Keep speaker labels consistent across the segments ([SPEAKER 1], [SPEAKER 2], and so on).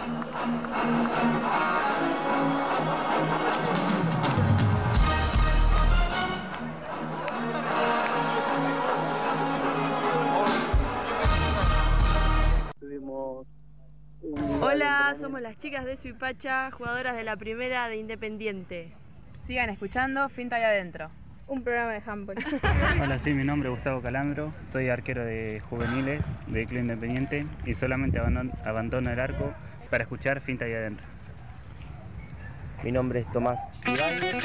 [SPEAKER 1] Hola, somos las chicas de Suipacha, jugadoras de la primera de Independiente.
[SPEAKER 2] Sigan escuchando Finta y Adentro,
[SPEAKER 3] un programa de handball.
[SPEAKER 4] Hola, sí, mi nombre es Gustavo Calambro, soy arquero de juveniles de Club Independiente y solamente abandono el arco para escuchar Finta y Adentro.
[SPEAKER 5] Mi nombre es Tomás Ibáñez.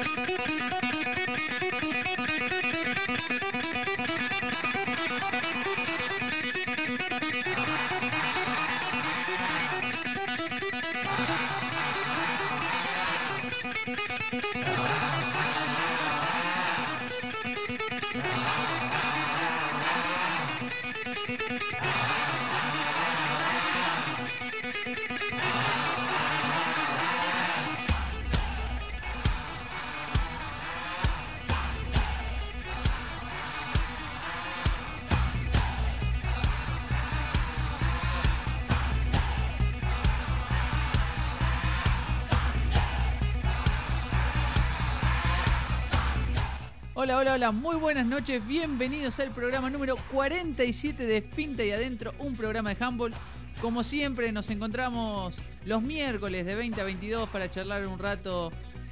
[SPEAKER 6] Hola, muy buenas noches, bienvenidos al programa número 47 de Finta y Adentro, un programa de handball. Como siempre nos encontramos los miércoles de 20 a 22 para charlar un rato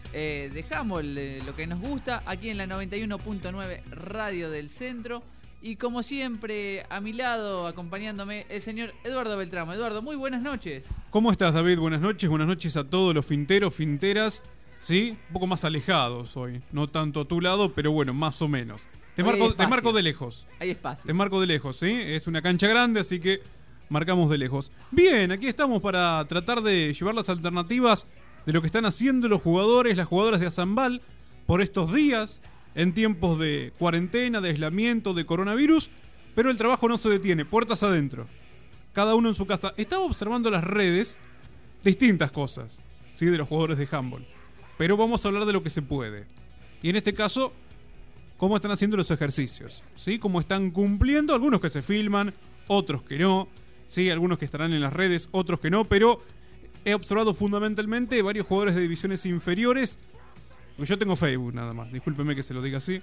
[SPEAKER 6] de handball, de lo que nos gusta, aquí en la 91.9 Radio del Centro. Y como siempre, a mi lado, acompañándome, el señor Eduardo Beltramo. Eduardo, muy buenas noches.
[SPEAKER 7] ¿Cómo estás, David? Buenas noches a todos los finteros, finteras. Sí, un poco más alejados hoy, no tanto a tu lado, pero bueno, más o menos. Te marco de lejos.
[SPEAKER 6] Hay espacio.
[SPEAKER 7] Te marco de lejos, ¿sí? Es una cancha grande, así que marcamos de lejos. Bien, aquí estamos para tratar de llevar las alternativas de lo que están haciendo los jugadores, las jugadoras de Azambal por estos días, en tiempos de cuarentena, de aislamiento, de coronavirus, pero el trabajo no se detiene, puertas adentro. Cada uno en su casa. Estaba observando las redes, distintas cosas, ¿sí? De los jugadores de handball. Pero vamos a hablar de lo que se puede. Y en este caso, cómo están haciendo los ejercicios, ¿sí? Cómo están cumpliendo, algunos que se filman, otros que no, ¿sí? Algunos que estarán en las redes, otros que no, pero he observado fundamentalmente varios jugadores de divisiones inferiores. Yo tengo Facebook nada más, discúlpeme que se lo diga así.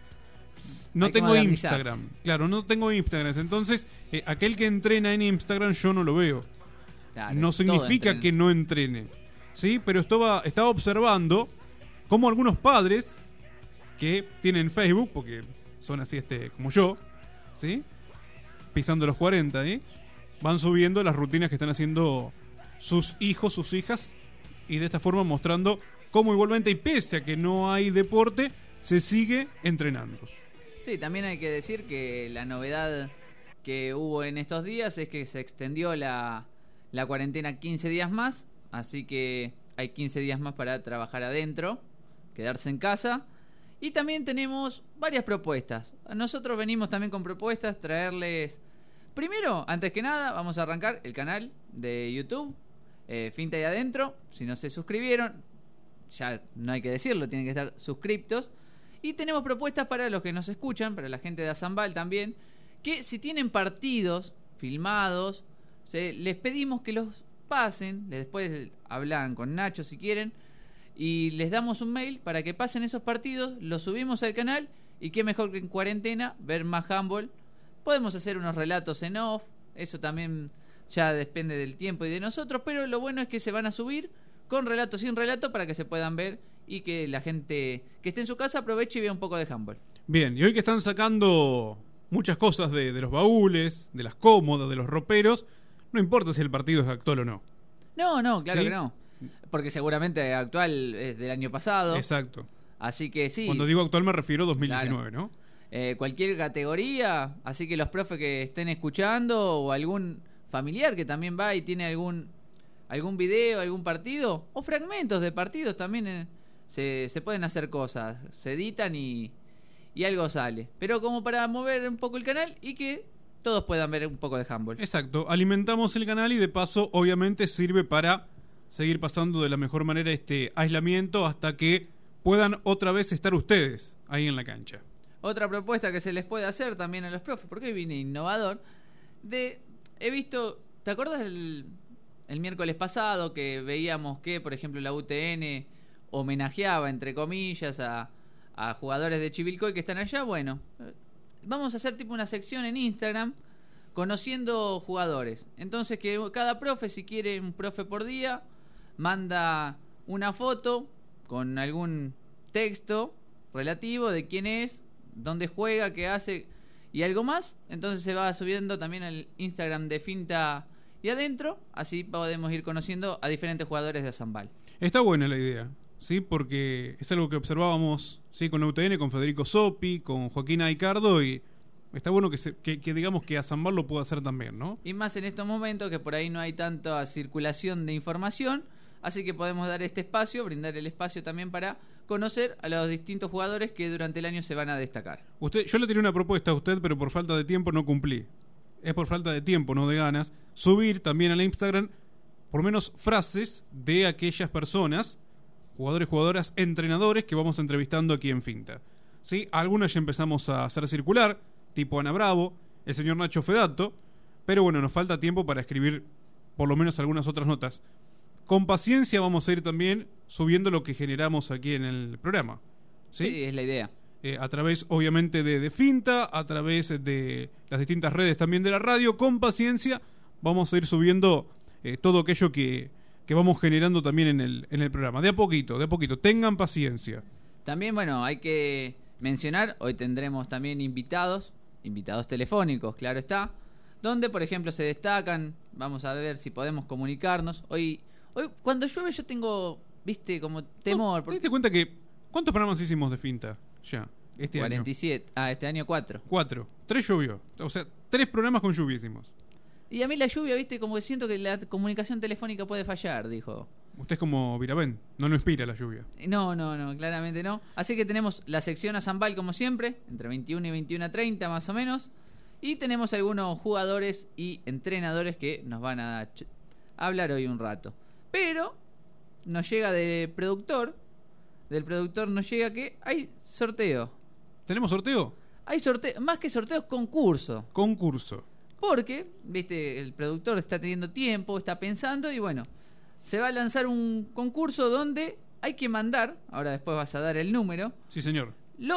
[SPEAKER 7] No tengo Instagram. Claro, no tengo Instagram. Entonces, aquel que entrena en Instagram yo no lo veo. Claro, no significa que no entrene. Sí, pero estaba observando cómo algunos padres que tienen Facebook, porque son así como yo, ¿sí? Pisando los 40, van subiendo las rutinas que están haciendo sus hijos, sus hijas, y de esta forma mostrando cómo igualmente, y pese a que no hay deporte, se sigue entrenando.
[SPEAKER 6] Sí, también hay que decir que la novedad que hubo en estos días es que se extendió la cuarentena 15 días más. Así que hay 15 días más para trabajar adentro, quedarse en casa. Y también tenemos varias propuestas. Nosotros venimos también con propuestas, traerles... Primero, antes que nada, vamos a arrancar el canal de YouTube, Finta y Adentro. Si no se suscribieron, ya no hay que decirlo, tienen que estar suscriptos. Y tenemos propuestas para los que nos escuchan, para la gente de Azambal también, que si tienen partidos filmados, les pedimos que los pasen, después hablan con Nacho si quieren, y les damos un mail para que pasen esos partidos, los subimos al canal, y qué mejor que en cuarentena ver más handball. Podemos hacer unos relatos en off, eso también ya depende del tiempo y de nosotros, pero lo bueno es que se van a subir con relato, sin relato, para que se puedan ver y que la gente que esté en su casa aproveche y vea un poco de handball.
[SPEAKER 7] Bien, y hoy que están sacando muchas cosas de los baúles, de las cómodas, de los roperos, no importa si el partido es actual o no.
[SPEAKER 6] No, claro,
[SPEAKER 7] ¿sí?
[SPEAKER 6] Que no. Porque seguramente actual es del año pasado.
[SPEAKER 7] Exacto.
[SPEAKER 6] Así que sí.
[SPEAKER 7] Cuando digo actual me refiero a 2019,
[SPEAKER 6] claro.
[SPEAKER 7] ¿no?
[SPEAKER 6] Cualquier categoría, así que los profes que estén escuchando o algún familiar que también va y tiene algún video, algún partido o fragmentos de partidos también se pueden hacer cosas, se editan y algo sale. Pero como para mover un poco el canal y que todos puedan ver un poco de handball.
[SPEAKER 7] Exacto, alimentamos el canal y de paso obviamente sirve para seguir pasando de la mejor manera este aislamiento hasta que puedan otra vez estar ustedes ahí en la cancha.
[SPEAKER 6] Otra propuesta que se les puede hacer también a los profes, porque hoy vine innovador, he visto, ¿te acuerdas el miércoles pasado, que veíamos que, por ejemplo, la UTN homenajeaba, entre comillas, a jugadores de Chivilcoy que están allá. Bueno, vamos a hacer tipo una sección en Instagram conociendo jugadores. Entonces que cada profe, si quiere un profe por día, manda una foto con algún texto relativo de quién es, dónde juega, qué hace y algo más. Entonces se va subiendo también al Instagram de Finta y Adentro. Así podemos ir conociendo a diferentes jugadores de Azambal.
[SPEAKER 7] Está buena la idea, ¿sí? Porque es algo que observábamos, ¿sí? Con la UTN, con Federico Sopi, con Joaquín Aicardo, y está bueno que digamos que Azambal lo pueda hacer también, ¿no?
[SPEAKER 6] Y más en estos momentos que por ahí no hay tanta circulación de información, así que podemos dar este espacio, brindar el espacio también para conocer a los distintos jugadores que durante el año se van a destacar.
[SPEAKER 7] Yo le tiré una propuesta a usted, pero por falta de tiempo no cumplí. Es por falta de tiempo, no de ganas. Subir también al Instagram por lo menos frases de aquellas personas, jugadores, jugadoras, entrenadores que vamos entrevistando aquí en Finta. ¿Sí? Algunas ya empezamos a hacer circular, tipo Ana Bravo, el señor Nacho Fedato, pero bueno, nos falta tiempo para escribir por lo menos algunas otras notas. Con paciencia vamos a ir también subiendo lo que generamos aquí en el programa.
[SPEAKER 6] Sí, es la idea.
[SPEAKER 7] A través, obviamente, de Finta, a través de las distintas redes también de la radio. Con paciencia vamos a ir subiendo todo aquello que vamos generando también en el programa. De a poquito. Tengan paciencia.
[SPEAKER 6] También, bueno, hay que mencionar, hoy tendremos también invitados telefónicos, claro está, donde, por ejemplo, se destacan. Vamos a ver si podemos comunicarnos. Hoy cuando llueve yo tengo, viste, como temor.
[SPEAKER 7] ¿Te diste cuenta que cuántos programas hicimos de Finta ya este
[SPEAKER 6] 47.
[SPEAKER 7] año?
[SPEAKER 6] Este año 4.
[SPEAKER 7] 3 llovió. O sea, 3 programas con lluvia hicimos.
[SPEAKER 6] Y a mí la lluvia, viste, como que siento que la comunicación telefónica puede fallar, dijo.
[SPEAKER 7] Usted es como Viravent, no lo inspira la lluvia.
[SPEAKER 6] No, claramente no. Así que tenemos la sección Azambal como siempre, entre 21 y 21:30 más o menos. Y tenemos algunos jugadores y entrenadores que nos van a hablar hoy un rato. Pero nos llega del productor nos llega que hay sorteo.
[SPEAKER 7] ¿Tenemos sorteo?
[SPEAKER 6] Hay sorteo, más que sorteo, concurso. Porque, viste, el productor está teniendo tiempo, está pensando y bueno, se va a lanzar un concurso donde hay que mandar, ahora después vas a dar el número.
[SPEAKER 7] Sí, señor.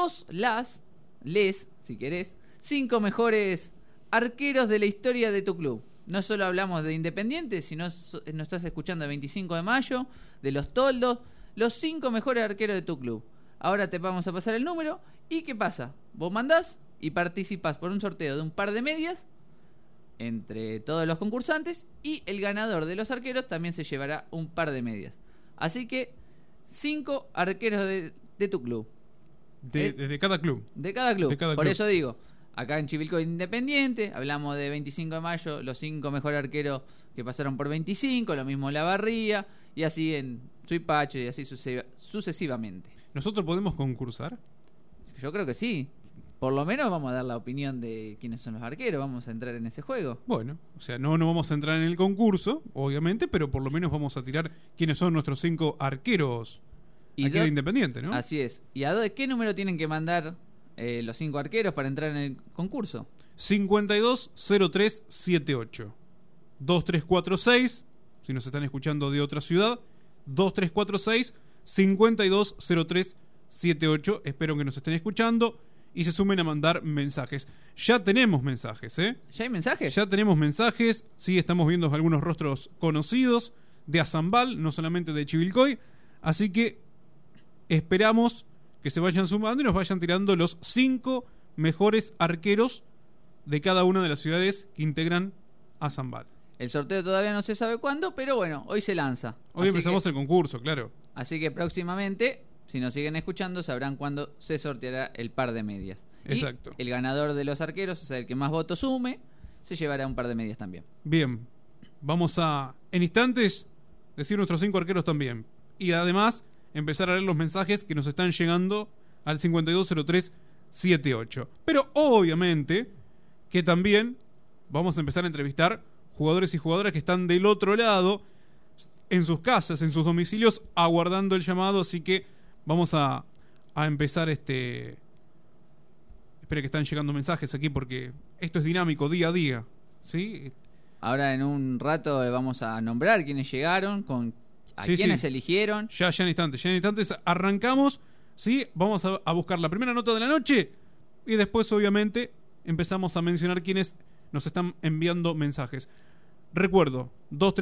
[SPEAKER 6] Les, si querés, 5 mejores arqueros de la historia de tu club. No solo hablamos de Independiente, sino nos estás escuchando el 25 de mayo, de los Toldos, los 5 mejores arqueros de tu club. Ahora te vamos a pasar el número. ¿Y qué pasa? Vos mandás y participás por un sorteo de un par de medias entre todos los concursantes, y el ganador de los arqueros también se llevará un par de medias. Así que 5 arqueros de tu club.
[SPEAKER 7] De cada club.
[SPEAKER 6] De cada club. Por
[SPEAKER 7] club.
[SPEAKER 6] eso digo, acá en Chivilcoy Independiente, hablamos de 25 de mayo, los 5 mejores arqueros que pasaron por 25, lo mismo en La Barría, y así en Suipache, y así sucesivamente.
[SPEAKER 7] ¿Nosotros podemos concursar?
[SPEAKER 6] Yo creo que sí. Por lo menos vamos a dar la opinión de quiénes son los arqueros, vamos a entrar en ese juego.
[SPEAKER 7] Bueno, o sea, no vamos a entrar en el concurso, obviamente, pero por lo menos vamos a tirar quiénes son nuestros 5 arqueros aquí en Independiente, ¿no?
[SPEAKER 6] Así es. ¿Y a qué número tienen que mandar los 5 arqueros para entrar en el concurso?
[SPEAKER 7] 520378 2346, si nos están escuchando de otra ciudad, 2346 520378. Espero que nos estén escuchando y se sumen a mandar mensajes. Ya tenemos mensajes, ¿eh?
[SPEAKER 6] ¿Ya hay mensajes?
[SPEAKER 7] Ya tenemos mensajes. Sí, estamos viendo algunos rostros conocidos de Azambal, no solamente de Chivilcoy. Así que esperamos que se vayan sumando y nos vayan tirando los 5 mejores arqueros de cada una de las ciudades que integran Azambal.
[SPEAKER 6] El sorteo todavía no se sabe cuándo, pero bueno, hoy se lanza.
[SPEAKER 7] Hoy empezamos el concurso, claro.
[SPEAKER 6] Así que próximamente, si nos siguen escuchando, sabrán cuándo se sorteará el par de medias.
[SPEAKER 7] Exacto.
[SPEAKER 6] Y el ganador de los arqueros, o sea, el que más votos sume, se llevará un par de medias también.
[SPEAKER 7] Bien, vamos a, en instantes, decir nuestros 5 arqueros también. Y además, empezar a leer los mensajes que nos están llegando al 520378. Pero obviamente que también vamos a empezar a entrevistar jugadores y jugadoras que están del otro lado, en sus casas, en sus domicilios, aguardando el llamado. Así que vamos a empezar Espera que están llegando mensajes aquí porque esto es dinámico día a día, ¿sí?
[SPEAKER 6] ahora en un rato vamos a nombrar quiénes llegaron, quiénes eligieron.
[SPEAKER 7] Ya en instantes arrancamos, ¿sí? Vamos a buscar la primera nota de la noche y después obviamente empezamos a mencionar quiénes nos están enviando mensajes. Recuerdo,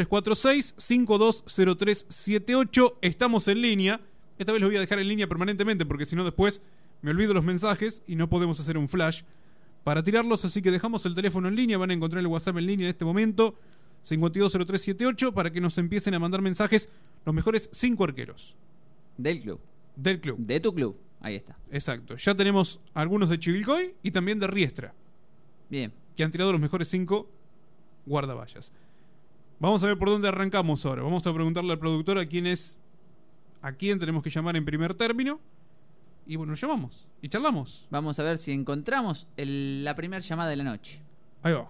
[SPEAKER 7] 2346-520378, estamos en línea. Esta vez los voy a dejar en línea permanentemente porque si no después me olvido los mensajes y no podemos hacer un flash para tirarlos, así que dejamos el teléfono en línea. Van a encontrar el WhatsApp en línea en este momento, 520378, para que nos empiecen a mandar mensajes los mejores 5 arqueros
[SPEAKER 6] del club. De tu club, ahí está.
[SPEAKER 7] Exacto, ya tenemos algunos de Chivilcoy y también de Riestra.
[SPEAKER 6] Bien.
[SPEAKER 7] Que han tirado los mejores 5 guardaballas. Vamos a ver por dónde arrancamos ahora. Vamos a preguntarle al productor a quién tenemos que llamar en primer término. Y bueno, llamamos y charlamos.
[SPEAKER 6] Vamos a ver si encontramos la primera llamada de la noche.
[SPEAKER 7] Ahí va.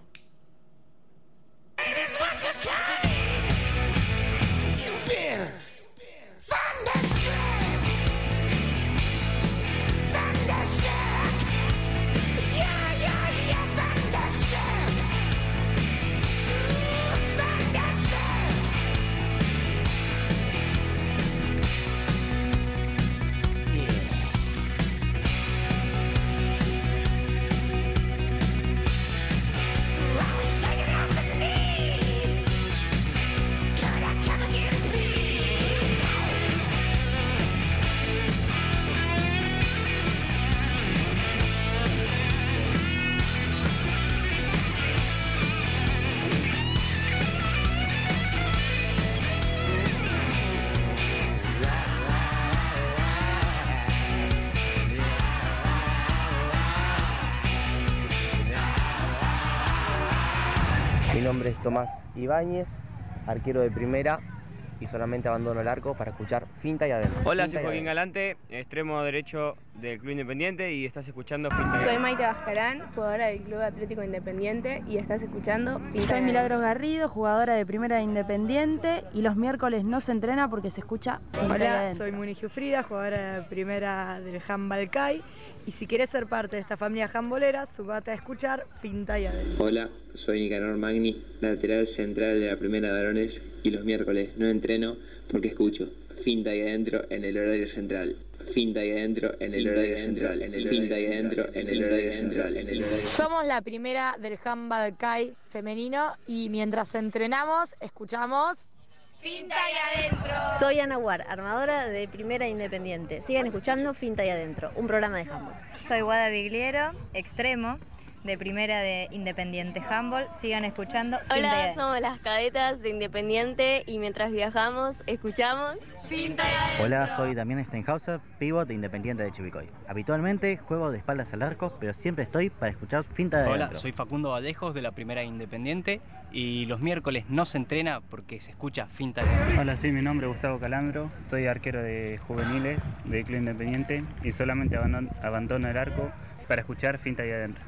[SPEAKER 5] Mi nombre es Tomás Ibáñez, arquero de primera, y solamente abandono el arco para escuchar Finta y Adentro.
[SPEAKER 3] Hola, soy Joaquín Galante, extremo derecho del Club Independiente, y estás escuchando Finta y Adentro.
[SPEAKER 1] Soy Maite Bascarán, jugadora del Club Atlético Independiente, y estás escuchando Finta y Adentro.
[SPEAKER 8] Soy Milagros Garrido, jugadora de primera de Independiente, y los miércoles no se entrena porque se escucha Finta y
[SPEAKER 9] Hola,
[SPEAKER 8] Adentro.
[SPEAKER 9] soy Muni Giuffrida, jugadora de primera del Handball CAI, y si querés ser parte de esta familia handbolera, sumate a escuchar Finta y Adentro.
[SPEAKER 10] Hola, soy Nicanor Magni, lateral central de la primera de varones, y los miércoles no entreno porque escucho Finta y Adentro en el horario central. Finta y Adentro en el horario central. Finta y Adentro en el horario central.
[SPEAKER 11] Somos la primera del Handball CAI femenino y mientras entrenamos escuchamos
[SPEAKER 1] Finta y Adentro.
[SPEAKER 12] Soy Ana Guar, armadora de Primera Independiente. Sigan escuchando Finta y Adentro, un programa de handball.
[SPEAKER 13] Soy Guada Vigliero, extremo de Primera de Independiente Handball. Sigan escuchando Finta y
[SPEAKER 14] Hola,
[SPEAKER 13] Adentro.
[SPEAKER 14] somos las cadetas de Independiente y mientras viajamos escuchamos
[SPEAKER 1] Finta y Adentro.
[SPEAKER 15] Hola, soy Damián Steinhauser, pívot de Independiente de Chivilcoy. Habitualmente juego de espaldas al arco, pero siempre estoy para escuchar Finta de Adentro.
[SPEAKER 16] Hola, soy Facundo Vallejos de la Primera Independiente y los miércoles no se entrena porque se escucha Finta de Adentro.
[SPEAKER 4] Hola, sí, mi nombre es Gustavo Calambro, soy arquero de juveniles del Club Independiente y solamente abandono el arco para escuchar Finta y Adentro.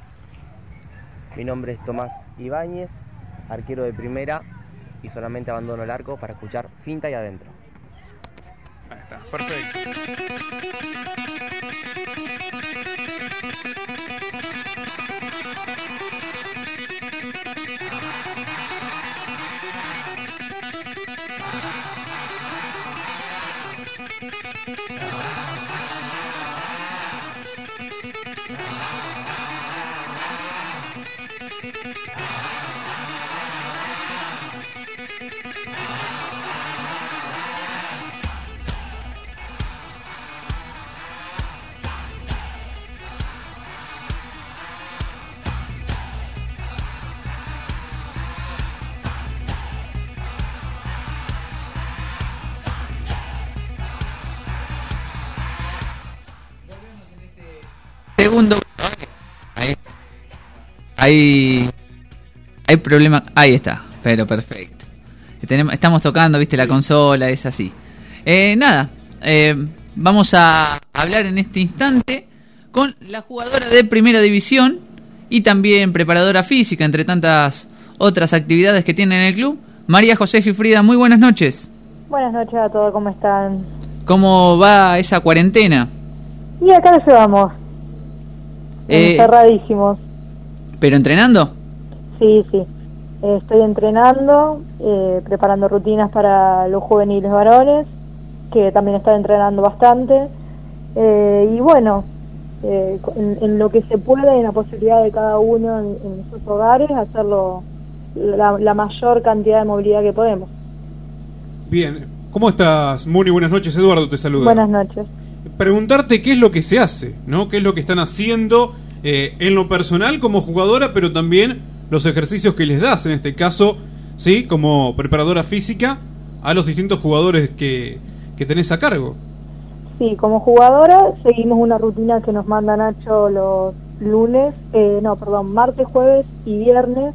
[SPEAKER 5] Mi nombre es Tomás Ibáñez, arquero de primera, y solamente abandono el arco para escuchar Finta y Adentro.
[SPEAKER 7] Ahí está, perfecto.
[SPEAKER 6] Segundo. Hay problema. Ahí está, pero perfecto. Estamos tocando, viste, la consola, es así. Nada, vamos a hablar en este instante con la jugadora de Primera División y también preparadora física, entre tantas otras actividades que tiene en el club, María José Giuffrida. Muy buenas noches.
[SPEAKER 17] Buenas noches a todos, ¿cómo están?
[SPEAKER 6] ¿Cómo va esa cuarentena?
[SPEAKER 17] Y acá lo llevamos. Encerradísimos.
[SPEAKER 6] ¿Pero entrenando?
[SPEAKER 17] Sí, sí. Estoy entrenando, preparando rutinas para los juveniles varones, que también están entrenando bastante. Y bueno, en lo que se puede, en la posibilidad de cada uno en sus hogares, hacerlo la mayor cantidad de movilidad que podemos.
[SPEAKER 7] Bien, ¿cómo estás, Muni? Buenas noches, Eduardo te saluda.
[SPEAKER 17] Buenas noches.
[SPEAKER 7] Preguntarte qué es lo que se hace, ¿no? ¿Qué es lo que están haciendo en lo personal como jugadora, pero también los ejercicios que les das, en este caso, sí, como preparadora física, a los distintos jugadores que tenés a cargo?
[SPEAKER 17] Sí, como jugadora seguimos una rutina que nos manda Nacho los martes, jueves y viernes.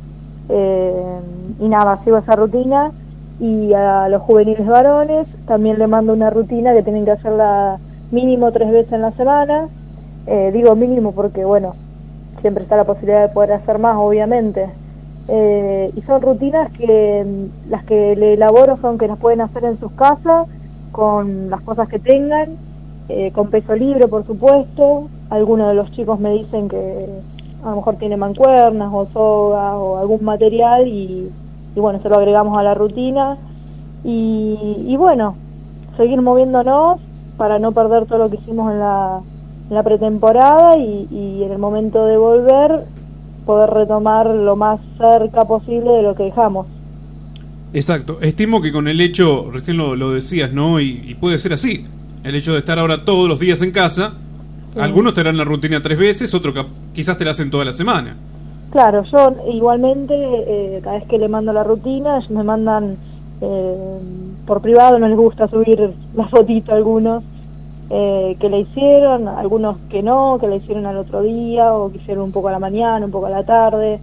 [SPEAKER 17] Y nada, sigo esa rutina. Y a los juveniles varones también le mando una rutina que tienen que hacerla mínimo 3 veces en la semana. Digo mínimo porque, bueno, siempre está la posibilidad de poder hacer más, obviamente. Y son rutinas que las que le elaboro son que las pueden hacer en sus casas, con las cosas que tengan, con peso libre, por supuesto. Algunos de los chicos me dicen que a lo mejor tiene mancuernas o sogas o algún material y bueno, se lo agregamos a la rutina. Y bueno, seguir moviéndonos para no perder todo lo que hicimos en la pretemporada y en el momento de volver poder retomar lo más cerca posible de lo que dejamos.
[SPEAKER 7] Exacto, estimo que con el hecho, recién lo decías, ¿no? Y puede ser así, el hecho de estar ahora todos los días en casa, algunos te harán la rutina 3 veces, otros quizás te la hacen toda la semana.
[SPEAKER 17] Claro, yo igualmente, cada vez que le mando la rutina, ellos me mandan por privado, no les gusta subir la fotito a algunos, que le hicieron, algunos que no, que le hicieron al otro día, o que hicieron un poco a la mañana, un poco a la tarde.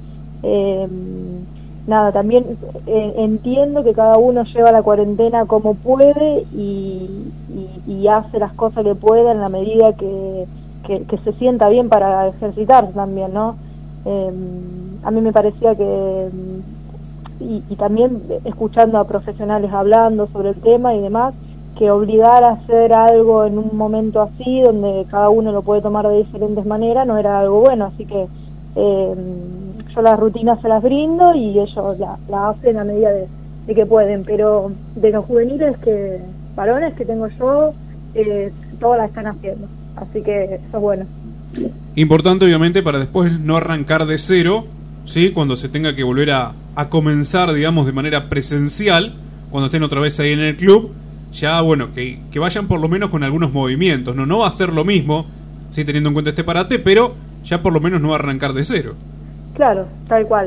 [SPEAKER 17] Nada, también entiendo que cada uno lleva la cuarentena como puede y hace las cosas que pueda en la medida que se sienta bien para ejercitarse también, ¿no? A mí me parecía que, y también escuchando a profesionales hablando sobre el tema y demás, que obligar a hacer algo en un momento así, donde cada uno lo puede tomar de diferentes maneras, no era algo bueno, así que yo las rutinas se las brindo y ellos la hacen a medida de que pueden, pero de los juveniles varones que tengo yo, todas las están haciendo, así que eso es bueno.
[SPEAKER 7] Importante obviamente para después no arrancar de cero, ¿sí? Cuando se tenga que volver a comenzar, digamos, de manera presencial, cuando estén otra vez ahí en el club, ya bueno, que vayan por lo menos con algunos movimientos, no va a ser lo mismo, sí, teniendo en cuenta este parate, pero ya por lo menos no arrancar de cero.
[SPEAKER 17] Claro, tal cual.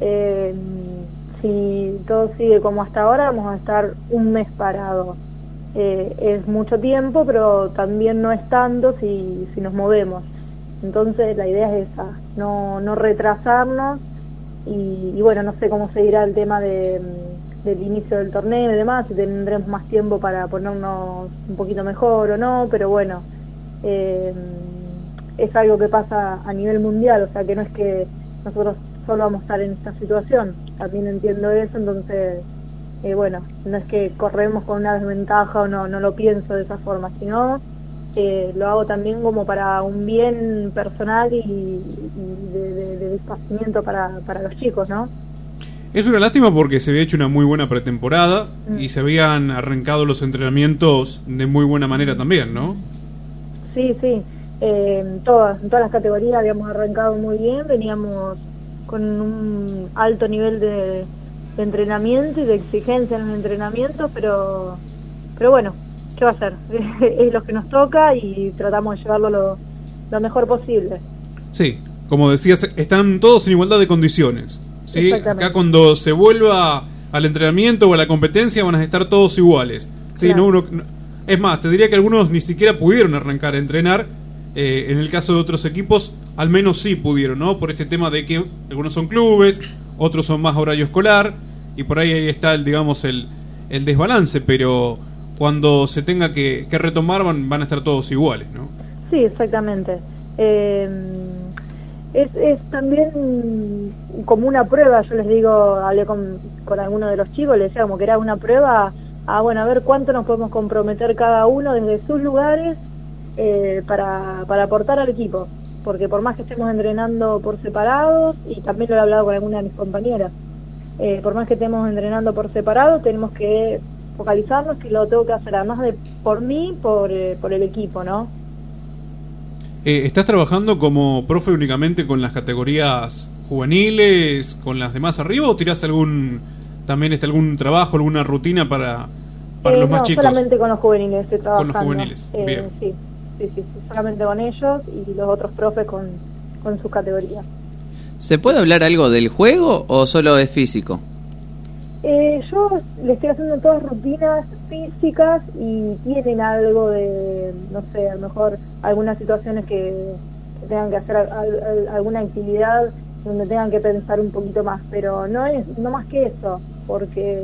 [SPEAKER 17] Si todo sigue como hasta ahora, vamos a estar un mes parados. Es mucho tiempo, pero también no es tanto si nos movemos. Entonces la idea es esa, no retrasarnos y bueno, no sé cómo seguirá el tema del inicio del torneo y demás, si tendremos más tiempo para ponernos un poquito mejor o no, pero bueno, es algo que pasa a nivel mundial, o sea que no es que nosotros solo vamos a estar en esta situación, también entiendo eso, entonces bueno, no es que corremos con una desventaja o no lo pienso de esa forma, sino lo hago también como para un bien personal y de disfacimiento para los chicos, ¿no?
[SPEAKER 7] Es una lástima porque se había hecho una muy buena pretemporada y se habían arrancado los entrenamientos de muy buena manera también, ¿no?
[SPEAKER 17] Sí, en todas las categorías habíamos arrancado muy bien, veníamos con un alto nivel de entrenamiento y de exigencia en los entrenamientos, pero bueno, ¿qué va a ser? Es lo que nos toca y tratamos de llevarlo lo mejor posible.
[SPEAKER 7] Sí, como decías, están todos en igualdad de condiciones, ¿sí? Acá cuando se vuelva al entrenamiento o a la competencia van a estar todos iguales, ¿sí? Claro. Es más, te diría que algunos ni siquiera pudieron arrancar a entrenar, en el caso de otros equipos al menos sí pudieron, ¿no? Por este tema de que algunos son clubes, otros son más horario escolar y por ahí está el desbalance, pero cuando se tenga que retomar van a estar todos iguales, ¿no?
[SPEAKER 17] Sí, exactamente. Es también como una prueba, yo les digo, hablé con algunos de los chicos, les decía como que era una prueba a ver cuánto nos podemos comprometer cada uno desde sus lugares para aportar al equipo, porque por más que estemos entrenando por separados, y también lo he hablado con alguna de mis compañeras, por más que estemos entrenando por separado, tenemos que focalizarnos, que lo tengo que hacer además de por mí, por el equipo, ¿no?
[SPEAKER 7] ¿Estás trabajando como profe únicamente con las categorías juveniles, con las demás arriba, o tirás algún trabajo, alguna rutina para los más chicos?
[SPEAKER 17] Solamente con los juveniles estoy trabajando.
[SPEAKER 7] Con los juveniles, bien.
[SPEAKER 17] Sí, solamente con ellos y los otros profes con sus categorías.
[SPEAKER 6] ¿Se puede hablar algo del juego o solo es físico?
[SPEAKER 17] Yo le estoy haciendo todas rutinas físicas y tienen algo de, no sé, a lo mejor algunas situaciones que tengan que hacer alguna actividad donde tengan que pensar un poquito más, pero no más que eso, porque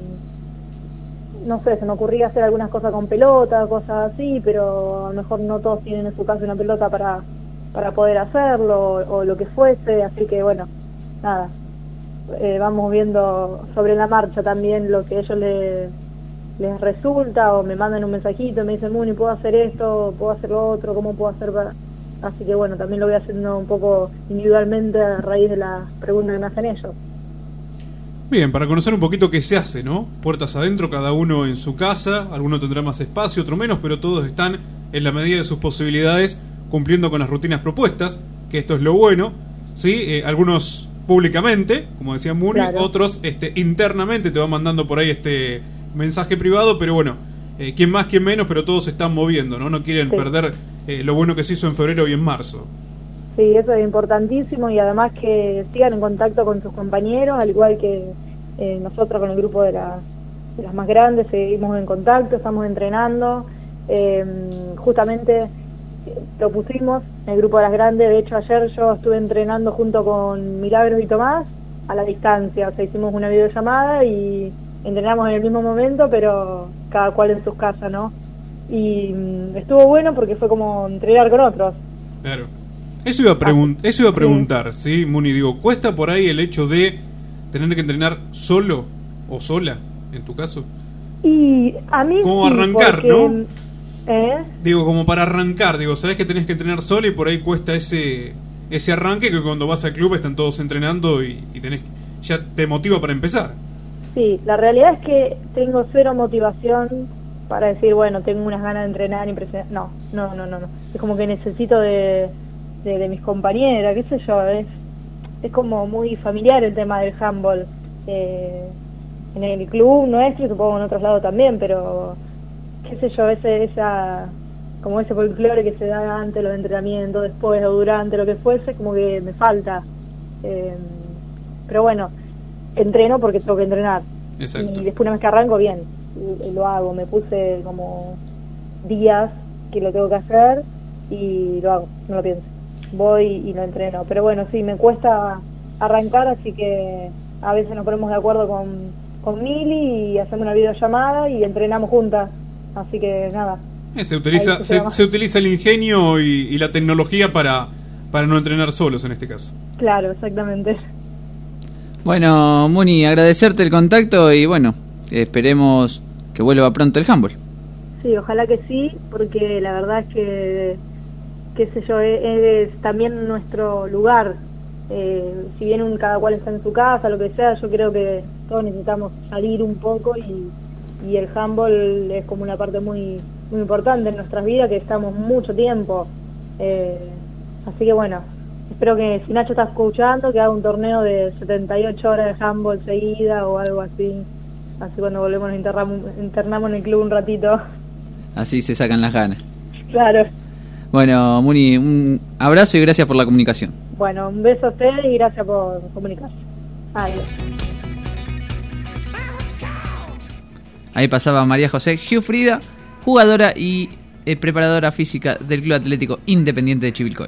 [SPEAKER 17] no sé, se me ocurría hacer algunas cosas con pelota, cosas así, pero a lo mejor no todos tienen en su casa una pelota para poder hacerlo o lo que fuese, así que bueno, nada, vamos viendo sobre la marcha también lo que a ellos les resulta, o me mandan un mensajito y me dicen, Muni, ¿puedo hacer esto? ¿Puedo hacer lo otro? ¿Cómo puedo hacer para...? Así que bueno, también lo voy haciendo un poco individualmente a raíz de las preguntas que me hacen ellos.
[SPEAKER 7] Bien, para conocer un poquito qué se hace, ¿no? Puertas adentro, cada uno en su casa, alguno tendrá más espacio, otro menos, pero todos están en la medida de sus posibilidades cumpliendo con las rutinas propuestas, que esto es lo bueno, ¿sí? Algunos públicamente, como decía Muni, claro. Otros internamente te van mandando por ahí este mensaje privado, pero bueno, quién más, quién menos, pero todos se están moviendo, ¿no? No quieren perder lo bueno que se hizo en febrero y en marzo.
[SPEAKER 17] Sí, eso es importantísimo, y además que sigan en contacto con sus compañeros, al igual que nosotros con el grupo de las más grandes seguimos en contacto, estamos entrenando, justamente propusimos en el grupo de las grandes, de hecho ayer yo estuve entrenando junto con Milagros y Tomás a la distancia, o sea, hicimos una videollamada y entrenamos en el mismo momento, pero cada cual en sus casas, ¿no? Y estuvo bueno porque fue como entrenar con otros.
[SPEAKER 7] Claro. Eso iba a preguntar, ¿sí, Muni? Digo, ¿cuesta por ahí el hecho de tener que entrenar solo o sola, en tu caso?
[SPEAKER 17] Y a mí
[SPEAKER 7] como
[SPEAKER 17] sí,
[SPEAKER 7] arrancar,
[SPEAKER 17] porque,
[SPEAKER 7] ¿no? Digo, como para arrancar, digo, sabés que tenés que entrenar sola y por ahí cuesta ese arranque que cuando vas al club están todos entrenando y ya te motiva para empezar.
[SPEAKER 17] Sí, la realidad es que tengo cero motivación para decir, bueno, tengo unas ganas de entrenar impresionantes. No. Es como que necesito de mis compañeras, qué sé yo, es como muy familiar el tema del handball. En el club nuestro y supongo en otros lados también, pero qué sé yo, como ese folclore que se da antes de los entrenamientos, después o durante, lo que fuese, como que me falta. Pero bueno, entreno porque tengo que entrenar. Exacto. Y después una vez que arranco, bien, lo hago. Me puse como días que lo tengo que hacer y lo hago, no lo pienso. Voy y lo entreno. Pero bueno, sí, me cuesta arrancar, así que a veces nos ponemos de acuerdo con Mili y hacemos una videollamada y entrenamos juntas. Así que nada. Se utiliza el ingenio y la tecnología para no entrenar solos en este caso. Claro, exactamente.
[SPEAKER 6] Bueno, Muni, agradecerte el contacto y bueno, esperemos que vuelva pronto el handball.
[SPEAKER 17] Sí, ojalá que sí, porque la verdad es que, qué sé yo, es también nuestro lugar. Si bien cada cual está en su casa, lo que sea, yo creo que todos necesitamos salir un poco y el handball es como una parte muy, muy importante en nuestras vidas, que estamos mucho tiempo. Así que bueno, espero que si Nacho está escuchando, que haga un torneo de 78 horas de handball seguida o algo así. Así cuando volvemos nos internamos en el club un ratito.
[SPEAKER 6] Así se sacan las ganas.
[SPEAKER 17] Claro.
[SPEAKER 6] Bueno, Muni, un abrazo y gracias por la comunicación.
[SPEAKER 17] Bueno, un beso a ustedes y gracias por comunicarse. Adiós.
[SPEAKER 6] Ahí pasaba María José Giuffrida, jugadora y preparadora física del Club Atlético Independiente de Chivilcoy.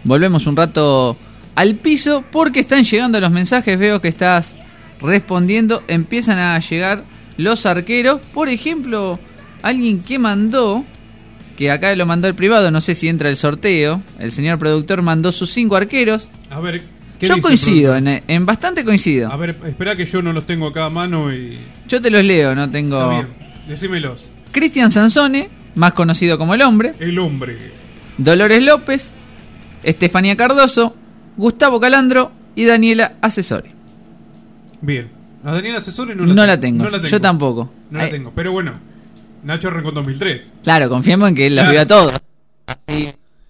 [SPEAKER 6] volvemos un rato al piso porque están llegando los mensajes. Veo que estás respondiendo. Empiezan a llegar los arqueros. Por ejemplo, alguien que mandó, que acá lo mandó al privado, no sé si entra el sorteo. El señor productor mandó sus 5 arqueros.
[SPEAKER 7] A ver, ¿qué
[SPEAKER 6] yo
[SPEAKER 7] dice
[SPEAKER 6] coincido, en bastante coincido.
[SPEAKER 7] A ver, espera que yo no los tengo acá a mano y...
[SPEAKER 6] Yo te los leo, no tengo...
[SPEAKER 7] Está bien, decímelos.
[SPEAKER 6] Cristian Sansone, más conocido como El Hombre.
[SPEAKER 7] El Hombre.
[SPEAKER 6] Dolores López, Estefanía Cardoso, Gustavo Calandro y Daniela Asesore.
[SPEAKER 7] Bien. A Daniela Asesore
[SPEAKER 6] no la tengo. Yo tampoco.
[SPEAKER 7] No la tengo. Pero bueno, Nacho arrancó en 2003.
[SPEAKER 6] Claro, confiemos en que él los vio a todos. Así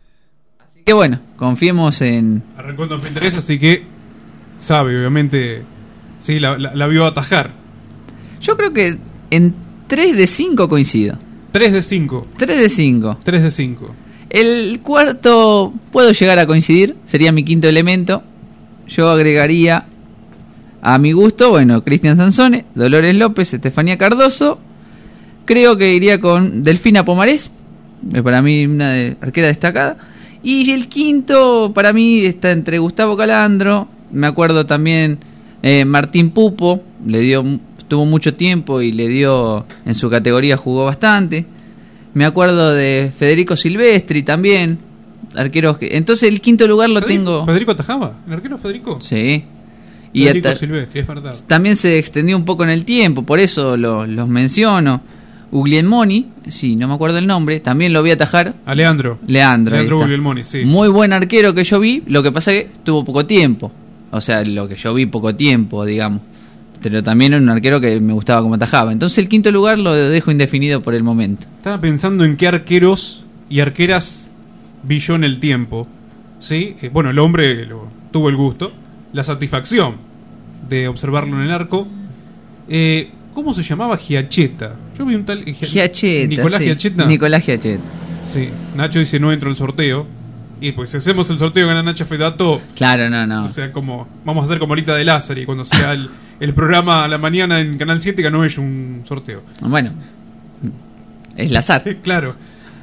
[SPEAKER 6] que bueno, confiemos en...
[SPEAKER 7] Arrancó en 2003, así que sabe, obviamente. Sí, la vio atajar.
[SPEAKER 6] Yo creo que en 3 de 5 coincido.
[SPEAKER 7] 3 de 5.
[SPEAKER 6] 3 de 5.
[SPEAKER 7] 3 de 5.
[SPEAKER 6] El cuarto puedo llegar a coincidir, sería mi quinto elemento. Yo agregaría a mi gusto, bueno, Cristian Sansone, Dolores López, Estefanía Cardoso. Creo que iría con Delfina Pomarés, para mí una arquera destacada. Y el quinto para mí está entre Gustavo Calandro, me acuerdo también Martín Pupo, tuvo mucho tiempo y le dio, en su categoría jugó bastante. Me acuerdo de Federico Silvestri también, arqueros que... Entonces el quinto lugar lo tengo...
[SPEAKER 7] ¿Federico atajaba? ¿El arquero Federico?
[SPEAKER 6] Sí. Y
[SPEAKER 7] Federico Silvestri, es verdad.
[SPEAKER 6] También se extendió un poco en el tiempo, por eso los menciono. Guglielmoni, sí, no me acuerdo el nombre, también lo vi atajar.
[SPEAKER 7] A Leandro Guglielmoni, sí.
[SPEAKER 6] Muy buen arquero que yo vi, lo que pasa es que tuvo poco tiempo. O sea, lo que yo vi poco tiempo, digamos. Pero también era un arquero que me gustaba como atajaba. Entonces el quinto lugar lo dejo indefinido por el momento.
[SPEAKER 7] Estaba pensando en qué arqueros y arqueras vi yo en el tiempo. ¿Sí? Bueno, El Hombre tuvo el gusto, la satisfacción de observarlo en el arco. ¿Cómo se llamaba? Giachetta. Yo vi un tal...
[SPEAKER 6] Giachetta,
[SPEAKER 7] Nicolás
[SPEAKER 6] sí.
[SPEAKER 7] Giachetta.
[SPEAKER 6] Nicolás Giachetta.
[SPEAKER 7] Sí. Nacho dice no entro al sorteo. Y pues si hacemos el sorteo gana Nacho Fedato.
[SPEAKER 6] Claro, no.
[SPEAKER 7] O sea, como vamos a hacer como ahorita de Lázaro y cuando sea el programa a la mañana en Canal 7 ganó ella un sorteo.
[SPEAKER 6] Bueno, es Lazar.
[SPEAKER 7] Claro.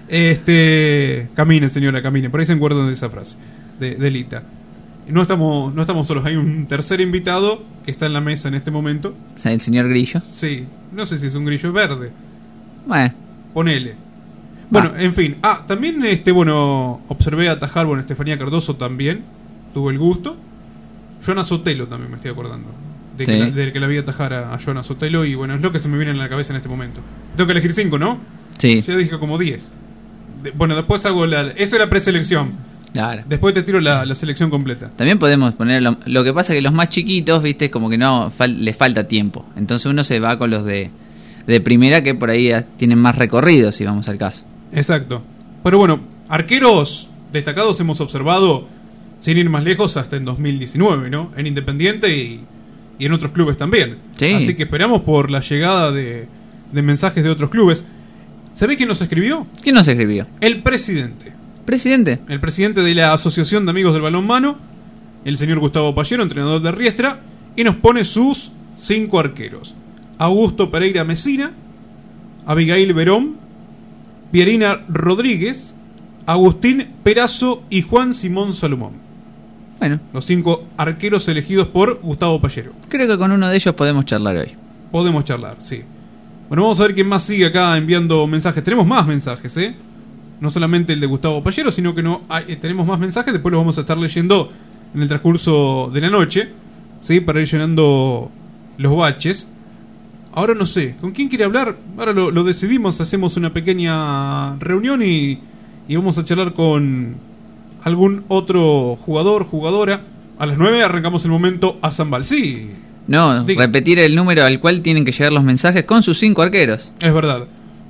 [SPEAKER 7] Camine, señora, camine. Por ahí se acuerdan de esa frase de Lita. No estamos solos, hay un tercer invitado que está en la mesa en este momento.
[SPEAKER 6] O sea, el señor Grillo.
[SPEAKER 7] Sí, no sé si es un grillo verde.
[SPEAKER 6] Bueno.
[SPEAKER 7] Ponele. Bueno, en fin. También observé atajar, Estefanía Cardoso también tuvo el gusto. Joana Sotelo también me estoy acordando. De que la vi atajar a Joana Sotelo. Y bueno, es lo que se me viene en la cabeza en este momento. Tengo que elegir 5, ¿no?
[SPEAKER 6] Sí.
[SPEAKER 7] Ya dije como 10. Después hago esa es la preselección.
[SPEAKER 6] Claro.
[SPEAKER 7] Después te tiro la selección completa.
[SPEAKER 6] También podemos poner lo que pasa es que los más chiquitos, viste, como que no les falta tiempo. Entonces uno se va con los de primera que por ahí tienen más recorrido, si vamos al caso.
[SPEAKER 7] Exacto. Pero bueno, arqueros destacados hemos observado, sin ir más lejos, hasta en 2019, ¿no? En Independiente y en otros clubes también.
[SPEAKER 6] Sí.
[SPEAKER 7] Así que esperamos por la llegada de mensajes de otros clubes. ¿Sabés quién nos escribió?
[SPEAKER 6] ¿Quién nos escribió?
[SPEAKER 7] El presidente.
[SPEAKER 6] ¿Presidente?
[SPEAKER 7] El presidente de la Asociación de Amigos del Balonmano, el señor Gustavo Pallero, entrenador de Riestra, y nos pone sus 5 arqueros. Augusto Pereira Mesina, Abigail Verón, Pierina Rodríguez, Agustín Perazo y Juan Simón Salomón.
[SPEAKER 6] Bueno.
[SPEAKER 7] Los 5 arqueros elegidos por Gustavo Pallero.
[SPEAKER 6] Creo que con uno de ellos podemos charlar hoy.
[SPEAKER 7] Podemos charlar, sí. Bueno, vamos a ver quién más sigue acá enviando mensajes. Tenemos más mensajes, no solamente el de Gustavo Pallero, sino que tenemos más mensajes. Después los vamos a estar leyendo en el transcurso de la noche, ¿sí? Para ir llenando los baches. Ahora no sé, ¿con quién quiere hablar? Ahora lo decidimos, hacemos una pequeña reunión y vamos a charlar con algún otro jugador, jugadora. A las 9 arrancamos el momento a Zambal. Sí.
[SPEAKER 6] No, repetir el número al cual tienen que llegar los mensajes con sus 5 arqueros.
[SPEAKER 7] Es verdad.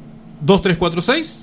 [SPEAKER 7] 2346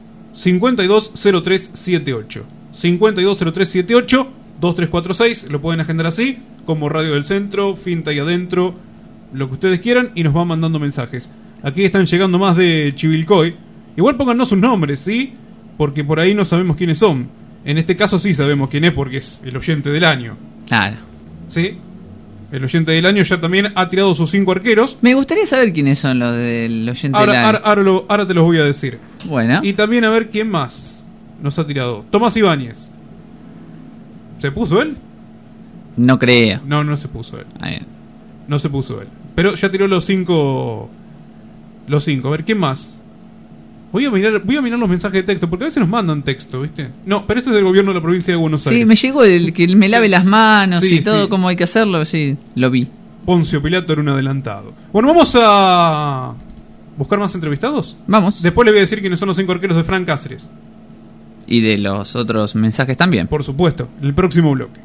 [SPEAKER 7] 520378. 520378 2346. Lo pueden agendar así, como Radio del Centro, Finta y Adentro, lo que ustedes quieran, y nos van mandando mensajes. Aquí están llegando más de Chivilcoy. Igual póngannos sus nombres, ¿sí? Porque por ahí no sabemos quiénes son. En este caso sí sabemos quién es, porque es el oyente del año.
[SPEAKER 6] Claro.
[SPEAKER 7] ¿Sí? El oyente del año ya también ha tirado sus 5 arqueros.
[SPEAKER 6] Me gustaría saber quiénes son los del oyente del año.
[SPEAKER 7] Ahora te los voy a decir.
[SPEAKER 6] Bueno.
[SPEAKER 7] Y también a ver quién más nos ha tirado. Tomás Ibáñez. ¿Se puso él?
[SPEAKER 6] No creo.
[SPEAKER 7] No se puso él.
[SPEAKER 6] Ahí.
[SPEAKER 7] No se puso él. Pero ya tiró los 5. Los 5. A ver, ¿quién más? Voy a mirar los mensajes de texto, porque a veces nos mandan texto, ¿viste? No, pero este es del gobierno de la provincia de Buenos Aires.
[SPEAKER 6] Sí, me llegó el que me lave las manos
[SPEAKER 7] Sí,
[SPEAKER 6] y todo,
[SPEAKER 7] sí.
[SPEAKER 6] cómo hay que hacerlo, sí, lo vi.
[SPEAKER 7] Poncio Pilato era un adelantado. Bueno, vamos a buscar más entrevistados.
[SPEAKER 6] Vamos.
[SPEAKER 7] Después le voy a decir quiénes son los 5 arqueros de Fran Cáceres.
[SPEAKER 6] Y de los otros mensajes también.
[SPEAKER 7] Por supuesto, en el próximo bloque.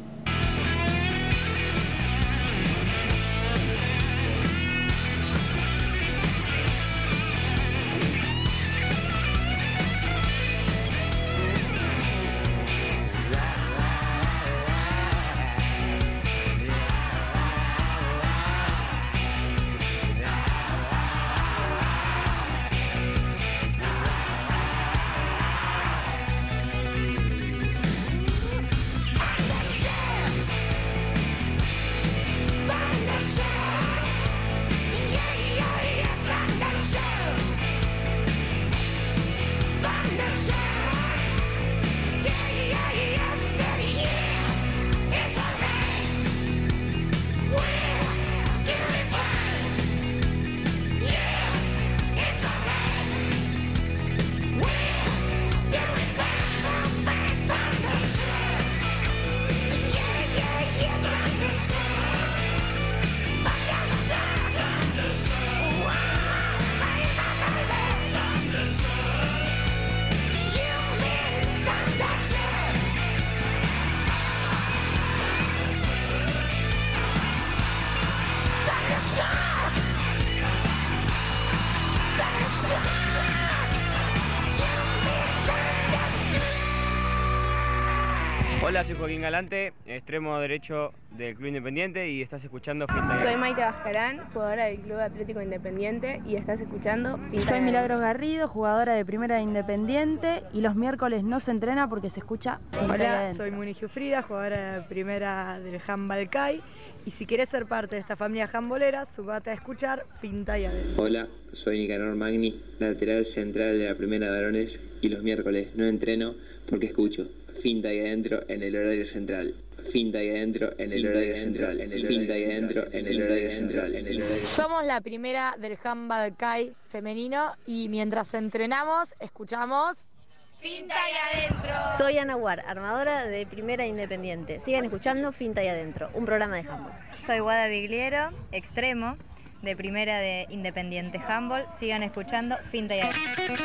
[SPEAKER 3] Hola, soy Joaquín Galante, extremo derecho del Club Independiente y estás escuchando Finta y
[SPEAKER 1] Soy Maite Bascarán, jugadora del Club Atlético Independiente y estás escuchando Finta
[SPEAKER 8] Soy
[SPEAKER 1] y
[SPEAKER 8] Milagros Garrido, jugadora de Primera de Independiente y los miércoles no se entrena porque se escucha Finta y
[SPEAKER 9] Hola,
[SPEAKER 8] Adentro.
[SPEAKER 9] soy Muni Giuffrida, jugadora de Primera del Handball CAI. Y si querés ser parte de esta familia handbolera, sumate a escuchar Finta y Adentro.
[SPEAKER 10] Hola, soy Nicanor Magni, lateral central de la Primera de Varones y los miércoles no entreno porque escucho Finta y Adentro en el horario central. Finta y Adentro en el horario central. Finta y Adentro en el horario central.
[SPEAKER 11] Somos la Primera del Handball CAI femenino y mientras entrenamos, escuchamos Finta y Adentro.
[SPEAKER 12] Soy Ana Guar, armadora de Primera Independiente. Sigan escuchando Finta y Adentro, un programa de handball.
[SPEAKER 13] Soy Guada Bigliero, extremo, de Primera de Independiente Handball. Sigan escuchando Finta y Adentro.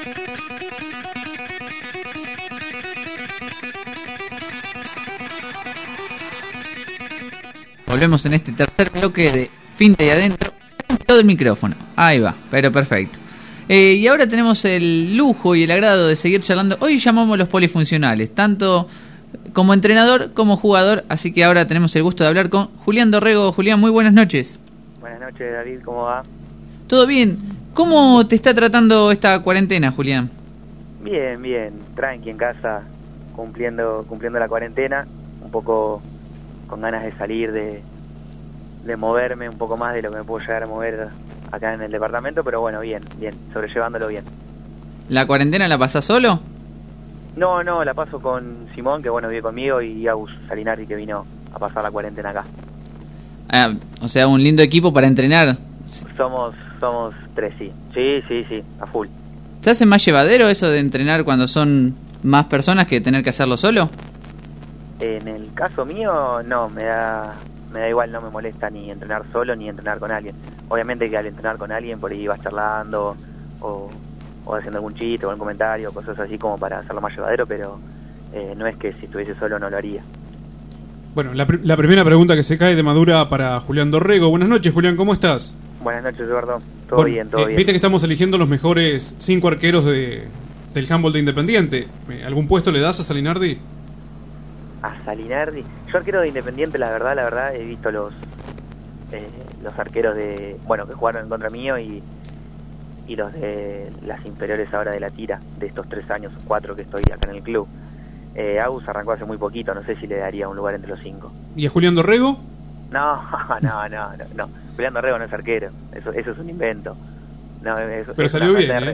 [SPEAKER 6] Volvemos en este tercer bloque de Finta y Adentro. Todo el micrófono. Ahí va, pero perfecto. Y ahora tenemos el lujo y el agrado de seguir charlando. Hoy llamamos los polifuncionales, tanto como entrenador como jugador. Así que ahora tenemos el gusto de hablar con Julián Dorrego. Julián, muy buenas noches.
[SPEAKER 18] Buenas noches, David, ¿cómo va?
[SPEAKER 6] ¿Todo bien? ¿Cómo te está tratando esta cuarentena, Julián?
[SPEAKER 18] Bien, bien, tranqui en casa, cumpliendo la cuarentena, un poco con ganas de salir, de moverme un poco más de lo que me puedo llegar a mover acá en el departamento, pero bueno, bien, sobrellevándolo bien.
[SPEAKER 6] ¿La cuarentena la pasás solo?
[SPEAKER 18] No, la paso con Simón, que bueno, vive conmigo, y Agus Salinari, que vino a pasar la cuarentena acá.
[SPEAKER 6] Ah, o sea, un lindo equipo para entrenar.
[SPEAKER 18] Somos tres, sí, a full.
[SPEAKER 6] ¿Se hace más llevadero eso de entrenar cuando son más personas que tener que hacerlo solo?
[SPEAKER 18] En el caso mío, no, me da igual, no me molesta ni entrenar solo ni entrenar con alguien. Obviamente que al entrenar con alguien por ahí vas charlando o haciendo algún chiste o algún comentario, cosas así como para hacerlo más llevadero, pero no es que si estuviese solo no lo haría.
[SPEAKER 7] Bueno, la primera pregunta que se cae de madura para Julián Dorrego. Buenas noches, Julián, ¿cómo estás?
[SPEAKER 18] Buenas noches, Eduardo. Todo bien.
[SPEAKER 7] Viste que estamos eligiendo los mejores 5 arqueros del handball de Independiente. ¿Algún puesto le das a Salinardi?
[SPEAKER 18] A Salinardi. Yo arquero de Independiente, la verdad, he visto los arqueros que jugaron en contra mío y los de las inferiores ahora de la tira, de estos 3 años o 4 que estoy acá en el club. Agus arrancó hace muy poquito, no sé si le daría un lugar entre los 5.
[SPEAKER 7] ¿Y a Julián Dorrego?
[SPEAKER 18] No. Julián Dorrego no es arquero, eso es un invento. No,
[SPEAKER 7] pero salió bien,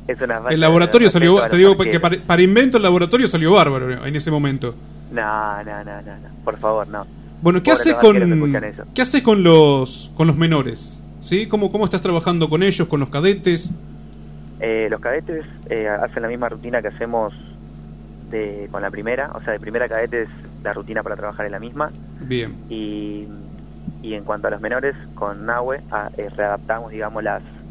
[SPEAKER 18] Es una falta
[SPEAKER 7] el laboratorio
[SPEAKER 18] de
[SPEAKER 7] salió,
[SPEAKER 18] respeto
[SPEAKER 7] te
[SPEAKER 18] a
[SPEAKER 7] digo
[SPEAKER 18] los
[SPEAKER 7] que
[SPEAKER 18] arqueros.
[SPEAKER 7] para invento el laboratorio salió bárbaro en ese momento.
[SPEAKER 18] No, por favor, no.
[SPEAKER 7] Bueno, ¿qué
[SPEAKER 18] Pobres
[SPEAKER 7] haces
[SPEAKER 18] los arqueros que escuchan eso.
[SPEAKER 7] ¿qué haces con los menores? ¿Sí? ¿Cómo estás trabajando con ellos, con los cadetes?
[SPEAKER 18] Los cadetes hacen la misma rutina que hacemos con la primera, o sea, de primera cadetes la rutina para trabajar es la misma.
[SPEAKER 7] Bien.
[SPEAKER 18] Y en cuanto a los menores, con Nahue readaptamos, digamos,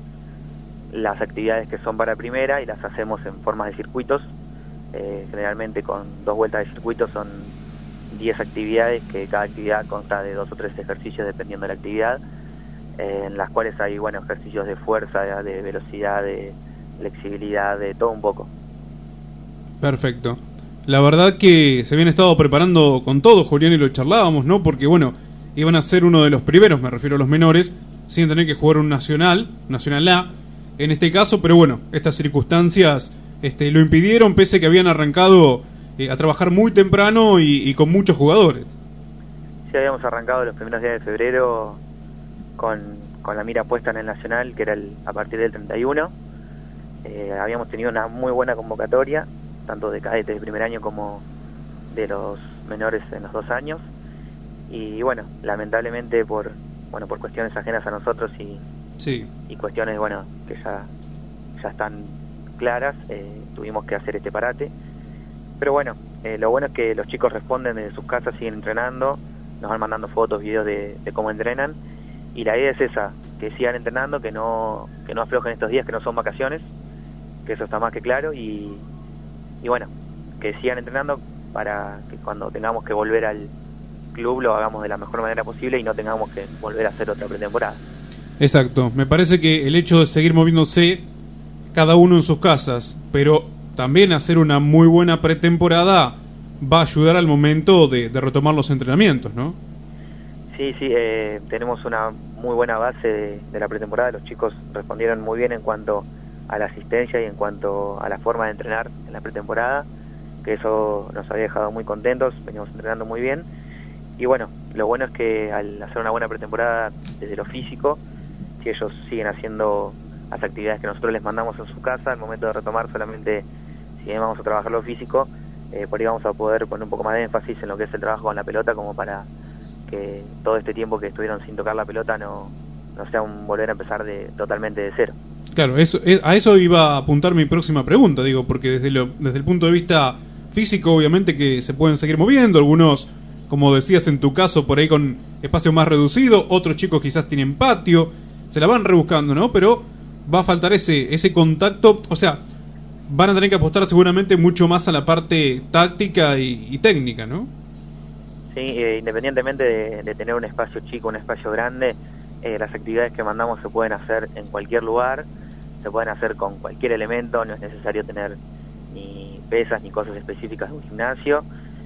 [SPEAKER 18] las actividades que son para primera y las hacemos en formas de circuitos. Generalmente con 2 vueltas de circuito son 10 actividades, que cada actividad consta de 2 o 3 ejercicios dependiendo de la actividad, en las cuales hay, bueno, ejercicios de fuerza, de velocidad, de flexibilidad, de todo un poco.
[SPEAKER 7] Perfecto. La verdad que se habían estado preparando con todo, Julián, y lo charlábamos, ¿no? Porque, bueno, iban a ser uno de los primeros, me refiero a los menores, sin tener que jugar un Nacional A, en este caso, pero bueno, estas circunstancias lo impidieron, pese que habían arrancado a trabajar muy temprano y con muchos jugadores.
[SPEAKER 18] Sí, habíamos arrancado los primeros días de febrero con la mira puesta en el Nacional, que era a partir del 31. Habíamos tenido una muy buena convocatoria, tanto de cadetes de primer año como de los menores en los 2 años. Y bueno, lamentablemente por cuestiones ajenas a nosotros y cuestiones, bueno, que ya están claras, tuvimos que hacer este parate. Pero bueno, lo bueno es que los chicos responden desde sus casas, siguen entrenando, nos van mandando fotos, videos de cómo entrenan, y la idea es esa, que sigan entrenando, que no aflojen estos días, que no son vacaciones, que eso está más que claro, y bueno, que sigan entrenando para que cuando tengamos que volver al club lo hagamos de la mejor manera posible y no tengamos que volver a hacer otra pretemporada.
[SPEAKER 7] Exacto, me parece que el hecho de seguir moviéndose cada uno en sus casas, pero también hacer una muy buena pretemporada va a ayudar al momento de retomar los entrenamientos, ¿no?
[SPEAKER 18] Sí, tenemos una muy buena base de la pretemporada. Los chicos respondieron muy bien en cuanto a la asistencia y en cuanto a la forma de entrenar en la pretemporada, que eso nos había dejado muy contentos, venimos entrenando muy bien. Y bueno, lo bueno es que al hacer una buena pretemporada desde lo físico, si ellos siguen haciendo las actividades que nosotros les mandamos en su casa, al momento de retomar solamente, si bien vamos a trabajar lo físico, por ahí vamos a poder poner un poco más de énfasis en lo que es el trabajo con la pelota, como para que todo este tiempo que estuvieron sin tocar la pelota no sea un volver a empezar totalmente de cero.
[SPEAKER 7] Claro, a eso iba a apuntar mi próxima pregunta, digo, porque desde el punto de vista físico, obviamente que se pueden seguir moviendo, algunos, como decías en tu caso, por ahí con espacio más reducido, otros chicos quizás tienen patio, se la van rebuscando, ¿no? Pero va a faltar ese contacto, o sea, van a tener que apostar seguramente mucho más a la parte táctica y técnica, ¿no?
[SPEAKER 18] Sí, independientemente de tener un espacio chico, un espacio grande, las actividades que mandamos se pueden hacer en cualquier lugar, se pueden hacer con cualquier elemento, no es necesario tener ni pesas ni cosas específicas de un gimnasio.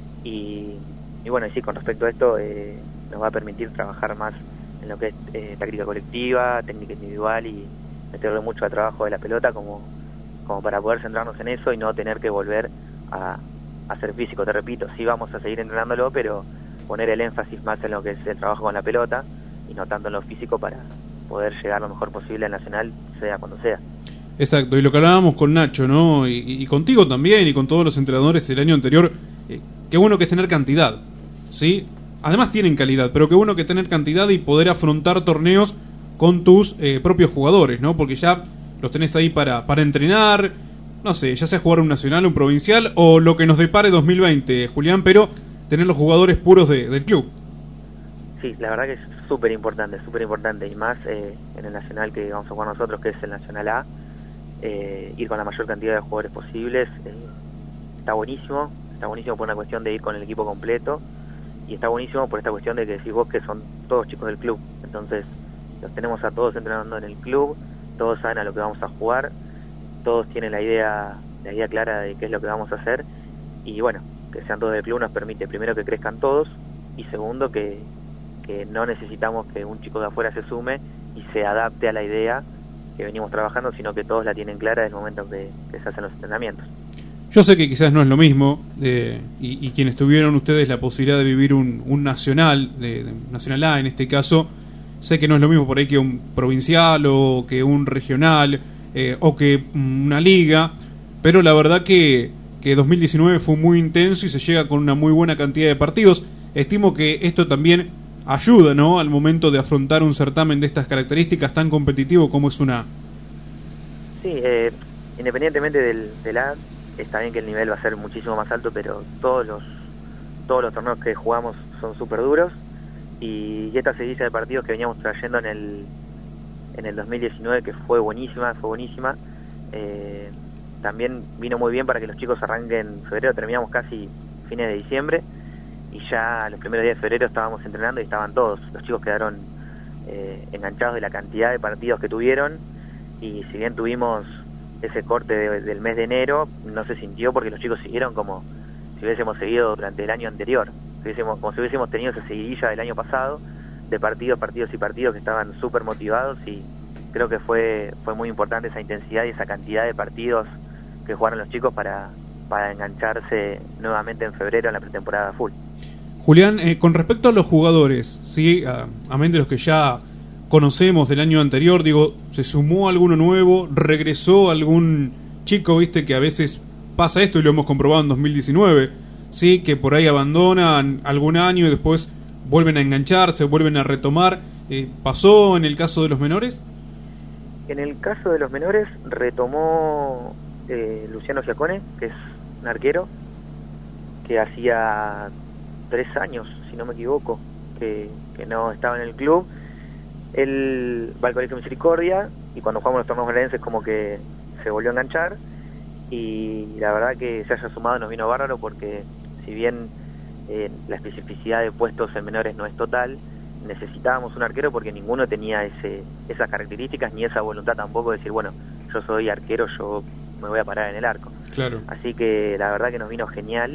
[SPEAKER 18] Y bueno, y sí, con respecto a esto, nos va a permitir trabajar más en lo que es táctica colectiva, técnica individual, y meterle mucho al trabajo de la pelota como para poder centrarnos en eso y no tener que volver a hacer físico. Te repito, sí vamos a seguir entrenándolo, pero poner el énfasis más en lo que es el trabajo con la pelota y no tanto en lo físico, para poder llegar lo mejor posible al Nacional, sea cuando sea.
[SPEAKER 7] Exacto, y lo que hablábamos con Nacho, ¿no? Y contigo también, y con todos los entrenadores del año anterior, qué bueno que es tener cantidad, ¿sí? Además tienen calidad, pero qué bueno que tener cantidad y poder afrontar torneos con tus propios jugadores, ¿no? Porque ya los tenés ahí para entrenar, no sé, ya sea jugar un nacional, un provincial, o lo que nos depare 2020, Julián, pero tener los jugadores puros del club.
[SPEAKER 18] Sí, la verdad que es súper importante, y más en el nacional que vamos a jugar nosotros, que es el Nacional A, ir con la mayor cantidad de jugadores posibles. Está buenísimo por una cuestión de ir con el equipo completo, y está buenísimo por esta cuestión de que decís vos que son todos chicos del club, entonces los tenemos a todos entrenando en el club, todos saben a lo que vamos a jugar, todos tienen la idea clara de qué es lo que vamos a hacer, y bueno, que sean todos del club nos permite, primero, que crezcan todos, y segundo, que no necesitamos que un chico de afuera se sume y se adapte a la idea que venimos trabajando, sino que todos la tienen clara desde el momento que se hacen los entrenamientos.
[SPEAKER 7] Yo sé que quizás no es lo mismo, y quienes tuvieron ustedes la posibilidad de vivir un nacional, de Nacional A en este caso, sé que no es lo mismo por ahí que un provincial o que un regional, o que una liga, pero la verdad que 2019 fue muy intenso y se llega con una muy buena cantidad de partidos. Estimo que esto también ayuda, ¿no?, al momento de afrontar un certamen de estas características tan competitivo como es una.
[SPEAKER 18] Sí, independientemente del A, está bien que el nivel va a ser muchísimo más alto, pero todos los torneos que jugamos son súper duros, y esta seguidilla de partidos que veníamos trayendo en el 2019, que fue buenísima, también vino muy bien para que los chicos arranquen en febrero. Terminamos casi fines de diciembre y ya los primeros días de febrero estábamos entrenando y estaban todos. Los chicos quedaron enganchados de la cantidad de partidos que tuvieron, y si bien tuvimos ese corte del mes de enero, no se sintió porque los chicos siguieron como si hubiésemos seguido durante el año anterior, como si hubiésemos tenido esa seguidilla del año pasado de partidos que estaban súper motivados, y creo que fue muy importante esa intensidad y esa cantidad de partidos que jugaron los chicos para engancharse nuevamente en febrero en la pretemporada full.
[SPEAKER 7] Julián, con respecto a los jugadores, ¿sí? Amén de los que ya conocemos del año anterior, digo, ¿se sumó alguno nuevo? ¿Regresó algún chico, viste, que a veces pasa esto y lo hemos comprobado en 2019, sí, que por ahí abandonan algún año y después vuelven a engancharse, vuelven a retomar? ¿Pasó en el caso de los menores?
[SPEAKER 18] En el caso de los menores retomó Luciano Giacone, que es un arquero que hacía 3 años, si no me equivoco, que no estaba en el club. Él va al Colegio Misericordia y cuando jugamos los torneos bonaerenses como que se volvió a enganchar, y la verdad que se haya sumado nos vino bárbaro, porque si bien la especificidad de puestos en menores no es total, necesitábamos un arquero porque ninguno tenía esas características ni esa voluntad tampoco de decir, bueno, yo soy arquero, yo me voy a parar en el arco.
[SPEAKER 7] Claro.
[SPEAKER 18] Así que la verdad que nos vino genial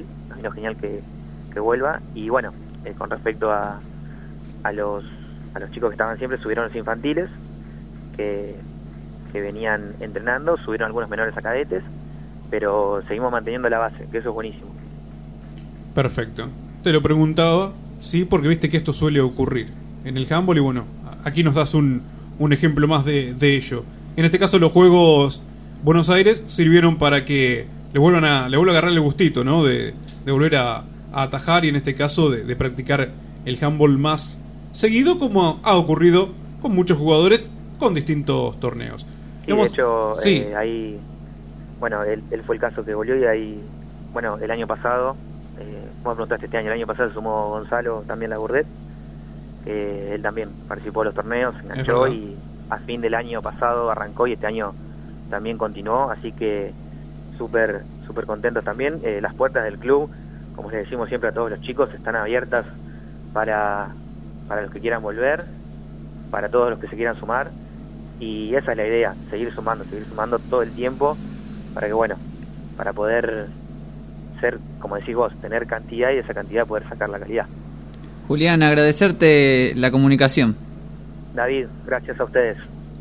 [SPEAKER 18] que vuelva. Y bueno, con respecto a los chicos que estaban siempre, subieron los infantiles que venían entrenando, subieron algunos menores a cadetes, pero seguimos manteniendo la base, que eso es buenísimo.
[SPEAKER 7] Perfecto. Te lo preguntaba, sí, porque viste que esto suele ocurrir en el handball, y bueno, aquí nos das un ejemplo más de ello. En este caso los Juegos Buenos Aires sirvieron para que le vuelva a agarrar el gustito, ¿no?, de volver a atajar, y en este caso de practicar el handball más seguido, como ha ocurrido con muchos jugadores con distintos torneos.
[SPEAKER 18] Sí, de hecho, sí. Ahí, bueno, él fue el caso que volvió, y ahí, bueno, el año pasado, vos me preguntaste este año, el año pasado se sumó Gonzalo también Labourdet, él también participó de los torneos, se enganchó, y a fin del año pasado arrancó, y este año también continuó, así que súper contentos también. Las puertas del club, como les decimos siempre a todos los chicos, están abiertas para los que quieran volver, para todos los que se quieran sumar, y esa es la idea, seguir sumando todo el tiempo, para que, bueno, para poder ser, como decís vos, tener cantidad, y de esa cantidad poder sacar la calidad.
[SPEAKER 6] Julián, agradecerte la comunicación.
[SPEAKER 18] David, gracias a ustedes.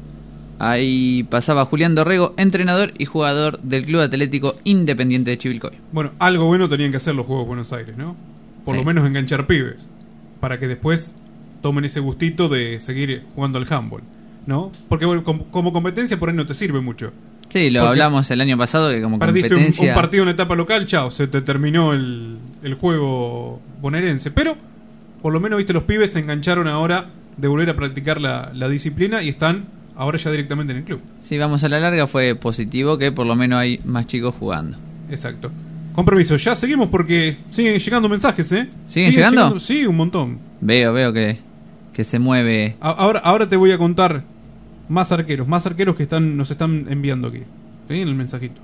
[SPEAKER 6] Ahí pasaba Julián Dorrego, entrenador y jugador del Club Atlético Independiente de Chivilcoy.
[SPEAKER 7] Bueno, algo bueno tenían que hacer los Juegos Buenos Aires, ¿no? Por lo menos enganchar pibes, para que después tomen ese gustito de seguir jugando al handball, ¿no? Porque bueno, como competencia por ahí no te sirve mucho.
[SPEAKER 6] Sí, lo hablamos el año pasado, que como
[SPEAKER 7] perdiste
[SPEAKER 6] competencia...
[SPEAKER 7] un partido en etapa local, chao, se te terminó el juego bonaerense. Pero, por lo menos, viste, los pibes se engancharon ahora de volver a practicar la disciplina, y están ahora ya directamente en el club.
[SPEAKER 6] Sí, vamos a la larga, fue positivo que por lo menos hay más chicos jugando.
[SPEAKER 7] Exacto. Con permiso, ya seguimos porque siguen llegando mensajes, ¿eh?
[SPEAKER 6] ¿Siguen llegando?
[SPEAKER 7] Sí, un montón.
[SPEAKER 6] Veo que se mueve.
[SPEAKER 7] Ahora te voy a contar más arqueros que nos están enviando aquí, ¿sí? En el mensajito.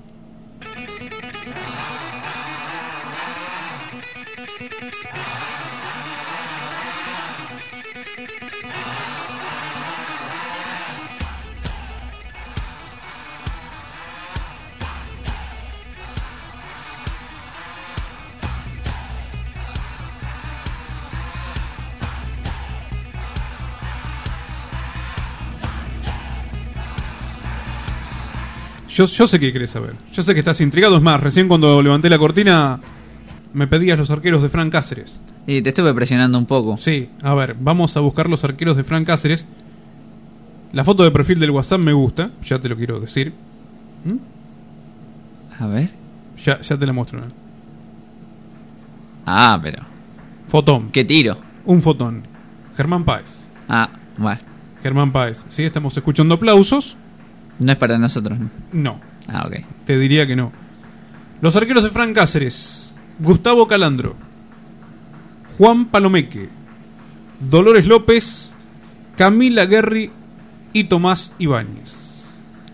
[SPEAKER 7] Yo sé que querés saber. Yo sé que estás intrigado. Es más, recién cuando levanté la cortina me pedías los arqueros de Fran Cáceres.
[SPEAKER 6] Y te estuve presionando un poco.
[SPEAKER 7] Sí, a ver, vamos a buscar los arqueros de Fran Cáceres. La foto de perfil del WhatsApp me gusta, ya te lo quiero decir.
[SPEAKER 6] A ver.
[SPEAKER 7] Ya te la muestro.
[SPEAKER 6] Ah, pero...
[SPEAKER 7] Fotón.
[SPEAKER 6] ¿Qué tiro?
[SPEAKER 7] Un fotón. Germán Páez.
[SPEAKER 6] Ah, bueno.
[SPEAKER 7] Germán Páez. Sí, estamos escuchando aplausos.
[SPEAKER 6] No es para nosotros, ¿no?
[SPEAKER 7] No.
[SPEAKER 6] Ah, ok.
[SPEAKER 7] Te diría que no. Los arqueros de Fran Cáceres. Gustavo Calandro. Juan Palomeque. Dolores López. Camila Guerri y Tomás Ibáñez.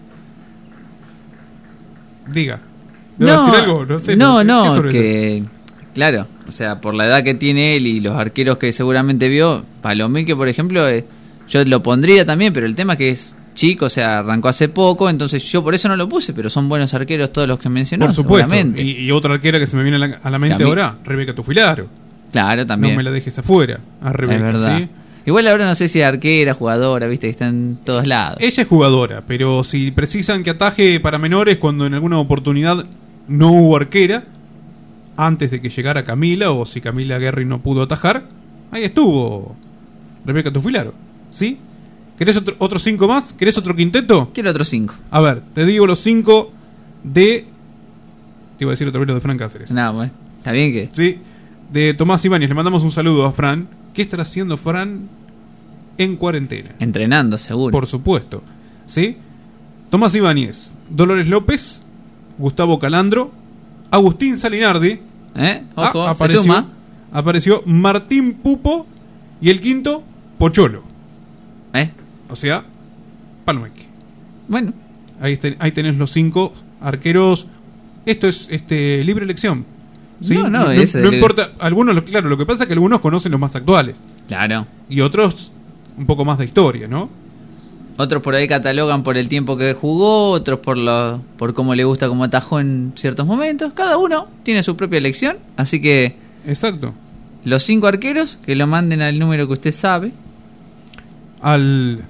[SPEAKER 7] Diga. ¿Me vas a decir algo? No sé.
[SPEAKER 6] No, que... Claro, o sea, por la edad que tiene él y los arqueros que seguramente vio, Palomeque, por ejemplo, yo lo pondría también, pero el tema es que es chico, o sea, arrancó hace poco, entonces yo por eso no lo puse, pero son buenos arqueros todos los que mencionó.
[SPEAKER 7] Por supuesto.
[SPEAKER 6] Seguramente.
[SPEAKER 7] Y otra arquera que se me viene a la mente ahora, Rebeca Tufilaro.
[SPEAKER 6] Claro, también.
[SPEAKER 7] No me la dejes afuera, a Rebeca.
[SPEAKER 6] Es verdad.
[SPEAKER 7] ¿sí?
[SPEAKER 6] Igual ahora no sé si es arquera, jugadora, viste, que está en todos lados.
[SPEAKER 7] Ella es jugadora, pero si precisan que ataje para menores cuando en alguna oportunidad no hubo arquera, antes de que llegara Camila, o si Camila Guerri no pudo atajar, ahí estuvo Rebeca Tufilaro, ¿sí? ¿Querés otros 5 más? ¿Querés otro quinteto?
[SPEAKER 6] Quiero otros 5.
[SPEAKER 7] A ver, te digo los 5 de... Te iba a decir otra vez lo de Fran Cáceres.
[SPEAKER 6] No, bueno, está bien que...
[SPEAKER 7] Sí, de Tomás Ibáñez. Le mandamos un saludo a Fran. ¿Qué estará haciendo Fran en cuarentena?
[SPEAKER 6] Entrenando, seguro.
[SPEAKER 7] Por supuesto, ¿sí? Tomás Ibáñez, Dolores López, Gustavo Calandro, Agustín Salinardi.
[SPEAKER 6] Ojo,
[SPEAKER 7] apareció,
[SPEAKER 6] se suma.
[SPEAKER 7] Apareció Martín Pupo y el quinto, Pocholo. O sea, Palomeque.
[SPEAKER 6] Bueno.
[SPEAKER 7] Ahí tenés los 5 arqueros. Esto es libre elección. ¿sí? No importa. Algunos, claro, lo que pasa es que algunos conocen los más actuales.
[SPEAKER 6] Claro.
[SPEAKER 7] Y otros un poco más de historia, ¿no?
[SPEAKER 6] Otros por ahí catalogan por el tiempo que jugó, otros por cómo le gusta cómo atajó en ciertos momentos. Cada uno tiene su propia elección, así que...
[SPEAKER 7] Exacto.
[SPEAKER 6] Los 5 arqueros, que lo manden al número que usted sabe.
[SPEAKER 7] Al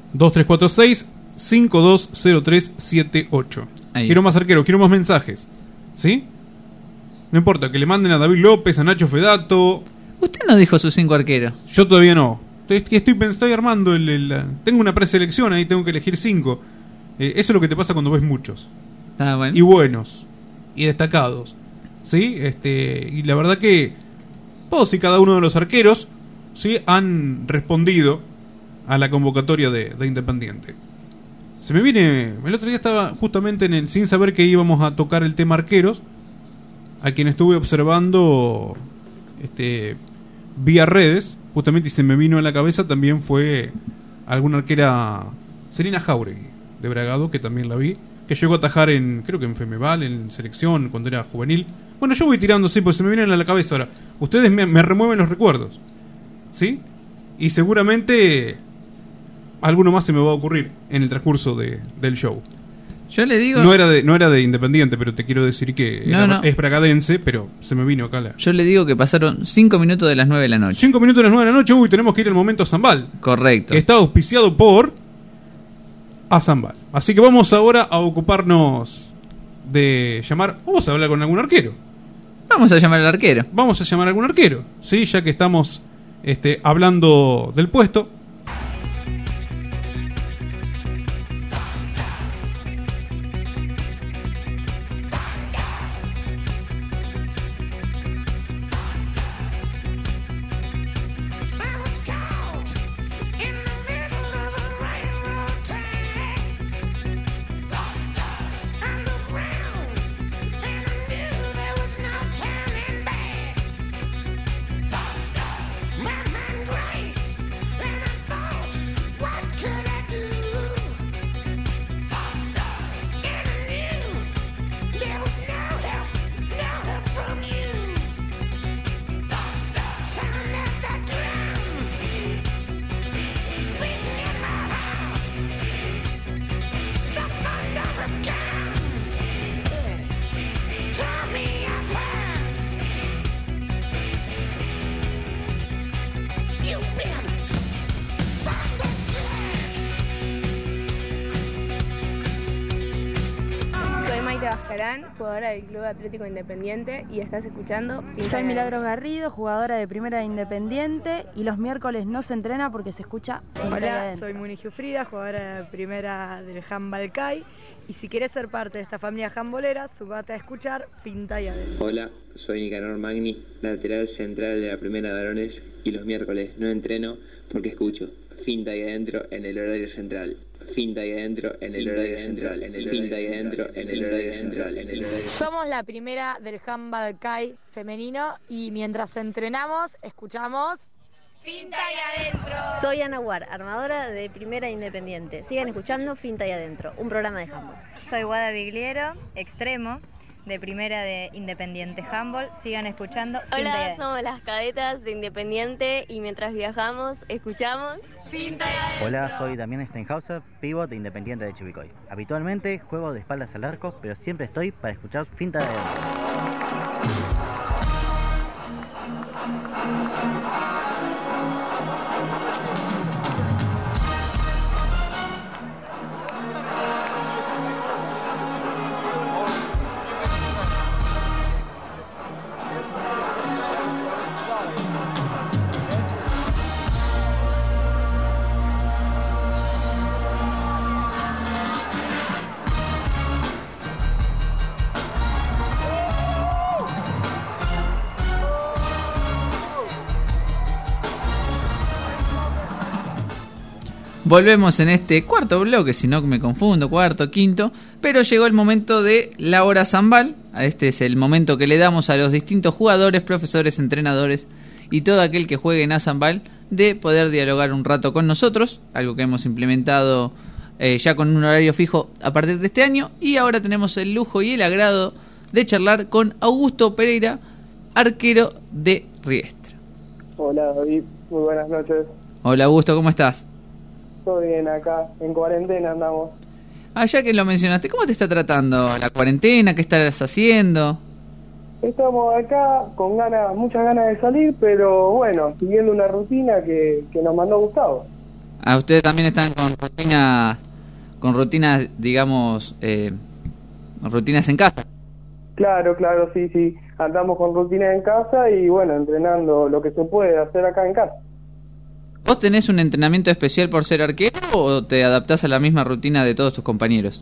[SPEAKER 7] 2346-520378. Quiero más arqueros, quiero más mensajes. ¿Sí? No importa, que le manden a David López, a Nacho Fedato.
[SPEAKER 6] Usted no dijo sus 5 arqueros.
[SPEAKER 7] Yo todavía no. Estoy armando tengo una preselección ahí, tengo que elegir 5. Eso es lo que te pasa cuando ves muchos.
[SPEAKER 6] Ah, bueno.
[SPEAKER 7] Y buenos. Y destacados. ¿Sí? Y la verdad que todos y cada uno de los arqueros, ¿sí?, han respondido a la convocatoria de Independiente. Se me viene... El otro día estaba justamente sin saber que íbamos a tocar el tema arqueros, a quien estuve observando vía redes, justamente, y se me vino a la cabeza también fue alguna arquera, Serena Jauregui, de Bragado, que también la vi, que llegó a atajar creo que en Femeval, en selección, cuando era juvenil. Bueno, yo voy tirando, sí, porque se me vienen a la cabeza ahora. Ustedes me remueven los recuerdos, ¿sí? Y seguramente alguno más se me va a ocurrir en el transcurso del show.
[SPEAKER 6] Yo le digo...
[SPEAKER 7] No era de Independiente, pero te quiero decir que es bragadense, pero se me vino acá
[SPEAKER 6] Yo le digo que pasaron 5 minutos de las 9 de la noche.
[SPEAKER 7] 5 minutos de las 9 de la noche, tenemos que ir al momento Zambal.
[SPEAKER 6] Correcto.
[SPEAKER 7] Que está auspiciado por Zambal. Así que vamos ahora a ocuparnos de llamar... Vamos a hablar con algún arquero.
[SPEAKER 6] Vamos a llamar al arquero.
[SPEAKER 7] Vamos a llamar a algún arquero, ¿sí? Ya que estamos hablando del puesto.
[SPEAKER 19] My mind raced and I
[SPEAKER 1] Emilia Bascarán, jugadora del Club Atlético Independiente, y estás escuchando Finta y
[SPEAKER 8] Soy
[SPEAKER 1] Adentro.
[SPEAKER 8] Milagros Garrido, jugadora de Primera Independiente, y los miércoles no se entrena porque se escucha Finta y
[SPEAKER 9] Hola,
[SPEAKER 8] Adentro.
[SPEAKER 9] soy Muni Giuffrida, jugadora de Primera del Handball CAI. Y si querés ser parte de esta familia jambolera, sumate a escuchar Finta y Adentro.
[SPEAKER 10] Hola, soy Nicanor Magni, lateral central de la primera de varones, y los miércoles no entreno porque escucho Finta y Adentro en el horario central. Finta y Adentro en el horario central. Finta y Adentro en el horario central.
[SPEAKER 11] Somos la primera del handball CAI femenino y mientras entrenamos, escuchamos Finta y Adentro.
[SPEAKER 12] Soy Ana Guar, armadora de Primera Independiente. Sigan escuchando Finta y Adentro, un programa de handball.
[SPEAKER 13] Soy Guada Bigliero, extremo, de Primera de Independiente Handball. Sigan escuchando Finta y
[SPEAKER 14] Hola,
[SPEAKER 13] Adentro.
[SPEAKER 14] somos las cadetas de Independiente y mientras viajamos, escuchamos
[SPEAKER 11] Finta y Adentro.
[SPEAKER 15] Hola, soy Damián Steinhauser, pívot de Independiente de Chivilcoy. Habitualmente juego de espaldas al arco, pero siempre estoy para escuchar Finta de Adentro.
[SPEAKER 6] Volvemos en este cuarto bloque, si no me confundo, cuarto, quinto, pero llegó el momento de la hora Zambal. Este es el momento que le damos a los distintos jugadores, profesores, entrenadores y todo aquel que juegue en Zambal de poder dialogar un rato con nosotros, algo que hemos implementado ya con un horario fijo a partir de este año, y ahora tenemos el lujo y el agrado de charlar con Augusto Pereira, arquero de Riestra.
[SPEAKER 19] Hola David, muy buenas noches.
[SPEAKER 6] Hola Augusto, ¿cómo estás?
[SPEAKER 19] Todo bien acá, en cuarentena andamos.
[SPEAKER 6] Ya que lo mencionaste, ¿cómo te está tratando la cuarentena? ¿Qué estás haciendo?
[SPEAKER 19] Estamos acá con muchas ganas de salir, pero bueno, siguiendo una rutina que nos mandó Gustavo.
[SPEAKER 6] Ustedes también están con rutinas, digamos, rutinas en casa.
[SPEAKER 19] Claro, sí, andamos con rutinas en casa y bueno, entrenando lo que se puede hacer acá en casa.
[SPEAKER 6] ¿Vos tenés un entrenamiento especial por ser arquero o te adaptás a la misma rutina de todos tus compañeros?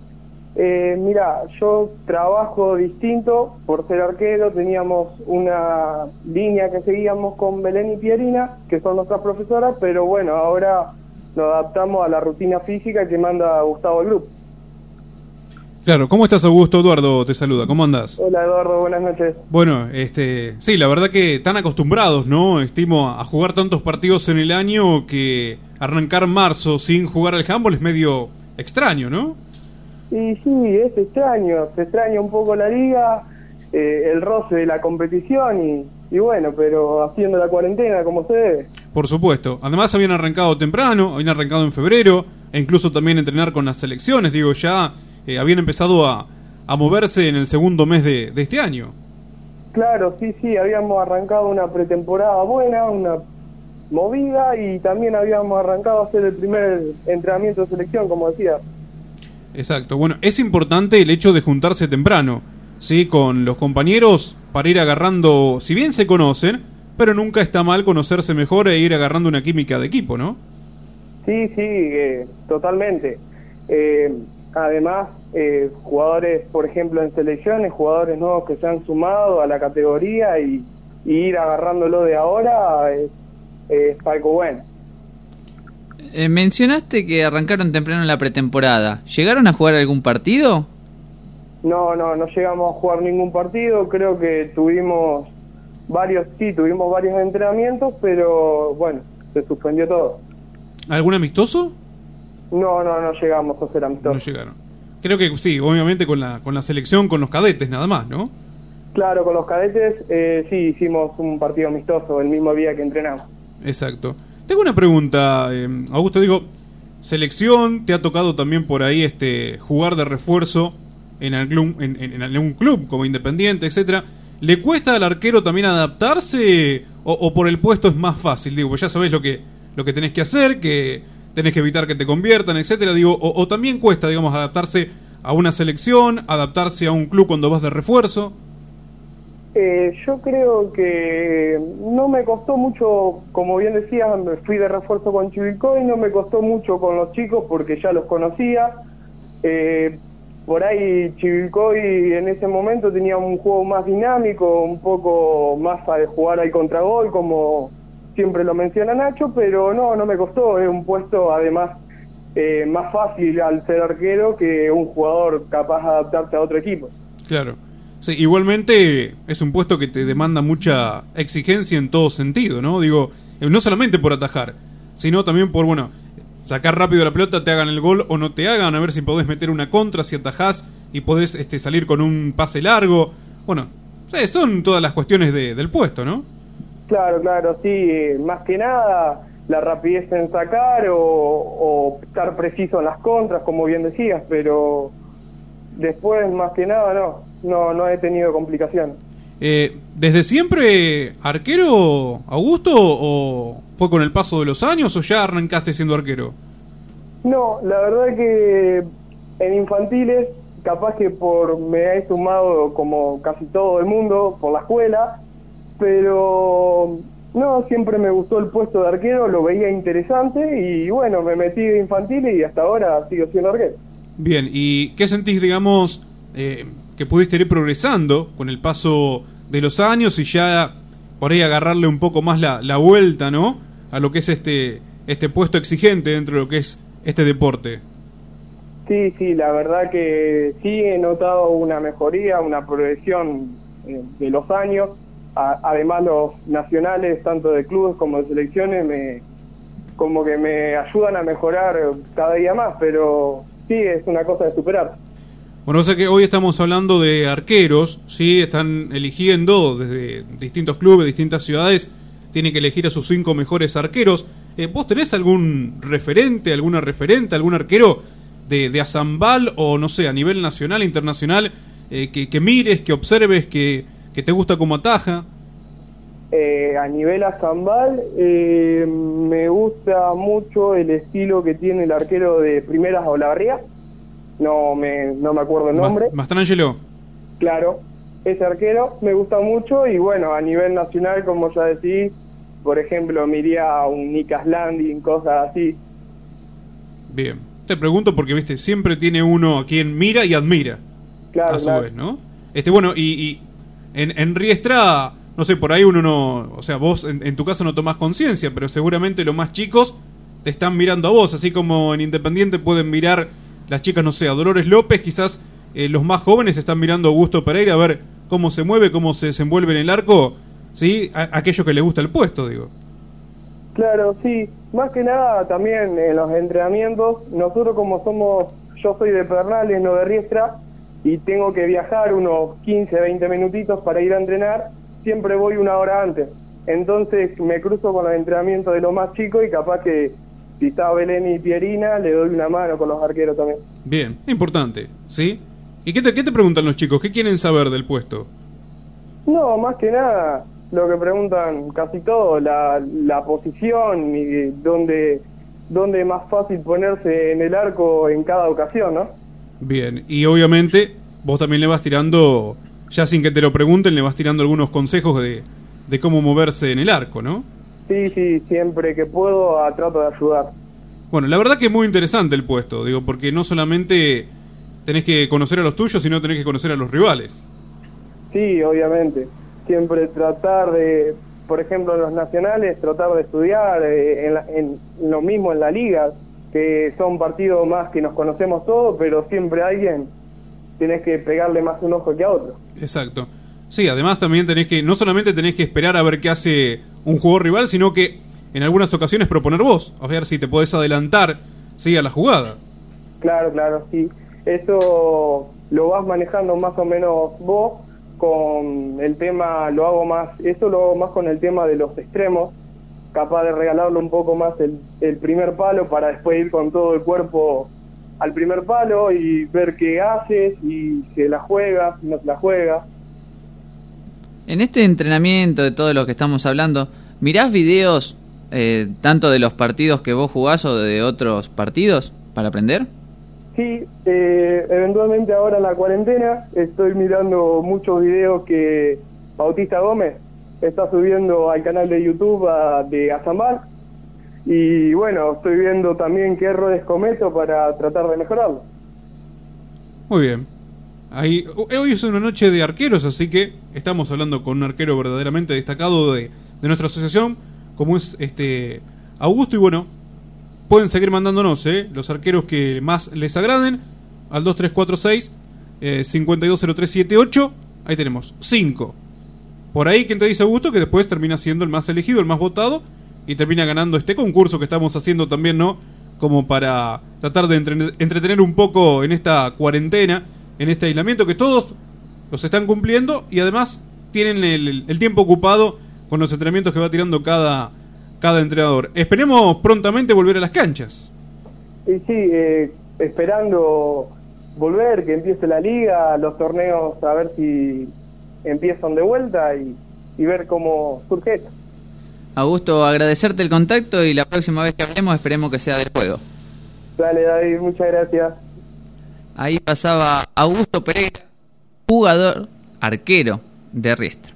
[SPEAKER 19] Mira, yo trabajo distinto por ser arquero. Teníamos una línea que seguíamos con Belén y Pierina, que son nuestras profesoras, pero bueno, ahora nos adaptamos a la rutina física que manda Gustavo al grupo.
[SPEAKER 7] Claro, ¿cómo estás, Augusto? Eduardo te saluda, ¿cómo andás?
[SPEAKER 19] Hola Eduardo, buenas noches.
[SPEAKER 7] Bueno, sí, la verdad que están acostumbrados, ¿no? Estimo a jugar tantos partidos en el año que arrancar marzo sin jugar al handball es medio extraño, ¿no?
[SPEAKER 19] Y sí, es extraño, se extraña un poco la liga, el roce de la competición y bueno, pero haciendo la cuarentena como se debe.
[SPEAKER 7] Por supuesto, además habían arrancado temprano, habían arrancado en febrero, e incluso también entrenar con las selecciones, digo, ya habían empezado a moverse en el segundo mes de este año.
[SPEAKER 19] Claro, sí, habíamos arrancado una pretemporada buena, una movida, y también habíamos arrancado a hacer el primer entrenamiento de selección, como decía.
[SPEAKER 7] Exacto, bueno, es importante el hecho de juntarse temprano, ¿sí? Con los compañeros para ir agarrando, si bien se conocen, pero nunca está mal conocerse mejor e ir agarrando una química de equipo, ¿no?
[SPEAKER 19] Sí, totalmente. Además, jugadores, por ejemplo, en selecciones, jugadores nuevos que se han sumado a la categoría y ir agarrándolo de ahora es algo bueno.
[SPEAKER 6] Mencionaste que arrancaron temprano en la pretemporada. ¿Llegaron a jugar algún partido?
[SPEAKER 19] No llegamos a jugar ningún partido. Creo que tuvimos varios entrenamientos, pero bueno, se suspendió todo.
[SPEAKER 7] ¿Algún amistoso?
[SPEAKER 19] No llegamos a hacer amistosos.
[SPEAKER 7] No llegaron. Creo que sí, obviamente con la selección, con los cadetes nada más, ¿no?
[SPEAKER 19] Claro, con los cadetes sí hicimos un partido amistoso el mismo día que entrenamos.
[SPEAKER 7] Exacto. Tengo una pregunta, Augusto, digo, selección, te ha tocado también por ahí jugar de refuerzo en algún club como Independiente, etcétera. ¿Le cuesta al arquero también adaptarse o por el puesto es más fácil? Digo, pues ya sabés lo que tenés que hacer, que tenés que evitar que te conviertan, etcétera. Digo, o también cuesta, digamos, adaptarse a una selección, adaptarse a un club cuando vas de refuerzo?
[SPEAKER 19] Yo creo que no me costó mucho, como bien decías, me fui de refuerzo con Chivilcoy, no me costó mucho con los chicos porque ya los conocía. Por ahí Chivilcoy en ese momento tenía un juego más dinámico, un poco más a jugar al contragol, como siempre lo menciona Nacho, pero no me costó, es un puesto además más fácil al ser arquero que un jugador capaz de adaptarse a otro equipo.
[SPEAKER 7] Claro. Sí, igualmente es un puesto que te demanda mucha exigencia en todo sentido, ¿no? Digo, no solamente por atajar, sino también por, bueno, sacar rápido la pelota, te hagan el gol o no te hagan, a ver si podés meter una contra, si atajás y podés salir con un pase largo. Bueno, sí, son todas las cuestiones del puesto, ¿no?
[SPEAKER 19] Claro, sí, más que nada la rapidez en sacar o estar preciso en las contras, como bien decías, pero después más que nada no he tenido complicaciones.
[SPEAKER 7] ¿Desde siempre arquero, Augusto, o fue con el paso de los años o ya arrancaste siendo arquero?
[SPEAKER 19] No, la verdad que en infantiles, capaz que me he sumado como casi todo el mundo por la escuela, pero no, siempre me gustó el puesto de arquero, lo veía interesante y bueno, me metí de infantiles y hasta ahora sigo siendo arquero.
[SPEAKER 7] Bien, ¿y qué sentís, digamos, que pudiste ir progresando con el paso de los años y ya por ahí agarrarle un poco más la vuelta, ¿no? A lo que es este puesto exigente dentro de lo que es este deporte.
[SPEAKER 19] Sí, la verdad que sí he notado una mejoría, una progresión de los años. Además los nacionales, tanto de clubes como de selecciones, como que me ayudan a mejorar cada día más, pero sí, es una cosa de superar.
[SPEAKER 7] Bueno, o sea que hoy estamos hablando de arqueros, ¿sí? Están eligiendo desde distintos clubes, distintas ciudades, tienen que elegir a sus 5 mejores arqueros. ¿Vos tenés algún referente, alguna referente, algún arquero de Azambal o no sé, a nivel nacional, internacional, que mires, que observes, que te gusta como ataja?
[SPEAKER 19] A nivel Azambal, me gusta mucho el estilo que tiene el arquero de Primeras de Olavarría. No me acuerdo el nombre.
[SPEAKER 7] Mastrangelo.
[SPEAKER 19] Claro, ese arquero me gusta mucho y bueno, a nivel nacional, como ya decís, por ejemplo, me iría a un Nicas Landing, cosas así.
[SPEAKER 7] Bien, te pregunto porque, viste, siempre tiene uno a quien mira y admira.
[SPEAKER 19] Claro,
[SPEAKER 7] a su vez, ¿no? Bueno, y en Riestra, no sé, por ahí uno no... O sea, vos en tu caso no tomás conciencia, pero seguramente los más chicos te están mirando a vos, así como en Independiente pueden mirar las chicas, no sé, a Dolores López, quizás los más jóvenes están mirando a Augusto Pereira a ver cómo se mueve, cómo se desenvuelve en el arco, ¿sí? Aquellos que les gusta el puesto, digo.
[SPEAKER 19] Claro, sí. Más que nada también en los entrenamientos, nosotros como yo soy de Pernales, no de Riestra, y tengo que viajar unos 15, 20 minutitos para ir a entrenar, siempre voy una hora antes. Entonces me cruzo con los entrenamientos de los más chicos y capaz que si está Belén y Pierina, le doy una mano con los arqueros también.
[SPEAKER 7] Bien, importante, ¿sí? ¿Y qué te preguntan los chicos? ¿Qué quieren saber del puesto?
[SPEAKER 19] No, más que nada, lo que preguntan casi todo, la posición y dónde es más fácil ponerse en el arco en cada ocasión, ¿no?
[SPEAKER 7] Bien, y obviamente vos también le vas tirando, ya sin que te lo pregunten, le vas tirando algunos consejos de cómo moverse en el arco, ¿no?
[SPEAKER 19] Sí, siempre que puedo trato de ayudar.
[SPEAKER 7] Bueno, la verdad que es muy interesante el puesto, digo, porque no solamente tenés que conocer a los tuyos, sino tenés que conocer a los rivales.
[SPEAKER 19] Sí, obviamente. Siempre tratar de, por ejemplo, en los nacionales, tratar de estudiar, en lo mismo en la liga, que son partidos más que nos conocemos todos, pero siempre alguien tenés que pegarle más un ojo que a otro.
[SPEAKER 7] Exacto. Sí, además también no solamente tenés que esperar a ver qué hace un jugador rival, sino que en algunas ocasiones proponer vos, a ver si te podés adelantar, sí, a la jugada.
[SPEAKER 19] Claro, sí. Eso lo vas manejando más o menos vos con el tema, lo hago más con el tema de los extremos, capaz de regalarle un poco más el primer palo para después ir con todo el cuerpo al primer palo y ver qué haces y si la juega, si no se la juega.
[SPEAKER 6] En este entrenamiento de todo lo que estamos hablando, ¿mirás videos tanto de los partidos que vos jugás o de otros partidos para aprender?
[SPEAKER 19] Sí, eventualmente ahora en la cuarentena estoy mirando muchos videos que Bautista Gómez está subiendo al canal de YouTube de Azambal. Y bueno, estoy viendo también qué errores cometo para tratar de mejorarlo.
[SPEAKER 7] Muy bien. Hoy es una noche de arqueros, así que estamos hablando con un arquero verdaderamente destacado de nuestra asociación, como es Augusto. Y bueno, pueden seguir mandándonos los arqueros que más les agraden al 2346 520378. Ahí tenemos 5. Por ahí, quien te dice Augusto, que después termina siendo el más elegido, el más votado, y termina ganando este concurso que estamos haciendo también, ¿no? Como para tratar de entretener un poco en esta cuarentena, en este aislamiento que todos los están cumpliendo, y además tienen el tiempo ocupado con los entrenamientos que va tirando cada entrenador. Esperemos prontamente volver a las canchas.
[SPEAKER 19] Y sí, esperando volver, que empiece la liga, los torneos, a ver si empiezan de vuelta y ver cómo surge esto.
[SPEAKER 6] Augusto, agradecerte el contacto y la próxima vez que hablemos esperemos que sea del juego.
[SPEAKER 19] Dale, David, muchas gracias.
[SPEAKER 6] Ahí pasaba Augusto Pereira, jugador, arquero de Riestra.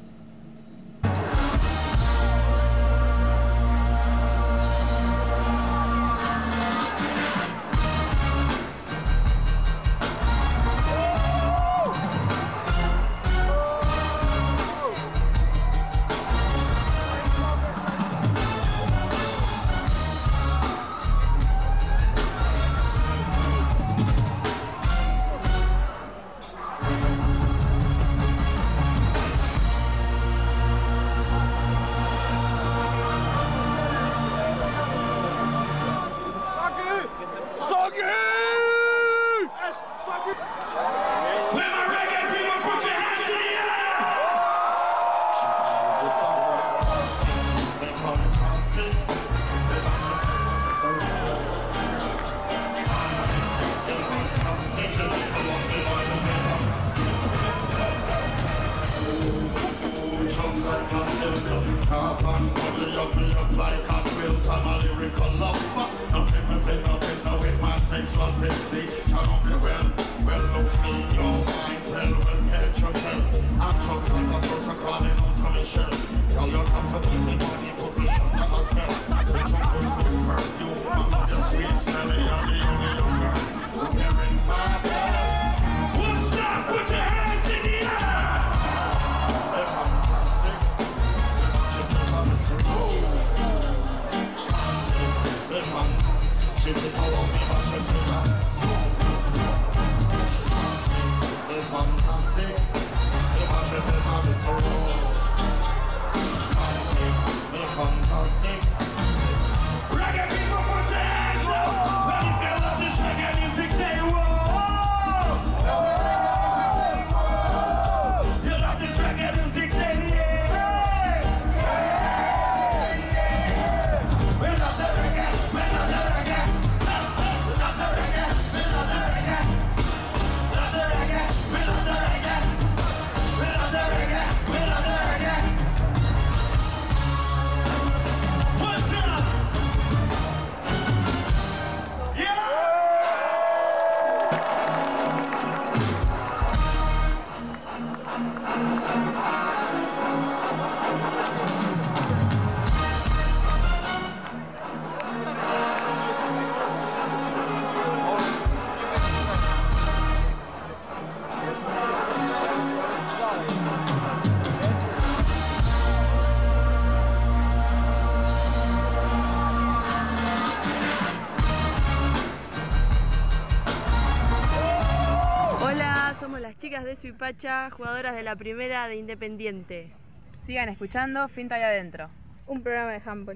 [SPEAKER 1] Suipacha, jugadoras de la primera de Independiente.
[SPEAKER 2] Sigan escuchando Finta y Adentro,
[SPEAKER 1] un programa de handball.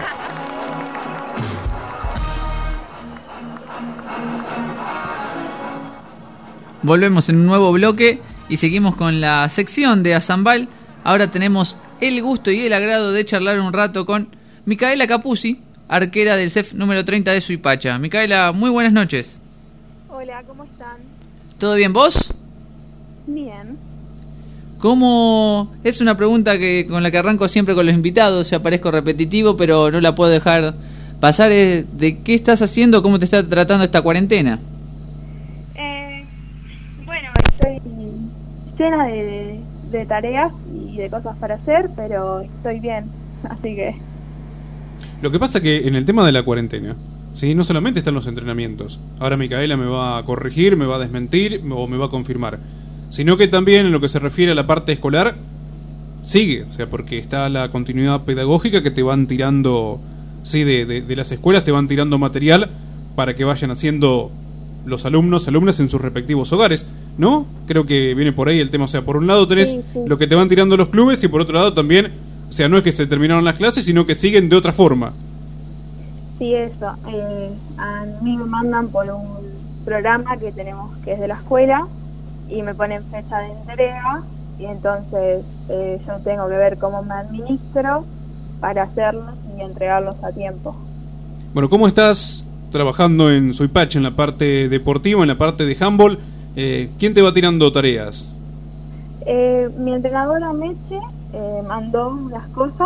[SPEAKER 6] Volvemos en un nuevo bloque y seguimos con la sección de Azambal. Ahora tenemos el gusto y el agrado de charlar un rato con Micaela Capuzzi, arquera del CEF número 30 de Suipacha. Micaela, muy buenas noches.
[SPEAKER 20] Hola, ¿cómo están?
[SPEAKER 6] ¿Todo bien, vos?
[SPEAKER 20] Bien.
[SPEAKER 6] ¿Cómo? Es una pregunta con la que arranco siempre con los invitados, ya parezco repetitivo, pero no la puedo dejar pasar. ¿De qué estás haciendo? ¿Cómo te está tratando esta cuarentena?
[SPEAKER 20] estoy llena de tareas y de cosas para hacer, pero estoy bien, así que...
[SPEAKER 7] Lo que pasa que en el tema de la cuarentena, ¿sí? No solamente están los entrenamientos. Ahora Micaela me va a corregir, me va a desmentir o me va a confirmar. Sino que también en lo que se refiere a la parte escolar, sigue. O sea, porque está la continuidad pedagógica que te van tirando, sí, de las escuelas te van tirando material para que vayan haciendo los alumnos, alumnas en sus respectivos hogares, ¿no? Creo que viene por ahí el tema. O sea, por un lado tenés lo que te van tirando los clubes y por otro lado también, o sea, no es que se terminaron las clases, sino que siguen de otra forma.
[SPEAKER 20] Sí, eso. A mí me mandan por un programa que tenemos que es de la escuela y me ponen fecha de entrega y entonces yo tengo que ver cómo me administro para hacerlos y entregarlos a tiempo.
[SPEAKER 7] Bueno, ¿cómo estás trabajando en Suipacha, en la parte deportiva, en la parte de handball? ¿Quién te va tirando tareas?
[SPEAKER 20] Mi entrenadora Meche mandó unas cosas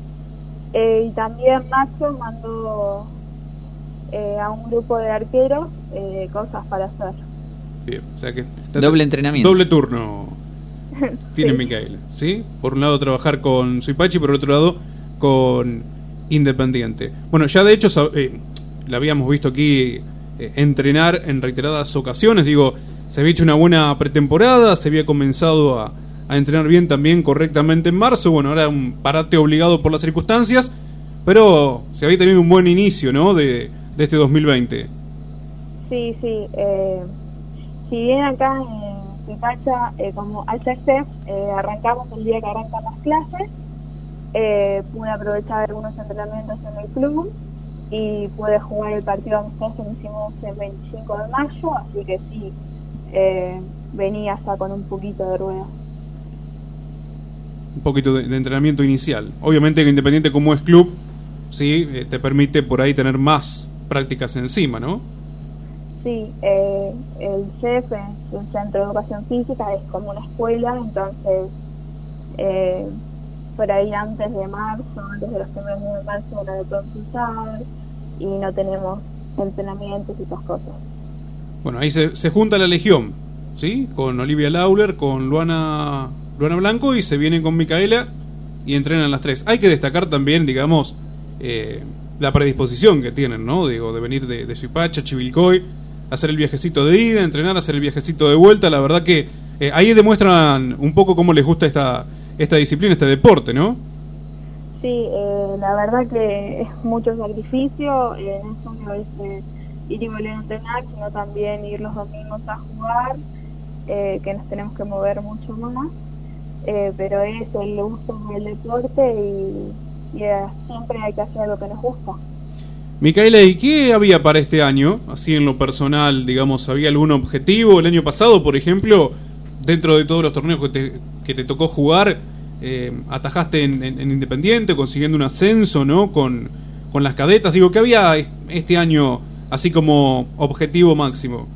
[SPEAKER 20] y también Nacho mandó a un grupo de arqueros cosas para hacer.
[SPEAKER 7] Bien, o sea que
[SPEAKER 6] doble entrenamiento.
[SPEAKER 7] Doble turno tiene Micaela, ¿sí? Por un lado trabajar con Suipacha y por otro lado con Independiente. Bueno, ya de hecho la habíamos visto aquí entrenar en reiteradas ocasiones. Digo, se había hecho una buena pretemporada, se había comenzado a entrenar bien también correctamente en marzo. Bueno, ahora un parate obligado por las circunstancias, pero se había tenido un buen inicio, ¿no? De este 2020.
[SPEAKER 20] Sí. Si bien acá en Suipacha, como HSF, arrancamos el día que arrancan las clases, pude aprovechar algunos entrenamientos en el club y pude jugar el partido amistoso que hicimos el 25 de mayo, así que sí, venía hasta con un poquito de rueda.
[SPEAKER 7] Un poquito de entrenamiento inicial. Obviamente que Independiente, como es club, sí, te permite por ahí tener más prácticas encima, ¿no?
[SPEAKER 20] Sí, el CEF, el Centro de Educación Física, es como una escuela, entonces por ahí antes de marzo, antes de los primeros días de marzo, era de prontizar y no tenemos entrenamientos y esas cosas.
[SPEAKER 7] Bueno, ahí se junta la legión, ¿sí? Con Olivia Lauler, con Luana Blanco, y se vienen con Micaela y entrenan las tres. Hay que destacar también, digamos, la predisposición que tienen, ¿no? Digo, de venir de Suipacha, Chivilcoy, hacer el viajecito de ida, entrenar, hacer el viajecito de vuelta. La verdad que ahí demuestran un poco cómo les gusta esta disciplina, este deporte, ¿no?
[SPEAKER 20] Sí, la verdad que es mucho sacrificio, no solo es ir y volver a entrenar, sino también ir los domingos a jugar, que nos tenemos que mover mucho más, pero es el gusto del deporte y siempre hay que hacer lo que nos gusta.
[SPEAKER 7] Micaela, ¿y qué había para este año? Así en lo personal, digamos, ¿había algún objetivo? El año pasado, por ejemplo, dentro de todos los torneos que te tocó jugar, atajaste en Independiente, consiguiendo un ascenso, ¿no? Con las cadetas. Digo, ¿qué había este año así como objetivo máximo?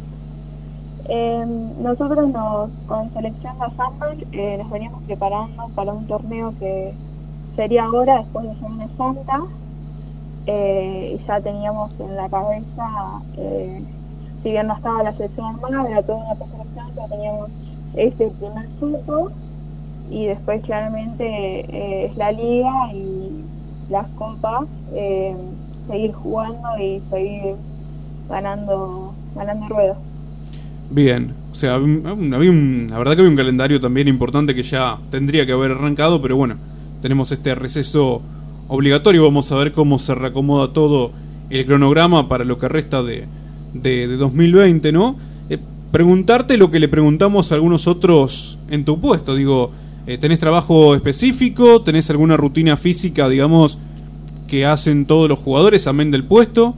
[SPEAKER 20] Nosotros con selección de handball nos veníamos preparando para un torneo que sería ahora, después de Semana Santa. Y ya teníamos en la cabeza, si bien no estaba la selección armada, era toda una preselección, ya teníamos este primer grupo y después claramente es la liga y las copas, seguir jugando y seguir ganando ruedas.
[SPEAKER 7] Bien, o sea, la verdad que había un calendario también importante que ya tendría que haber arrancado, pero bueno, tenemos este receso obligatorio. Vamos a ver cómo se reacomoda todo el cronograma para lo que resta de 2020, ¿no? Preguntarte lo que le preguntamos a algunos otros en tu puesto. Digo, ¿tenés trabajo específico? ¿Tenés alguna rutina física, digamos, que hacen todos los jugadores, amén del puesto?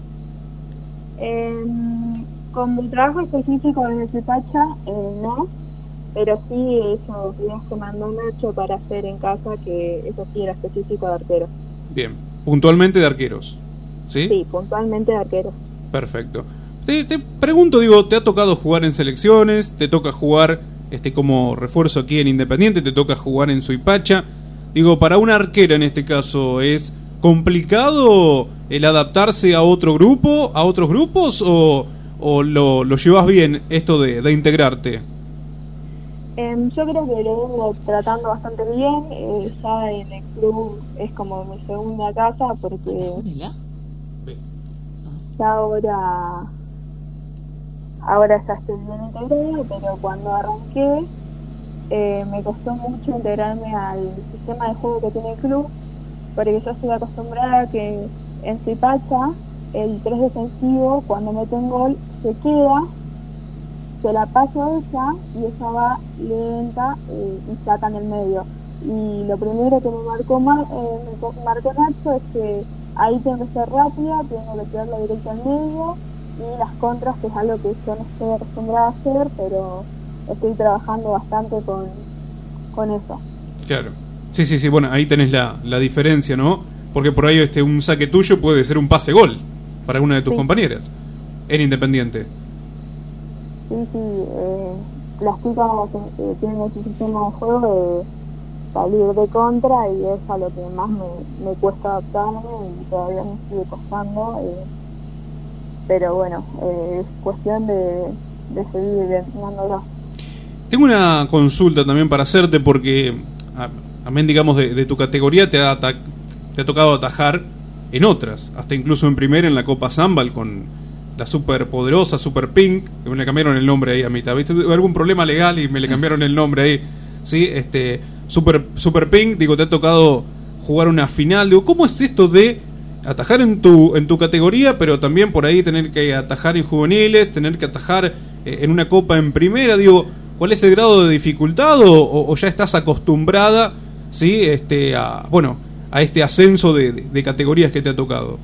[SPEAKER 20] Como trabajo específico desde Suipacha, no. Pero sí, eso que mandó Nacho para hacer en casa, que eso sí era específico de arqueros.
[SPEAKER 7] Bien, puntualmente de arqueros, ¿sí?
[SPEAKER 20] Sí, puntualmente de arqueros.
[SPEAKER 7] Perfecto. Te pregunto, digo, ¿te ha tocado jugar en selecciones? ¿Te toca jugar como refuerzo aquí en Independiente? ¿Te toca jugar en Suipacha? Digo, para una arquera en este caso, ¿es complicado el adaptarse a otro grupo, a otros grupos, o lo llevas bien esto de integrarte?
[SPEAKER 20] Yo creo que lo vengo tratando bastante bien. Ya en el club es como mi segunda casa porque ya ahora ya estoy bien integrado, pero cuando arranqué me costó mucho integrarme al sistema de juego que tiene el club, porque yo estoy acostumbrada a que en Zipacha el 3 defensivo, cuando mete un gol, se queda, se la pasa a ella y ella va lenta y saca en el medio. Y lo primero que me marcó Nacho es que ahí tengo que ser rápida, tengo que tirarla directo al medio, y las contras, que es algo que yo no estoy acostumbrada a hacer, pero estoy trabajando bastante con eso.
[SPEAKER 7] Claro. Sí, bueno, ahí tenés la diferencia, ¿no? Porque por ahí un saque tuyo puede ser un pase-gol para alguna de tus compañeras en Independiente.
[SPEAKER 20] Sí, las chicas tienen ese sistema de juego de salir de contra, y es a lo que más me cuesta adaptarme y todavía me sigue costando, pero bueno, es cuestión de seguir entrenándolo.
[SPEAKER 7] Tengo una consulta también para hacerte, porque amén, digamos, de tu categoría te ha tocado atajar en otras, hasta incluso en primera en la Copa Zambal con la super poderosa Super Pink, que me le cambiaron el nombre ahí a mitad, ¿viste? Hubo algún problema legal y me le cambiaron el nombre ahí, ¿sí? Super Pink, digo, te ha tocado jugar una final, digo, ¿cómo es esto de atajar en tu categoría, pero también por ahí tener que atajar en juveniles, tener que atajar en una copa en primera? Digo, ¿cuál es el grado de dificultad o ya estás acostumbrada, ¿sí? A este ascenso de categorías que te ha tocado?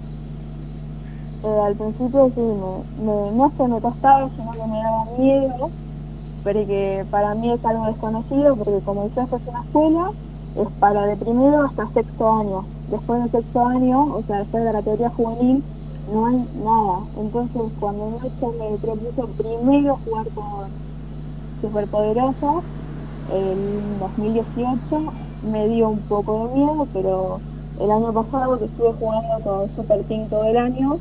[SPEAKER 20] Al principio sí, no es que me costaba, sino que me daba miedo, porque para mí es algo desconocido, porque como yo estoy en una escuela, es para de primero hasta sexto año. Después del sexto año, o sea, después de la categoría juvenil, no hay nada. Entonces, cuando Nacho me propuso primero jugar con Superpoderosas, en 2018 me dio un poco de miedo, pero el año pasado, que estuve jugando con Super Pink todo el año,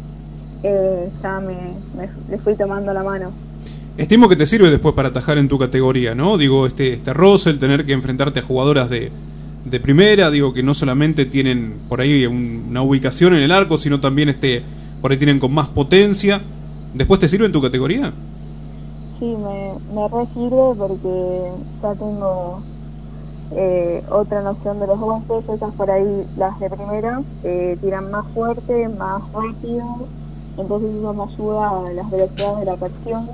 [SPEAKER 20] ya le fui tomando la mano.
[SPEAKER 7] Estimo que te sirve después para atajar en tu categoría, ¿no? Digo, este roce, el tener que enfrentarte a jugadoras de primera, digo, que no solamente tienen por ahí una ubicación en el arco, sino también por ahí tienen con más potencia. ¿Después te sirve en tu categoría?
[SPEAKER 20] Sí, me re sirve, porque ya tengo otra noción de los golpes. Esas por ahí, las de primera, tiran más fuerte, más rápido, entonces eso me ayuda a las velocidades de la acción,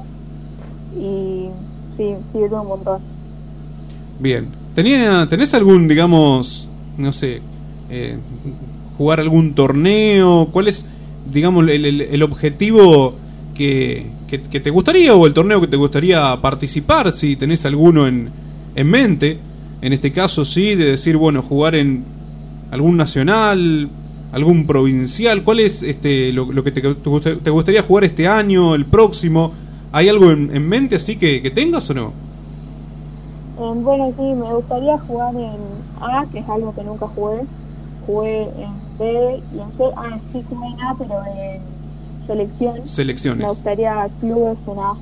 [SPEAKER 20] y sí, sirve un montón.
[SPEAKER 7] Bien. ¿Tenés algún, digamos, no sé, jugar algún torneo? ¿Cuál es, digamos, el objetivo que te gustaría, o el torneo que te gustaría participar, si tenés alguno en mente? En este caso, sí, de decir, bueno, jugar en algún nacional, algún provincial. ¿Cuál es lo que te gustaría jugar este año, el próximo? ¿Hay algo en mente así que tengas o no?
[SPEAKER 20] Bueno, sí, me gustaría jugar en A, que es algo que nunca jugué. Jugué en B y en C. Sí jugué en A, pero en selecciones. Me gustaría clubes en A.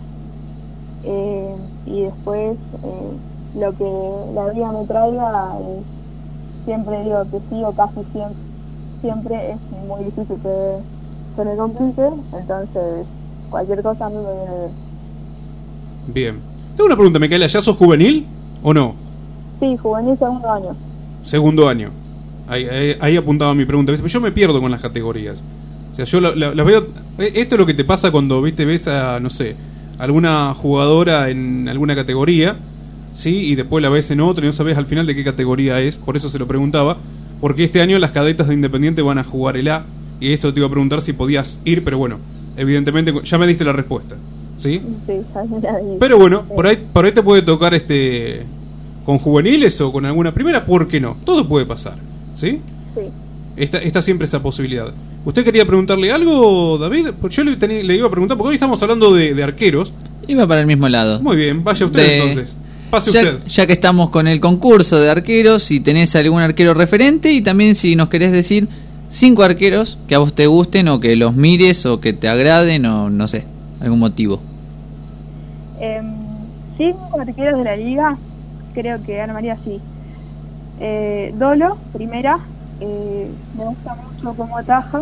[SPEAKER 20] Y después, lo que la vida me traiga, siempre digo que sí, o casi siempre es muy difícil que se me complique, entonces cualquier cosa a mí me viene bien.
[SPEAKER 7] Bien. Tengo una pregunta, Micaela, ¿ya sos juvenil o no?
[SPEAKER 20] Sí, juvenil segundo año.
[SPEAKER 7] Segundo año. Ahí apuntaba mi pregunta. Yo me pierdo con las categorías. O sea, yo las veo. Esto es lo que te pasa cuando ves a, no sé, alguna jugadora en alguna categoría, ¿sí? Y después la ves en otra y no sabes al final de qué categoría es. Por eso se lo preguntaba. Porque este año las cadetas de Independiente van a jugar el A. Y esto te iba a preguntar si podías ir, pero bueno, evidentemente ya me diste la respuesta. ¿Sí? Sí, ya la di. Pero bueno, por ahí te puede tocar con juveniles o con alguna primera, ¿por qué no? Todo puede pasar, ¿sí? Sí. Está siempre esa posibilidad. ¿Usted quería preguntarle algo, David? Porque yo le iba a preguntar, porque hoy estamos hablando de arqueros.
[SPEAKER 6] Iba para el mismo lado.
[SPEAKER 7] Muy bien, vaya usted entonces. Pase usted.
[SPEAKER 6] Ya que estamos con el concurso de arqueros, si tenés algún arquero referente, y también si nos querés decir 5 arqueros que a vos te gusten, o que los mires, o que te agraden, o no sé, algún motivo.
[SPEAKER 20] 5 arqueros de la liga. creo que armaría así. Dolo, primera, me gusta mucho cómo ataja.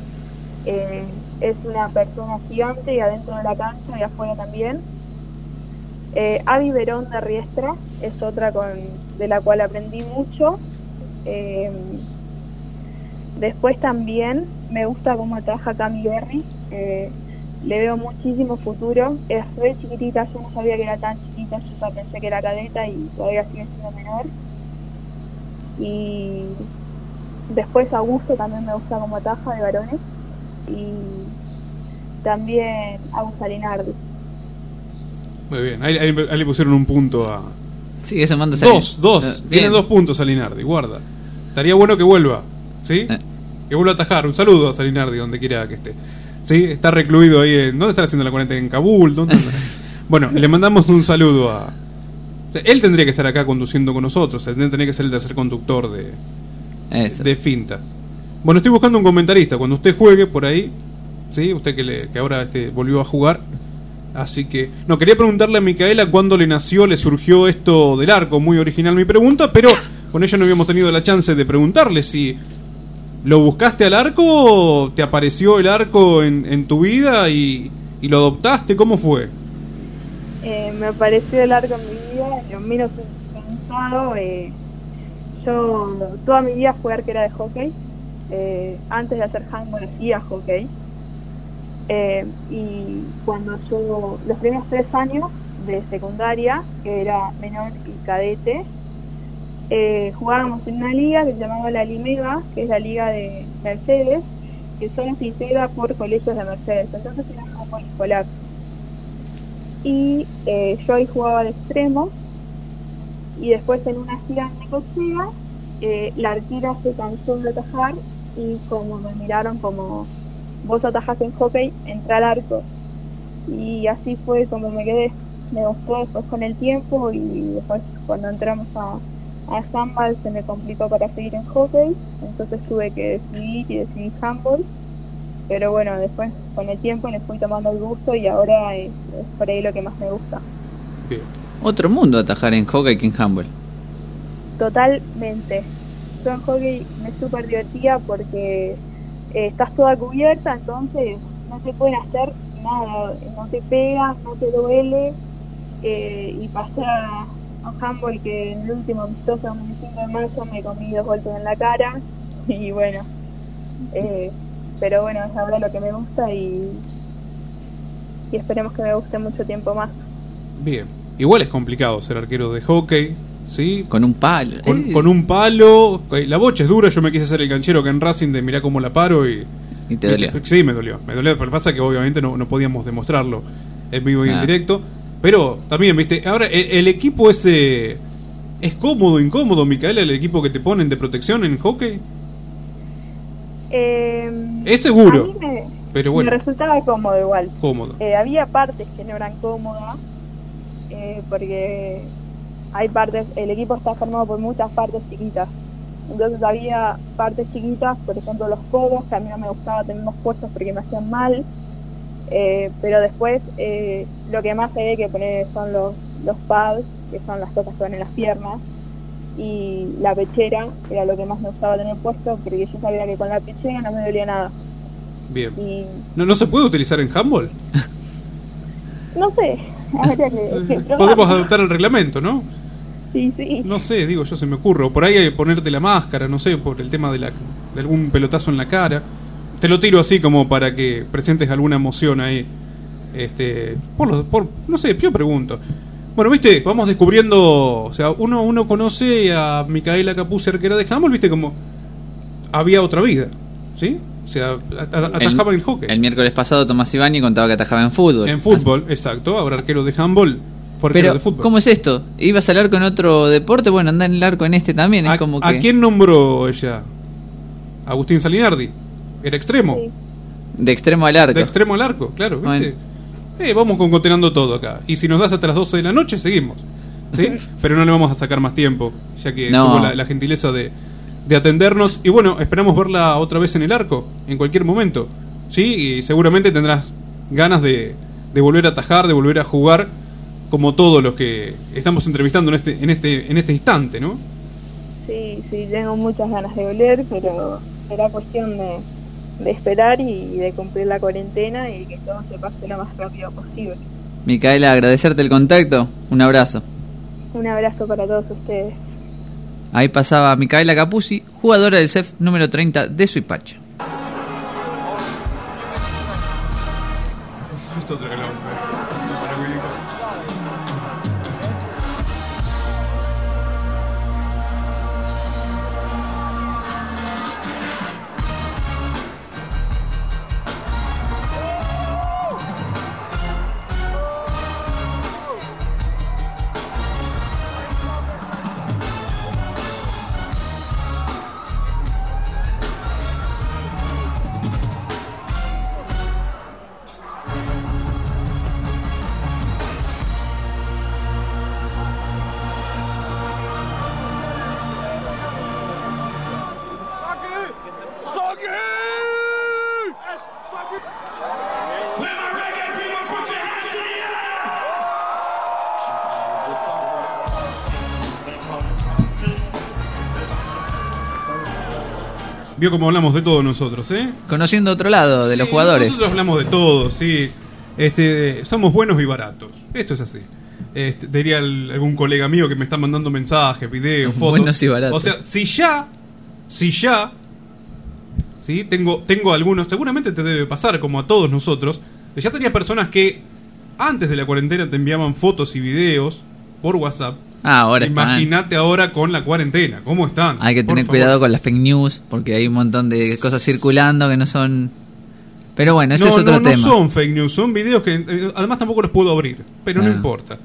[SPEAKER 20] Es una persona gigante y adentro de la cancha y afuera también. Avi Verón de Riestra es otra de la cual aprendí mucho. Después también me gusta cómo ataja Cami Berry. Le veo muchísimo futuro. Es re chiquitita, yo no sabía que era tan chiquita, yo ya pensé que era cadeta y todavía sigue siendo menor. Y después Augusto también me gusta como ataja de varones. Y también Agus Salinardi.
[SPEAKER 7] Muy bien, ahí le pusieron un punto a...
[SPEAKER 6] Sigue sumando
[SPEAKER 7] Dos. Tiene 2 puntos Salinardi, guarda. Estaría bueno que vuelva, ¿sí? Que vuelva a atajar. Un saludo a Salinardi, donde quiera que esté. Sí, está recluido ahí. ¿Dónde está haciendo la cuarentena? ¿En Kabul? ¿Dónde anda? Bueno, le mandamos un saludo a... Él tendría que estar acá conduciendo con nosotros. Él tendría que ser el tercer conductor de Finta. Bueno, estoy buscando un comentarista. Cuando usted juegue por ahí, ¿sí? Usted que ahora volvió a jugar. Así que... No, quería preguntarle a Micaela cuándo le surgió esto del arco. Muy original mi pregunta, pero con ella no habíamos tenido la chance de preguntarle si... ¿Lo buscaste al arco o te apareció el arco en tu vida y lo adoptaste? ¿Cómo fue?
[SPEAKER 20] Me apareció el arco en mi vida, lo menos pensado. Yo toda mi vida fui arquera de hockey. Antes de hacer handball hacía hockey. Y cuando yo, los primeros 3 años de secundaria, que era menor y cadete, jugábamos en una liga que se llamaba la Limega, que es la liga de Mercedes, que solo se integra por colegios de Mercedes, entonces era como escolar. Y yo ahí jugaba de extremo, y después en una gira en Necochea, la arquera se cansó de atajar, y como me miraron como, vos atajás en hockey, entra al arco. Y así fue como me quedé. Me gustó después con el tiempo, y después cuando entramos a handball se me complicó para seguir en hockey, entonces tuve que decidir handball, pero bueno, después con el tiempo le fui tomando el gusto y ahora es por ahí lo que más me gusta.
[SPEAKER 7] Bien.
[SPEAKER 6] Otro mundo atajar en hockey que en handball.
[SPEAKER 20] Totalmente. Yo en hockey me súper divertía porque estás toda cubierta, entonces no te pueden hacer nada, no te pegan, no te duele, y pasé a handball que en el último amistoso el 25 de marzo me comí 2 golpes en la cara y bueno, pero bueno, es ahora lo que me gusta y esperemos que me guste mucho tiempo más.
[SPEAKER 7] Bien, igual es complicado ser arquero de hockey, ¿sí?
[SPEAKER 6] Con un palo.
[SPEAKER 7] Con un palo, la bocha es dura, yo me quise hacer el canchero que en Racing de mirá cómo la paro y
[SPEAKER 6] te dolió.
[SPEAKER 7] Sí, me dolió, pero pasa que obviamente no podíamos demostrarlo en vivo y en directo. Pero también, viste, ahora el equipo es cómodo, incómodo, Micaela, el equipo que te ponen de protección en hockey. Es seguro,
[SPEAKER 20] a mí
[SPEAKER 7] pero bueno.
[SPEAKER 20] Me resultaba cómodo igual.
[SPEAKER 7] Cómodo.
[SPEAKER 20] Había partes que no eran cómodas, porque hay partes, el equipo está formado por muchas partes chiquitas. Entonces había partes chiquitas, por ejemplo los codos, que a mí no me gustaba tener más puestos porque me hacían mal. Pero después lo que más se ve que poner son los pads, que son las cosas que van en las piernas, y la pechera era lo que más me gustaba tener puesto porque yo sabía que con la pechera no me dolía nada.
[SPEAKER 7] Bien.
[SPEAKER 20] Y...
[SPEAKER 7] ¿No se puede utilizar en handball?
[SPEAKER 20] No sé, habría que
[SPEAKER 7] podemos adoptar el reglamento, ¿no?
[SPEAKER 20] Sí.
[SPEAKER 7] No sé, digo yo, se me ocurre. O por ahí hay que ponerte la máscara, no sé, por el tema de algún pelotazo en la cara. Te lo tiro así como para que presentes alguna emoción ahí. No sé, yo pregunto. Bueno, viste, vamos descubriendo, o sea, uno conoce a Micaela Capuzzi, arquera de handball, viste, como había otra vida, ¿sí? O sea, atajaba en hockey.
[SPEAKER 6] El miércoles pasado Tomás Ivani contaba que atajaba en fútbol.
[SPEAKER 7] En fútbol, exacto, ahora arquero de handball, fue arquero de fútbol.
[SPEAKER 6] ¿Cómo es esto? ¿Ibas al arco en otro deporte? Bueno, anda en el arco en este también, es como que...
[SPEAKER 7] ¿A quién nombró ella? Agustín Salinardi. Era extremo.
[SPEAKER 20] Sí.
[SPEAKER 6] De extremo al arco.
[SPEAKER 7] De extremo al arco, claro, ¿viste? Vamos concatenando todo acá. Y si nos das hasta las 12 de la noche, seguimos. ¿Sí? Pero no le vamos a sacar más tiempo, ya que tuvo la gentileza de atendernos. Y bueno, esperamos verla otra vez en el arco, en cualquier momento. ¿Sí? Y seguramente tendrás ganas de volver a atajar, de volver a jugar. como todos los que estamos entrevistando en este instante, ¿no?
[SPEAKER 20] Sí, tengo muchas ganas de volver, pero será cuestión de esperar y de cumplir la cuarentena y que todo se pase lo más rápido posible.
[SPEAKER 6] Micaela, agradecerte el contacto. Un abrazo.
[SPEAKER 20] Un abrazo para todos ustedes.
[SPEAKER 6] Ahí pasaba Micaela Capuzzi, jugadora del CEF número 30 de Suipacha.
[SPEAKER 7] Es otra que la Vio como hablamos de todos nosotros, ¿eh?
[SPEAKER 6] Conociendo otro lado de los jugadores.
[SPEAKER 7] Nosotros hablamos de todos, sí. Somos buenos y baratos. Esto es así. Diría algún colega mío que me está mandando mensajes, videos, fotos.
[SPEAKER 6] Buenos y baratos.
[SPEAKER 7] O sea, si ya, sí, tengo algunos, seguramente te debe pasar, como a todos nosotros, que ya tenía personas que antes de la cuarentena te enviaban fotos y videos por WhatsApp.
[SPEAKER 6] Ahora
[SPEAKER 7] imagínate ahora con la cuarentena, ¿cómo están?
[SPEAKER 6] Hay que tener cuidado con las fake news, porque hay un montón de cosas circulando que no son... Pero bueno, ese es otro tema. No
[SPEAKER 7] son fake news, son videos que además tampoco los puedo abrir, pero no importa.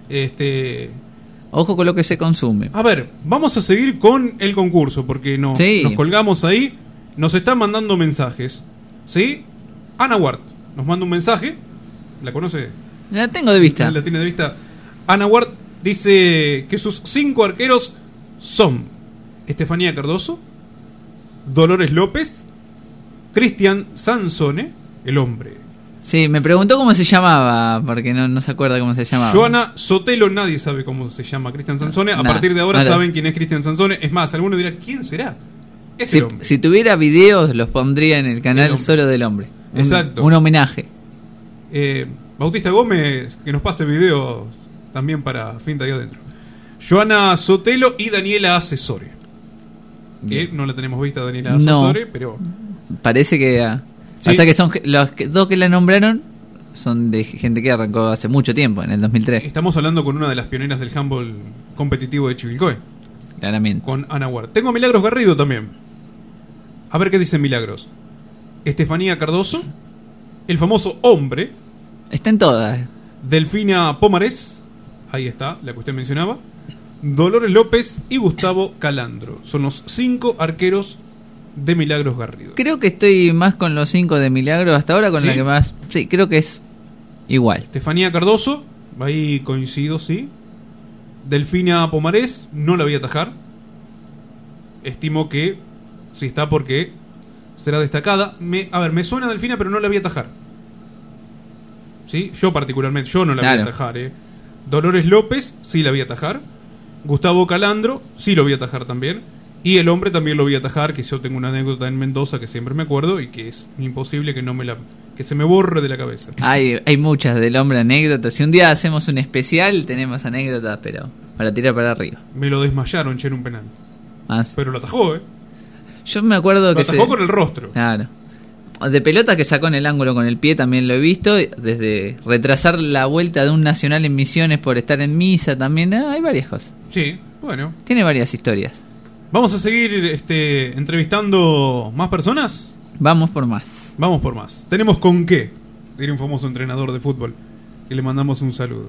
[SPEAKER 6] Ojo con lo que se consume.
[SPEAKER 7] A ver, vamos a seguir con el concurso, porque nos colgamos ahí, nos están mandando mensajes, ¿sí? Ana Ward nos manda un mensaje, ¿la conoce?
[SPEAKER 6] La tengo de vista.
[SPEAKER 7] La tiene de vista. Ana Ward dice que sus 5 arqueros son Estefanía Cardoso, Dolores López, Cristian Sansone, el hombre.
[SPEAKER 6] Sí, me preguntó cómo se llamaba, porque no se acuerda cómo se llamaba.
[SPEAKER 7] Joana Sotelo, nadie sabe cómo se llama Cristian Sansone. A partir de ahora saben quién es Cristian Sansone. Es más, alguno dirá, ¿quién será? Es el hombre.
[SPEAKER 6] Si tuviera videos, los pondría en el canal solo del hombre.
[SPEAKER 7] Exacto.
[SPEAKER 6] Un homenaje.
[SPEAKER 7] Bautista Gómez, que nos pase videos también para Finta ahí adentro. Joana Sotelo y Daniela Asesore. Que no la tenemos vista, Daniela Asesore, pero...
[SPEAKER 6] Parece que... Sí. O sea que son los dos que la nombraron son de gente que arrancó hace mucho tiempo, en el 2003.
[SPEAKER 7] Estamos hablando con una de las pioneras del handball competitivo de Chivilcoy.
[SPEAKER 6] Claramente.
[SPEAKER 7] Con Ana Ward. Tengo a Milagros Garrido también. A ver qué dice Milagros. Estefanía Cardoso, el famoso hombre.
[SPEAKER 6] Está en todas.
[SPEAKER 7] Delfina Pomarés, ahí está, la que usted mencionaba. Dolores López y Gustavo Calandro. Son los 5 arqueros de Milagros Garrido.
[SPEAKER 6] Creo que estoy más con los 5 de Milagros hasta ahora, con la que más... Sí, creo que es igual.
[SPEAKER 7] Estefanía Cardoso, ahí coincido, sí. Delfina Pomarés, no la voy a atajar. Estimo que sí está porque será destacada. A ver, me suena Delfina, pero no la voy a atajar. ¿Sí? Yo particularmente, yo no la voy a atajar. Dolores López, sí la voy a atajar. Gustavo Calandro, sí lo voy a atajar también. Y el hombre también lo voy a atajar, que yo tengo una anécdota en Mendoza que siempre me acuerdo y que es imposible que se me borre de la cabeza.
[SPEAKER 6] Hay muchas del hombre anécdotas. Si un día hacemos un especial, tenemos anécdotas, pero para tirar para arriba.
[SPEAKER 7] Me lo desmayaron, en un penal. Pero lo atajó,
[SPEAKER 6] Yo me acuerdo
[SPEAKER 7] lo atajó con el rostro.
[SPEAKER 6] Claro. De pelota que sacó en el ángulo con el pie también lo he visto. Desde retrasar la vuelta de un Nacional en Misiones por estar en misa también. Hay varias cosas.
[SPEAKER 7] Sí, bueno.
[SPEAKER 6] Tiene varias historias.
[SPEAKER 7] ¿Vamos a seguir entrevistando más personas?
[SPEAKER 6] Vamos por más.
[SPEAKER 7] Vamos por más. ¿Tenemos con qué? Diría un famoso entrenador de fútbol. Y le mandamos un saludo.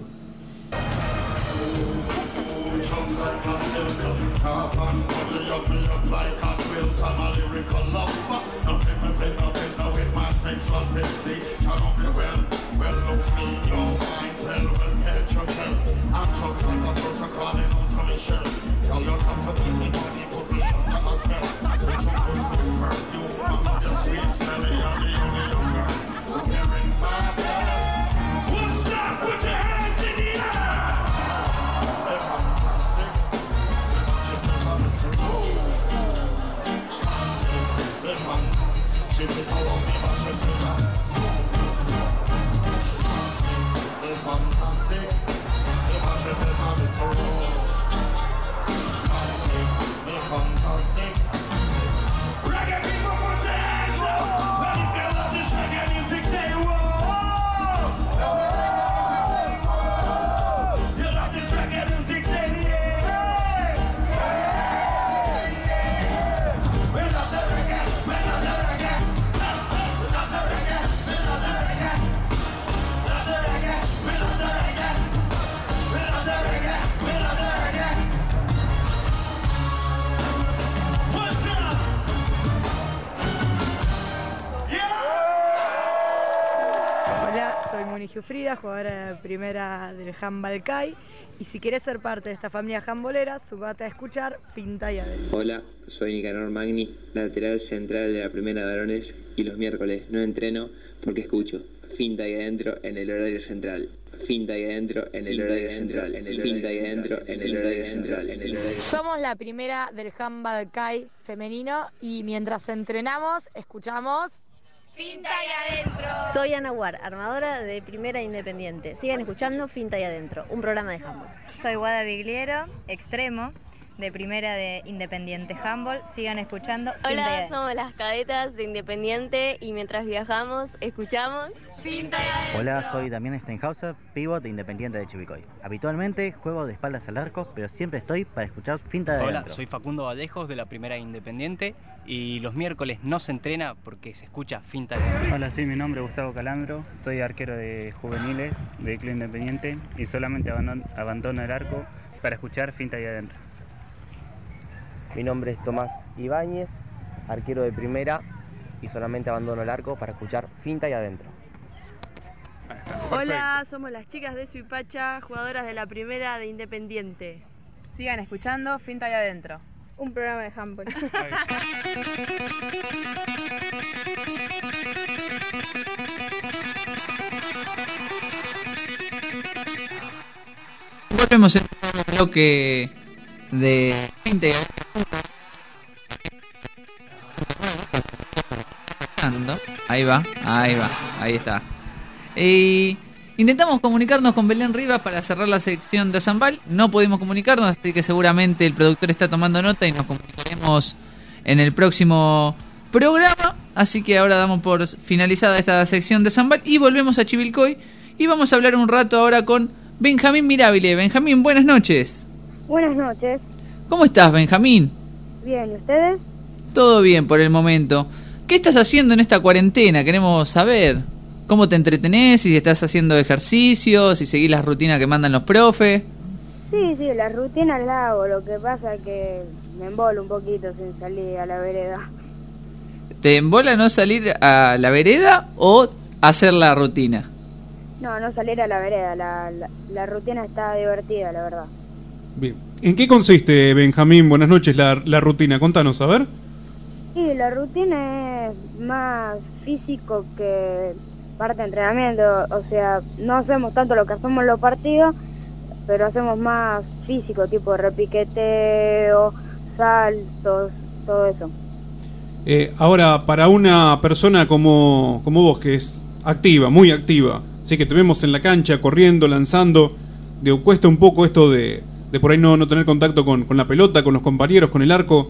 [SPEAKER 9] Sufrida, jugadora de primera del Handball CAI. Y si querés ser parte de esta familia jambolera, sumate a escuchar Finta y Adentro.
[SPEAKER 10] Hola, soy Nicanor Magni, lateral central de la primera de varones, y los miércoles no entreno porque escucho Finta y Adentro en el horario central. Finta y Adentro en el horario central. Finta y Adentro en el horario central.
[SPEAKER 11] Somos la primera del Handball CAI femenino y mientras entrenamos, escuchamos Finta y Adentro.
[SPEAKER 12] Soy Ana Guar, armadora de Primera Independiente. Sigan escuchando Finta y Adentro, un programa de handball.
[SPEAKER 13] Soy Guada Bigliero, extremo, de Primera de Independiente Handball. Sigan escuchando Finta y
[SPEAKER 14] Hola,
[SPEAKER 13] Adentro.
[SPEAKER 14] somos las cadetas de Independiente y mientras viajamos, escuchamos
[SPEAKER 11] Finta y Adentro.
[SPEAKER 15] Hola, soy Damián Steinhauser, pívot de Independiente de Chivilcoy. Habitualmente juego de espaldas al arco, pero siempre estoy para escuchar Finta de
[SPEAKER 16] Hola,
[SPEAKER 15] Adentro.
[SPEAKER 16] soy Facundo Vallejos de la Primera Independiente y los miércoles no se entrena porque se escucha Finta de Adentro.
[SPEAKER 4] Hola, sí, mi nombre es Gustavo Calambro, soy arquero de juveniles de Club Independiente y solamente abandono el arco para escuchar Finta y Adentro.
[SPEAKER 5] Mi nombre es Tomás Ibáñez, arquero de primera y solamente abandono el arco para escuchar Finta y Adentro.
[SPEAKER 1] Hola, somos las chicas de Suipacha, jugadoras de la primera de Independiente.
[SPEAKER 2] Sigan escuchando Finta y Adentro.
[SPEAKER 1] Un programa de handball.
[SPEAKER 6] Volvemos en un bloque de Finta y Adentro. Ahí está. Intentamos comunicarnos con Belén Rivas para cerrar la sección de Zambal. No pudimos comunicarnos, así que seguramente el productor está tomando nota y nos comunicaremos en el próximo programa. Así que ahora damos por finalizada esta sección de Zambal y volvemos a Chivilcoy. Y vamos a hablar un rato ahora con Benjamín Mirabile. Benjamín, buenas noches.
[SPEAKER 20] Buenas noches.
[SPEAKER 6] ¿Cómo estás, Benjamín?
[SPEAKER 20] Bien, ¿y ustedes?
[SPEAKER 6] Todo bien por el momento. ¿Qué estás haciendo en esta cuarentena? Queremos saber. ¿Cómo te entretenés? Si estás haciendo ejercicios, si seguís las rutinas que mandan los profes.
[SPEAKER 20] Sí, las rutinas las hago. Lo que pasa es que me embolo un poquito sin salir a la vereda.
[SPEAKER 6] ¿Te embola no salir a la vereda o hacer la rutina?
[SPEAKER 20] No salir a la vereda. La rutina está divertida, la verdad.
[SPEAKER 7] Bien. ¿En qué consiste, Benjamín? Buenas noches, la rutina. Contanos, a ver.
[SPEAKER 20] Sí, la rutina es más físico que parte de entrenamiento. O sea, no hacemos tanto lo que hacemos en los partidos, pero hacemos más físico, tipo repiqueteo, saltos, todo eso.
[SPEAKER 7] Ahora, para una persona como vos, que es activa, muy activa, sí, que te vemos en la cancha, corriendo, lanzando, cuesta un poco esto de por ahí no tener contacto con la pelota, con los compañeros, con el arco.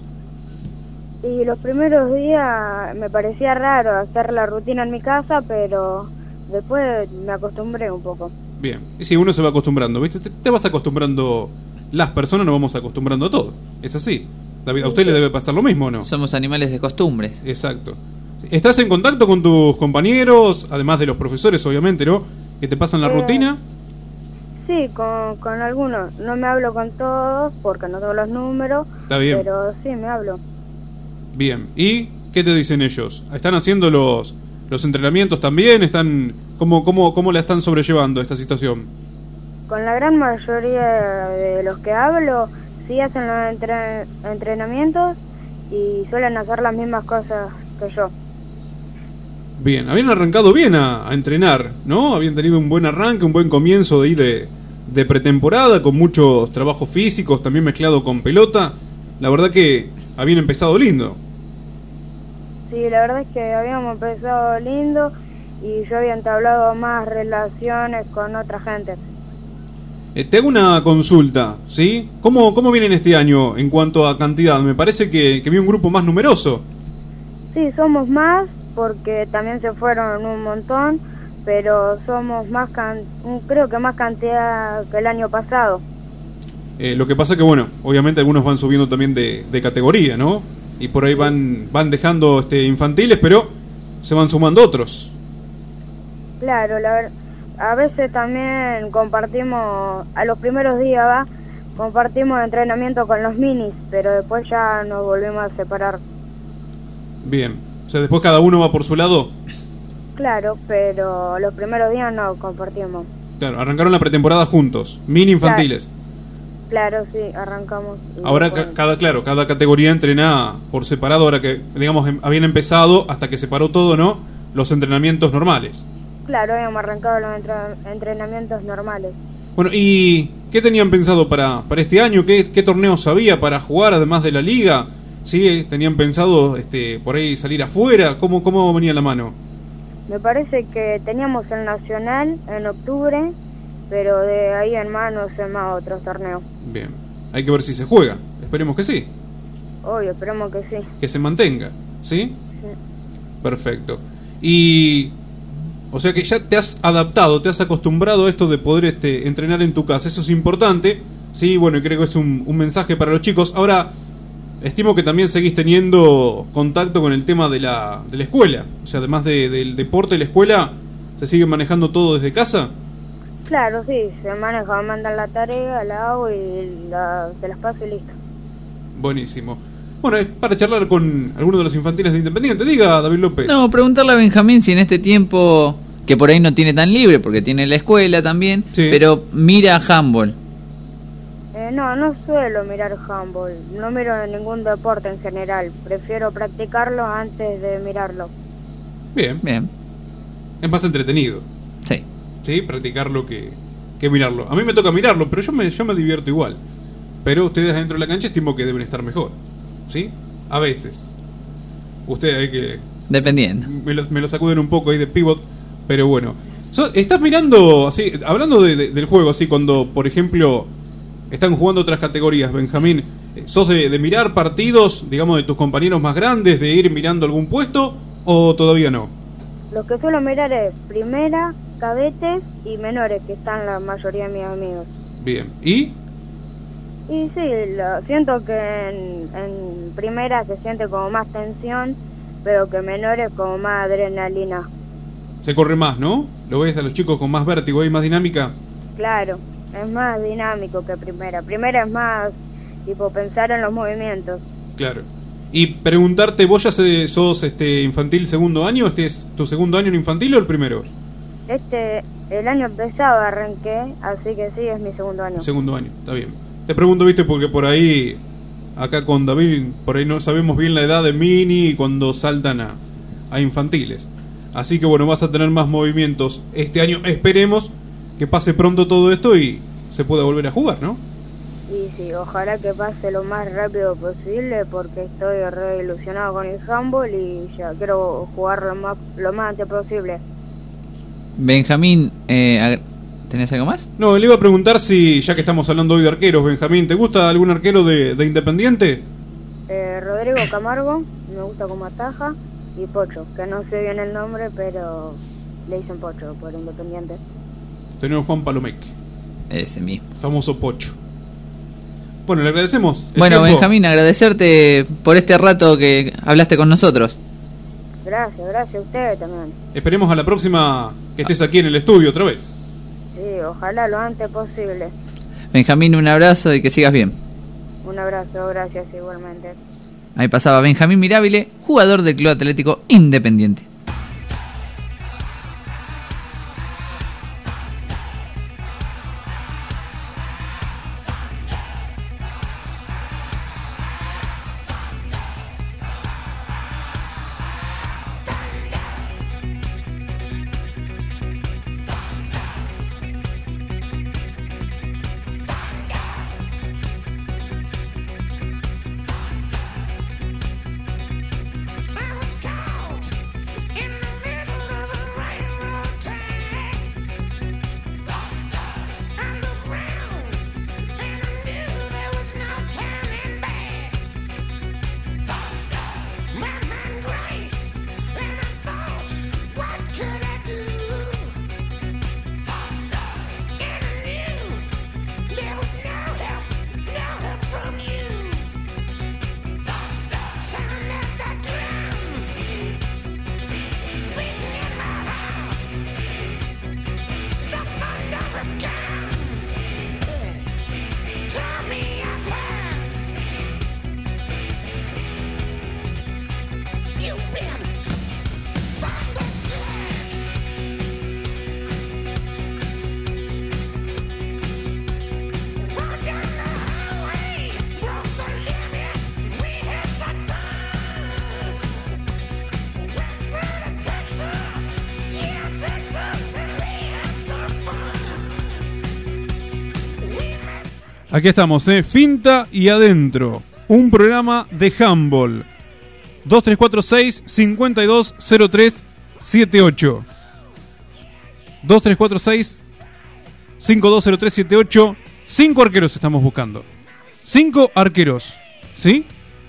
[SPEAKER 20] Y los primeros días me parecía raro hacer la rutina en mi casa, pero después me acostumbré un poco.
[SPEAKER 7] Bien, y si uno se va acostumbrando, ¿viste? Te vas acostumbrando, las personas nos vamos acostumbrando a todo, es así. David, ¿a usted le debe pasar lo mismo, no?
[SPEAKER 6] Somos animales de costumbres.
[SPEAKER 7] Exacto. ¿Estás en contacto con tus compañeros, además de los profesores, obviamente, ¿no? ¿Que te pasan la rutina?
[SPEAKER 20] Sí, con algunos. No me hablo con todos porque no tengo los números.
[SPEAKER 7] Está bien.
[SPEAKER 20] Pero sí, me hablo.
[SPEAKER 7] Bien. ¿Y qué te dicen ellos? ¿Están haciendo los entrenamientos también? ¿Cómo la están sobrellevando esta situación?
[SPEAKER 20] Con la gran mayoría de los que hablo, sí hacen los entrenamientos y suelen hacer las mismas cosas que yo.
[SPEAKER 7] Bien, habían arrancado bien a entrenar, ¿no? Habían tenido un buen arranque, un buen comienzo de ahí de pretemporada, con muchos trabajos físicos, también mezclado con pelota. La verdad que habían empezado lindo.
[SPEAKER 20] Sí, la verdad es que habíamos empezado lindo y yo había entablado más relaciones con otra gente.
[SPEAKER 7] Te hago una consulta, ¿sí? ¿Cómo vienen este año en cuanto a cantidad? Me parece que vi un grupo más numeroso.
[SPEAKER 20] Sí, somos más porque también se fueron un montón, pero somos más creo que más cantidad que el año pasado.
[SPEAKER 7] Lo que pasa que, bueno, obviamente algunos van subiendo también de categoría, ¿no? Y por ahí van dejando infantiles, pero se van sumando otros.
[SPEAKER 20] Claro, a veces también compartimos, a los primeros días compartimos entrenamiento con los minis, pero después ya nos volvemos a separar.
[SPEAKER 7] Bien, o sea, después cada uno va por su lado.
[SPEAKER 21] Claro, pero los primeros días no compartimos.
[SPEAKER 7] Claro, arrancaron la pretemporada juntos, mini infantiles.
[SPEAKER 21] Claro, sí, arrancamos.
[SPEAKER 7] Ahora cada categoría entrena por separado, ahora que, digamos, habían empezado, hasta que se paró todo, ¿no? Los entrenamientos normales.
[SPEAKER 21] Claro, habíamos arrancado los entrenamientos normales.
[SPEAKER 7] Bueno, ¿y qué tenían pensado para este año? ¿Qué torneos había para jugar, además de la liga? ¿Sí? ¿Tenían pensado por ahí salir afuera? ¿Cómo venía la mano?
[SPEAKER 21] Me parece que teníamos el Nacional en octubre, pero de ahí en más no sé más otros torneos.
[SPEAKER 7] Bien, hay que ver si se juega. Esperemos que sí.
[SPEAKER 21] Obvio, esperemos que sí.
[SPEAKER 7] Que se mantenga, ¿sí?
[SPEAKER 21] Sí.
[SPEAKER 7] Perfecto. Y... o sea que ya te has adaptado, te has acostumbrado a esto de poder entrenar en tu casa. Eso es importante. Sí, bueno, y creo que es un mensaje para los chicos. Ahora, estimo que también seguís teniendo contacto con el tema de la escuela. O sea, además del deporte y la escuela, ¿se sigue manejando todo desde casa?
[SPEAKER 21] Claro, sí, se maneja, mandan la tarea, la hago y se las paso y listo.
[SPEAKER 7] Buenísimo. Bueno, es para charlar con alguno de los infantiles de Independiente. Diga, David López.
[SPEAKER 6] No, preguntarle a Benjamín si en este tiempo, que por ahí no tiene tan libre, porque tiene la escuela también, sí, pero mira handball.
[SPEAKER 21] No suelo mirar handball. No miro ningún deporte en general. Prefiero practicarlo antes de mirarlo.
[SPEAKER 7] Bien. Es más entretenido.
[SPEAKER 6] Sí.
[SPEAKER 7] Sí, practicarlo que mirarlo. A mí me toca mirarlo, pero yo me divierto igual. Pero ustedes adentro de la cancha estimo que deben estar mejor. ¿Sí? A veces. Ustedes hay que...
[SPEAKER 6] Dependiendo.
[SPEAKER 7] Me lo sacuden un poco ahí de pivot, pero bueno. ¿Estás mirando, así, hablando del juego, así, cuando, por ejemplo, están jugando otras categorías, Benjamín, ¿sos de mirar partidos, digamos, de tus compañeros más grandes, de ir mirando algún puesto, o todavía no?
[SPEAKER 21] Lo que suelo mirar es primera, cadetes y menores, que están la mayoría de mis amigos.
[SPEAKER 7] Bien. ¿Y?
[SPEAKER 21] Y sí, siento que en primera se siente como más tensión, pero que menores como más adrenalina.
[SPEAKER 7] Se corre más, ¿no? ¿Lo ves a los chicos con más vértigo y más dinámica?
[SPEAKER 21] Claro, es más dinámico que primera. Primera es más, tipo, pensar en los movimientos.
[SPEAKER 7] Claro. Y preguntarte, ¿vos ya sos infantil segundo año? ¿Este es tu segundo año en infantil o el primero?
[SPEAKER 21] El año pasado arranqué, así que sí, es mi segundo año.
[SPEAKER 7] Segundo año, está bien. Te pregunto, viste, porque por ahí, acá con David, por ahí no sabemos bien la edad de mini y cuando saltan a infantiles. Así que bueno, vas a tener más movimientos este año. Esperemos que pase pronto todo esto y se pueda volver a jugar, ¿no?
[SPEAKER 21] Y sí, ojalá que pase lo más rápido posible, porque estoy re ilusionado con el handball y ya quiero jugar lo más antes posible.
[SPEAKER 6] Benjamín, ¿tenés algo más?
[SPEAKER 7] No, le iba a preguntar si, ya que estamos hablando hoy de arqueros, Benjamín, ¿te gusta algún arquero de Independiente?
[SPEAKER 21] Rodrigo Camargo, me gusta como ataja, y Pocho, que no sé bien el nombre, pero le dicen Pocho por Independiente.
[SPEAKER 7] Tenemos Juan Palomec.
[SPEAKER 6] Ese mismo.
[SPEAKER 7] Famoso Pocho. Bueno, le agradecemos.
[SPEAKER 6] Bueno, tiempo. Benjamín, agradecerte por este rato que hablaste con nosotros.
[SPEAKER 21] Gracias a ustedes también.
[SPEAKER 7] Esperemos a la próxima que estés aquí en el estudio otra vez.
[SPEAKER 21] Sí, ojalá lo antes posible.
[SPEAKER 6] Benjamín, un abrazo y que sigas bien.
[SPEAKER 21] Un abrazo, gracias igualmente.
[SPEAKER 6] Ahí pasaba Benjamín Mirabile, jugador del Club Atlético Independiente.
[SPEAKER 7] Aquí estamos, Finta y Adentro. Un programa de handball. 2346-520378. 2346-520378. 5 arqueros estamos buscando. 5 arqueros. ¿Sí?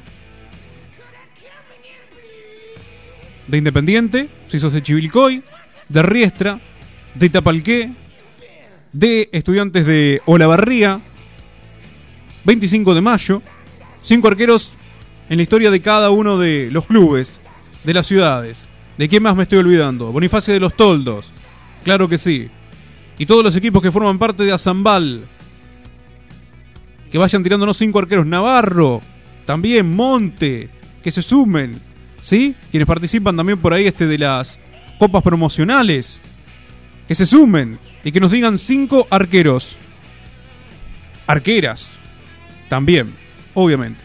[SPEAKER 7] De Independiente, si sos de Chivilcoy, de Riestra, de Itapalqué, de Estudiantes de Olavarría, 25 de mayo. 5 arqueros en la historia de cada uno de los clubes, de las ciudades. ¿De quién más me estoy olvidando? Bonifacio de los Toldos, claro que sí. Y todos los equipos que forman parte de Azambal, que vayan tirándonos 5 arqueros. Navarro, también Monte, que se sumen, ¿sí? Quienes participan también por ahí de las copas promocionales, que se sumen y que nos digan 5 arqueros. Arqueras, también, obviamente.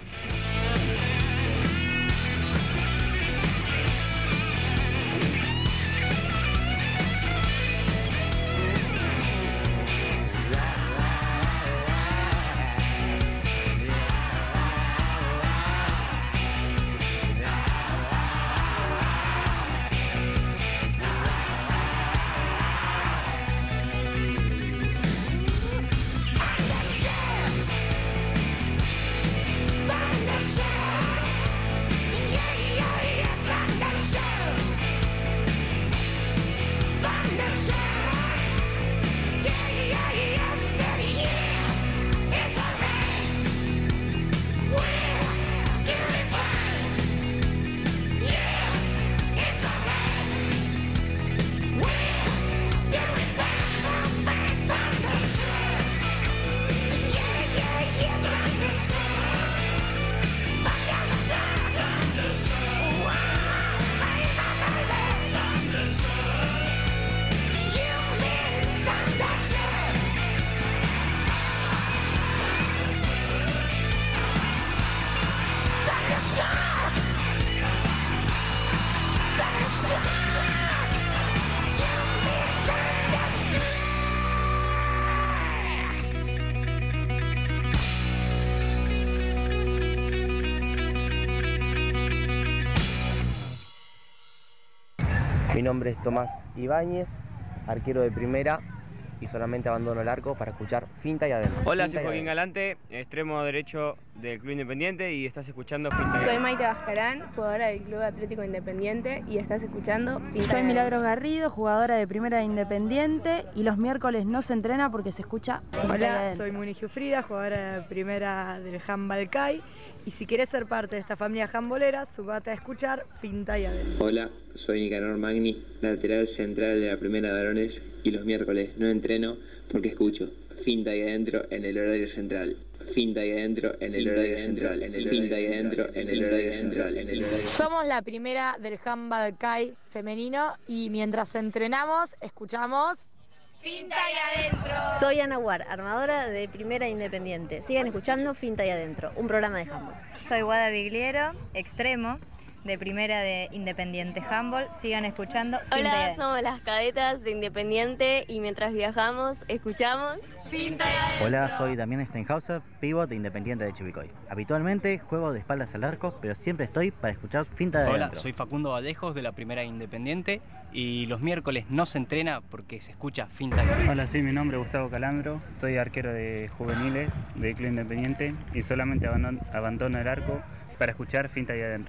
[SPEAKER 5] Mi nombre es Tomás Ibáñez, arquero de primera, y solamente abandono el arco para escuchar Finta y Adentro.
[SPEAKER 3] Hola, soy Joaquín Galante, extremo derecho del Club Independiente, y estás escuchando Finta y Adentro.
[SPEAKER 1] Soy Maite Bascarán, jugadora del Club Atlético Independiente, y estás escuchando Finta y Adentro.
[SPEAKER 8] Soy Milagros Garrido, jugadora de primera de Independiente, y los miércoles no se entrena porque se escucha Finta y
[SPEAKER 9] Hola,
[SPEAKER 8] Adentro.
[SPEAKER 9] soy Muni Giuffrida, jugadora de primera del handball CAI, y si querés ser parte de esta familia handbolera, sumate a escuchar Finta y Adentro.
[SPEAKER 10] Hola, soy Nicanor Magni, lateral central de la primera de varones, y los miércoles no entreno porque escucho Finta y Adentro en el horario central. Finta y Adentro en el horario central. Finta y Adentro en el horario central.
[SPEAKER 11] Somos la primera del handball CAI femenino y mientras entrenamos, escuchamos Finta y Adentro.
[SPEAKER 12] Soy Ana Guar, armadora de Primera Independiente. Sigan escuchando Finta y Adentro, un programa de handball.
[SPEAKER 13] Soy Guada Bigliero, extremo, de Primera de Independiente Handball. Sigan escuchando Finta y
[SPEAKER 14] Hola,
[SPEAKER 13] Adentro.
[SPEAKER 14] somos las cadetas de Independiente y mientras viajamos, escuchamos
[SPEAKER 11] Finta y Adentro.
[SPEAKER 15] Hola, soy Damián Steinhauser, pívot de Independiente de Chivilcoy. Habitualmente juego de espaldas al arco, pero siempre estoy para escuchar Finta de Adentro.
[SPEAKER 16] Hola, soy Facundo Vallejos de la Primera Independiente, y los miércoles no se entrena porque se escucha Finta y Adentro.
[SPEAKER 4] Hola, sí, mi nombre es Gustavo Calambro, soy arquero de juveniles del Club Independiente y solamente abandono el arco para escuchar Finta y Adentro.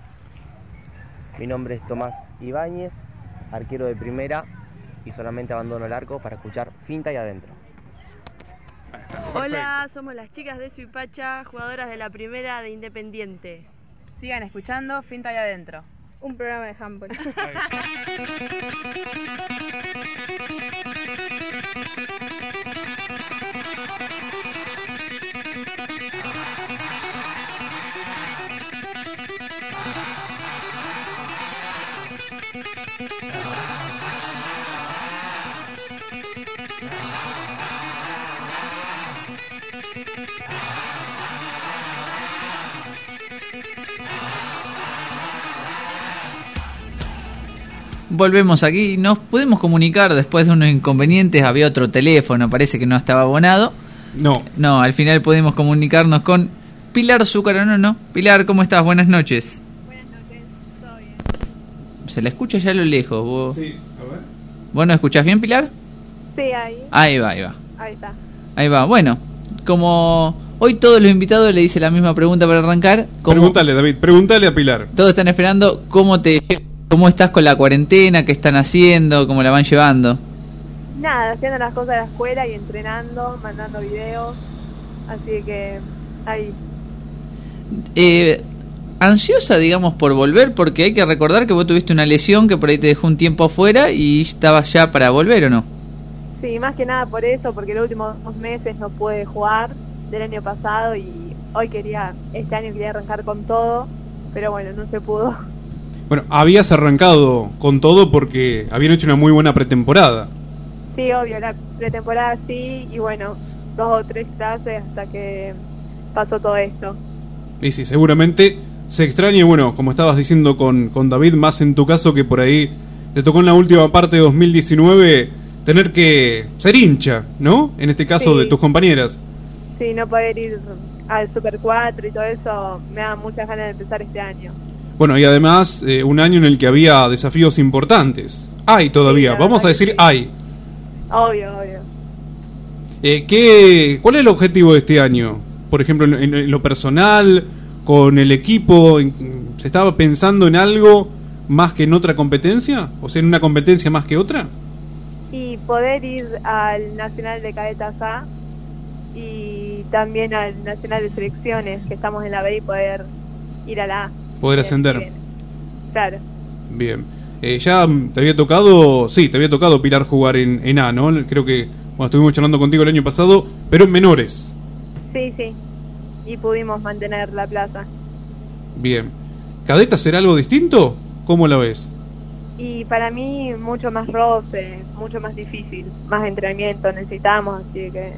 [SPEAKER 5] Mi nombre es Tomás Ibáñez, arquero de primera, y solamente abandono el arco para escuchar Finta y Adentro.
[SPEAKER 17] Hola, somos las chicas de Suipacha, jugadoras de la primera de Independiente.
[SPEAKER 2] Sigan escuchando Finta y Adentro.
[SPEAKER 21] Un programa de handball.
[SPEAKER 6] Volvemos aquí, nos pudimos comunicar después de unos inconvenientes, había otro teléfono, parece que no estaba abonado,
[SPEAKER 7] No.
[SPEAKER 6] No, al final pudimos comunicarnos con Pilar Zúcaro. No. Pilar, ¿cómo estás? Buenas noches.
[SPEAKER 17] Buenas noches, todo bien.
[SPEAKER 6] Se la escucha ya a lo lejos. ¿Vos,
[SPEAKER 7] Sí, a ver.
[SPEAKER 6] ¿Vos nos escuchás bien, Pilar?
[SPEAKER 17] Sí, ahí.
[SPEAKER 6] Ahí va.
[SPEAKER 17] Ahí está.
[SPEAKER 6] Ahí va. Bueno, como hoy todos los invitados le hice la misma pregunta para arrancar.
[SPEAKER 7] Pregúntale, David, pregúntale a Pilar.
[SPEAKER 6] Todos están esperando cómo estás con la cuarentena, qué están haciendo, cómo la van llevando.
[SPEAKER 17] Nada, haciendo las cosas de la escuela y entrenando, mandando videos. Así que ahí.
[SPEAKER 6] Ansiosa, digamos, por volver, porque hay que recordar que vos tuviste una lesión que por ahí te dejó un tiempo afuera y estabas ya para volver, ¿o no?
[SPEAKER 17] Sí, más que nada por eso, porque los últimos 2 meses no pude jugar del año pasado y este año quería arrancar con todo, pero bueno, no se pudo.
[SPEAKER 7] Bueno, habías arrancado con todo porque habían hecho una muy buena pretemporada.
[SPEAKER 17] Sí, obvio, la pretemporada sí, y bueno, 2 o 3 clases hasta que pasó todo esto.
[SPEAKER 7] Y sí, seguramente se extraña, y bueno, como estabas diciendo con David, más en tu caso que por ahí te tocó en la última parte de 2019 tener que ser hincha, ¿no? En este caso
[SPEAKER 17] Sí.
[SPEAKER 7] de tus compañeras.
[SPEAKER 17] Sí, no poder ir al Super 4 y todo eso me da muchas ganas de empezar este año.
[SPEAKER 7] Bueno, y además un año en el que había desafíos importantes. Hay todavía,
[SPEAKER 17] Sí, la
[SPEAKER 7] vamos a
[SPEAKER 17] verdad
[SPEAKER 7] decir
[SPEAKER 17] que sí.
[SPEAKER 7] hay.
[SPEAKER 17] Obvio.
[SPEAKER 7] ¿Cuál es el objetivo de este año? Por ejemplo, en lo personal, con el equipo, ¿se estaba pensando en algo más que en otra competencia? O sea, en una competencia más que otra.
[SPEAKER 17] Y poder ir al Nacional de Cadetas A y también al Nacional de Selecciones, que estamos en la B, y poder ir a la A.
[SPEAKER 7] Poder ascender.
[SPEAKER 17] Bien. Claro.
[SPEAKER 7] Bien. Ya te había tocado, Pilar, jugar en A, ¿no? Creo que estuvimos charlando contigo el año pasado, pero en menores.
[SPEAKER 17] Sí. Y pudimos mantener la plaza.
[SPEAKER 7] Bien. ¿Cadeta será algo distinto? ¿Cómo la ves?
[SPEAKER 17] Y para mí mucho más roce, mucho más difícil, más entrenamiento necesitamos, así que...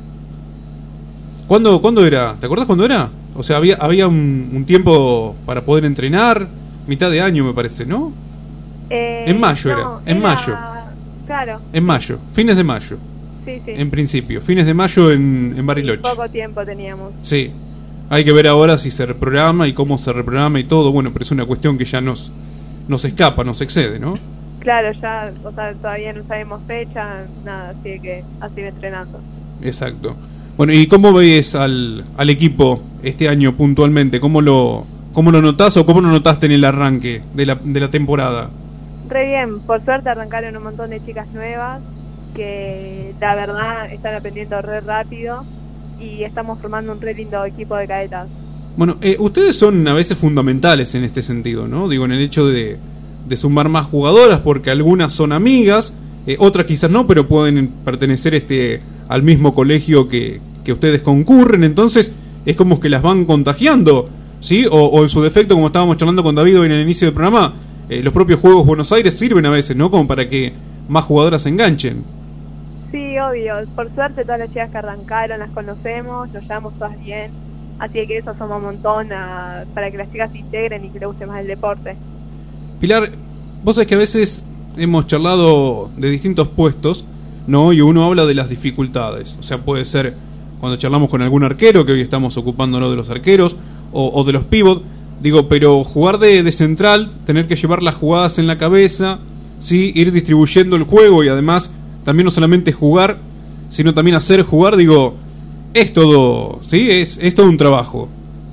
[SPEAKER 7] ¿Cuándo era? ¿Te acordás cuándo era? O sea, había un tiempo para poder entrenar, mitad de año me parece, ¿no? En mayo mayo.
[SPEAKER 17] Claro.
[SPEAKER 7] En mayo, fines de mayo.
[SPEAKER 17] Sí.
[SPEAKER 7] En principio, fines de mayo en Bariloche.
[SPEAKER 17] Poco tiempo teníamos.
[SPEAKER 7] Sí. Hay que ver ahora si se reprograma y cómo se reprograma y todo. Bueno, pero es una cuestión que ya nos escapa, nos excede, ¿no?
[SPEAKER 17] Claro, ya, o sea, todavía no sabemos fecha, nada, así que a seguir entrenando.
[SPEAKER 7] Exacto. Bueno, ¿y cómo ves al equipo este año puntualmente? ¿Cómo lo notás o cómo lo notaste en el arranque de la temporada?
[SPEAKER 17] Re bien, por suerte arrancaron un montón de chicas nuevas que la verdad están aprendiendo re rápido y estamos formando un re lindo equipo de cadetas.
[SPEAKER 7] Bueno, ustedes son a veces fundamentales en este sentido, ¿no? Digo, en el hecho de sumar más jugadoras, porque algunas son amigas, otras quizás no, pero pueden pertenecer al mismo colegio que ustedes concurren, entonces es como que las van contagiando, ¿sí? O en su defecto, como estábamos charlando con David hoy en el inicio del programa, los propios Juegos Buenos Aires sirven a veces, ¿no? Como para que más jugadoras se enganchen.
[SPEAKER 17] Sí, obvio, por suerte todas las chicas que arrancaron las conocemos, nos llevamos todas bien, así que eso suma un montón para que las chicas se integren y que les guste más el deporte.
[SPEAKER 7] Pilar, vos sabés que a veces hemos charlado de distintos puestos, ¿no? Y uno habla de las dificultades. O sea, puede ser cuando charlamos con algún arquero, que hoy estamos ocupándonos de los arqueros, o de los pivot. Digo, pero jugar de central, tener que llevar las jugadas en la cabeza, ¿sí? Ir distribuyendo el juego y además también no solamente jugar, sino también hacer jugar, digo, es todo, ¿sí? Es todo un trabajo.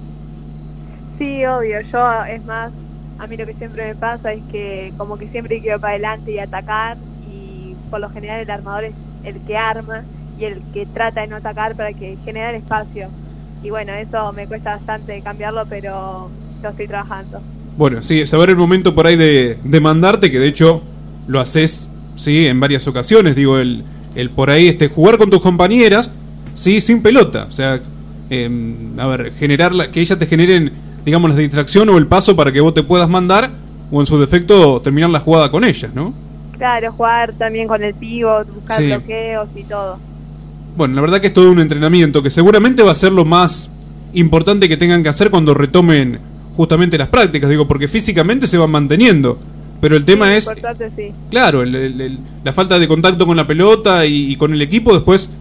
[SPEAKER 17] Sí, obvio, es más, a mí lo que siempre me pasa es que como que siempre quiero para adelante y atacar, y por lo general el armador es el que arma y el que trata de no atacar para que generar espacio. Y bueno, eso me cuesta bastante cambiarlo, pero lo estoy trabajando.
[SPEAKER 7] Bueno, sí, saber el momento por ahí de mandarte, que de hecho lo haces, sí, en varias ocasiones, digo, el por ahí jugar con tus compañeras, sí, sin pelota, o sea, a ver, que ellas te generen, digamos, la distracción o el paso para que vos te puedas mandar, o en su defecto terminar la jugada con ellas, ¿no?
[SPEAKER 17] Claro, jugar también con el pivot, buscar
[SPEAKER 7] Sí.
[SPEAKER 17] bloqueos y todo.
[SPEAKER 7] Bueno, la verdad que es todo un entrenamiento que seguramente va a ser lo más importante que tengan que hacer cuando retomen justamente las prácticas, digo, porque físicamente se van manteniendo, pero el tema es,
[SPEAKER 17] Por suerte sí.
[SPEAKER 7] claro, la falta de contacto con la pelota y con el equipo después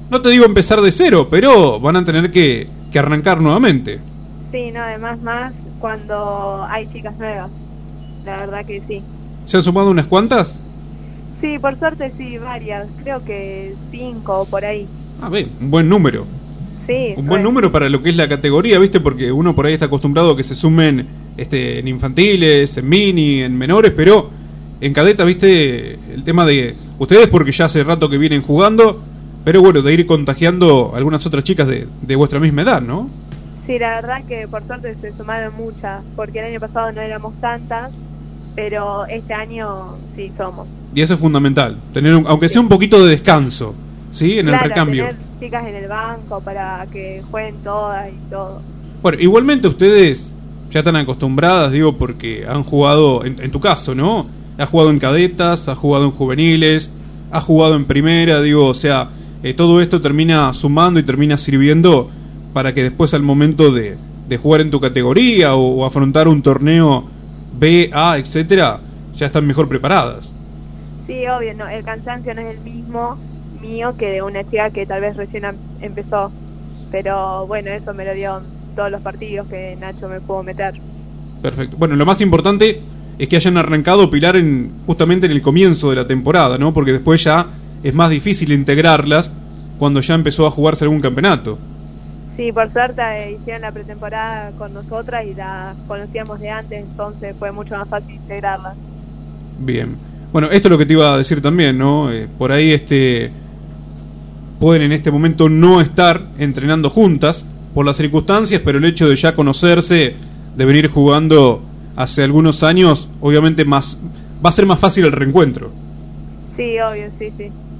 [SPEAKER 7] no te digo empezar de cero, pero van a tener que arrancar nuevamente.
[SPEAKER 17] Sí, no, además más cuando hay chicas nuevas. La verdad que sí.
[SPEAKER 7] ¿Se han sumado unas cuantas?
[SPEAKER 17] Sí, por suerte sí, varias. Creo que 5 por ahí.
[SPEAKER 7] Ah, bien, un buen número.
[SPEAKER 17] Sí.
[SPEAKER 7] Un buen número para lo que es la categoría, ¿viste? Porque uno por ahí está acostumbrado a que se sumen en infantiles, en mini, en menores, pero en cadeta, ¿viste? El tema de ustedes, porque ya hace rato que vienen jugando, pero bueno, de ir contagiando a algunas otras chicas de vuestra misma edad, ¿no?
[SPEAKER 17] Sí, la verdad que por suerte se sumaron muchas, porque el año pasado no éramos tantas, pero este año sí somos.
[SPEAKER 7] Y eso es fundamental, tener aunque sea un poquito de descanso, ¿sí? En el recambio.
[SPEAKER 17] Tener chicas en el banco para que jueguen todas y todo.
[SPEAKER 7] Bueno, igualmente ustedes ya están acostumbradas, digo, porque han jugado, en tu caso, ¿no? Has jugado en cadetas, has jugado en juveniles, has jugado en primera, digo, o sea, todo esto termina sumando y termina sirviendo para que después al momento de jugar en tu categoría o afrontar un torneo B, A, etcétera, ya están mejor preparadas.
[SPEAKER 17] Sí, obvio, no, el cansancio no es el mismo mío que de una chica que tal vez recién empezó, pero bueno, eso me lo dio todos los partidos que Nacho me pudo meter.
[SPEAKER 7] Perfecto. Bueno, lo más importante es que hayan arrancado, Pilar, justamente en el comienzo de la temporada, ¿no? Porque después ya es más difícil integrarlas cuando ya empezó a jugarse algún campeonato.
[SPEAKER 17] Sí, por suerte hicieron la pretemporada con nosotras y la conocíamos de antes, entonces fue mucho más fácil integrarlas.
[SPEAKER 7] Bien. Bueno, esto es lo que te iba a decir también, ¿no? Por ahí pueden en este momento no estar entrenando juntas por las circunstancias, pero el hecho de ya conocerse, de venir jugando hace algunos años, obviamente va a ser más fácil el reencuentro.
[SPEAKER 17] Sí, obvio, sí.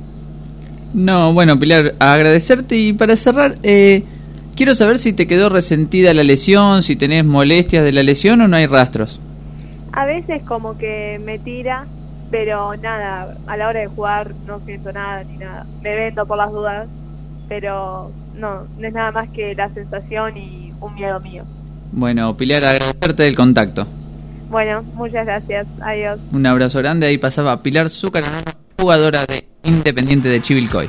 [SPEAKER 6] No, bueno, Pilar, agradecerte, y para cerrar, quiero saber si te quedó resentida la lesión, si tenés molestias de la lesión o no hay rastros.
[SPEAKER 17] A veces como que me tira, pero nada, a la hora de jugar no siento nada ni nada. Me vendo por las dudas, pero no es nada más que la sensación y un miedo mío.
[SPEAKER 6] Bueno, Pilar, agradecerte el contacto.
[SPEAKER 17] Bueno, muchas gracias, adiós.
[SPEAKER 6] Un abrazo grande. Ahí pasaba Pilar Zúcar, jugadora de Independiente de Chivilcoy.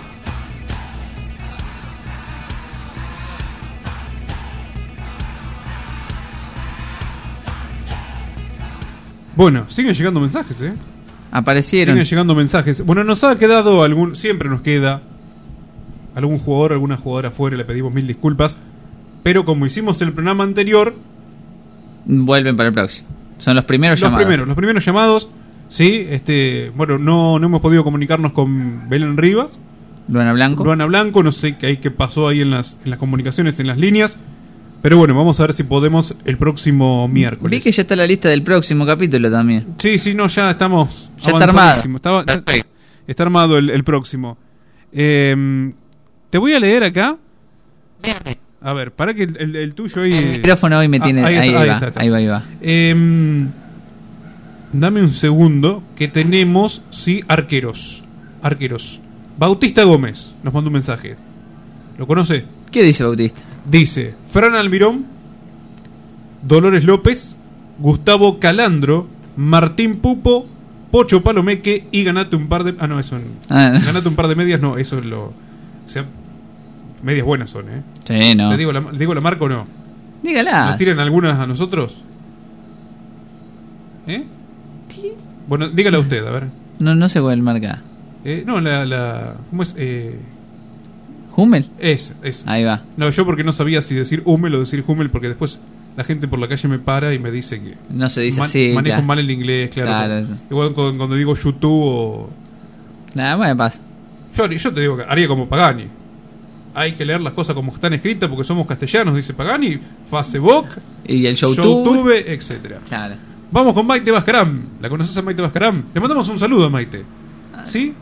[SPEAKER 7] Bueno, siguen llegando mensajes,
[SPEAKER 6] Aparecieron.
[SPEAKER 7] Siguen llegando mensajes. Bueno, nos ha quedado siempre nos queda algún jugador, alguna jugadora afuera, le pedimos mil disculpas, pero como hicimos el programa anterior,
[SPEAKER 6] vuelven para el próximo. Son los primeros llamados.
[SPEAKER 7] Los primeros llamados, sí. Bueno, no hemos podido comunicarnos con Belén Rivas.
[SPEAKER 6] Luana Blanco, no sé qué pasó ahí en las comunicaciones, en las líneas. Pero bueno, vamos a ver si podemos el próximo miércoles. Vi que ya está la lista del próximo capítulo también.
[SPEAKER 7] Sí, no, ya estamos.
[SPEAKER 6] Ya está armado.
[SPEAKER 7] Está armado el próximo. Te voy a leer acá. A ver, para que el tuyo ahí.
[SPEAKER 6] El micrófono hoy me tiene. Ahí va.
[SPEAKER 7] Dame un segundo, que tenemos, arqueros. Bautista Gómez nos mandó un mensaje. ¿Lo conoce?
[SPEAKER 6] ¿Qué dice Bautista?
[SPEAKER 7] Dice Fran Almirón, Dolores López, Gustavo Calandro, Martín Pupo, Pocho Palomeque y ganate un par de... ganate un par de medias, no, eso es lo... O sea, medias buenas son,
[SPEAKER 6] Sí, no.
[SPEAKER 7] ¿Le digo la marca o no?
[SPEAKER 6] Dígala.
[SPEAKER 7] ¿Nos tiran algunas a nosotros?
[SPEAKER 6] Sí.
[SPEAKER 7] Bueno, dígala usted, a ver.
[SPEAKER 6] No sé cuál marca.
[SPEAKER 7] No, ¿cómo es?
[SPEAKER 6] ¿Hummel?
[SPEAKER 7] Es.
[SPEAKER 6] Ahí va.
[SPEAKER 7] No, yo porque no sabía si decir Hummel o decir Hummel, porque después la gente por la calle me para y me dice que...
[SPEAKER 6] No se dice así.
[SPEAKER 7] Manejo mal el inglés, claro. Igual cuando digo YouTube o...
[SPEAKER 6] Nada, me pasa.
[SPEAKER 7] Yo te digo que haría como Pagani. Hay que leer las cosas como están escritas porque somos castellanos, dice Pagani, Facebook
[SPEAKER 6] y el YouTube,
[SPEAKER 7] etcétera.
[SPEAKER 6] Claro.
[SPEAKER 7] Vamos con Maite Bascarán. ¿La conoces a Maite Bascarán? Le mandamos un saludo a Maite. ¿Sí?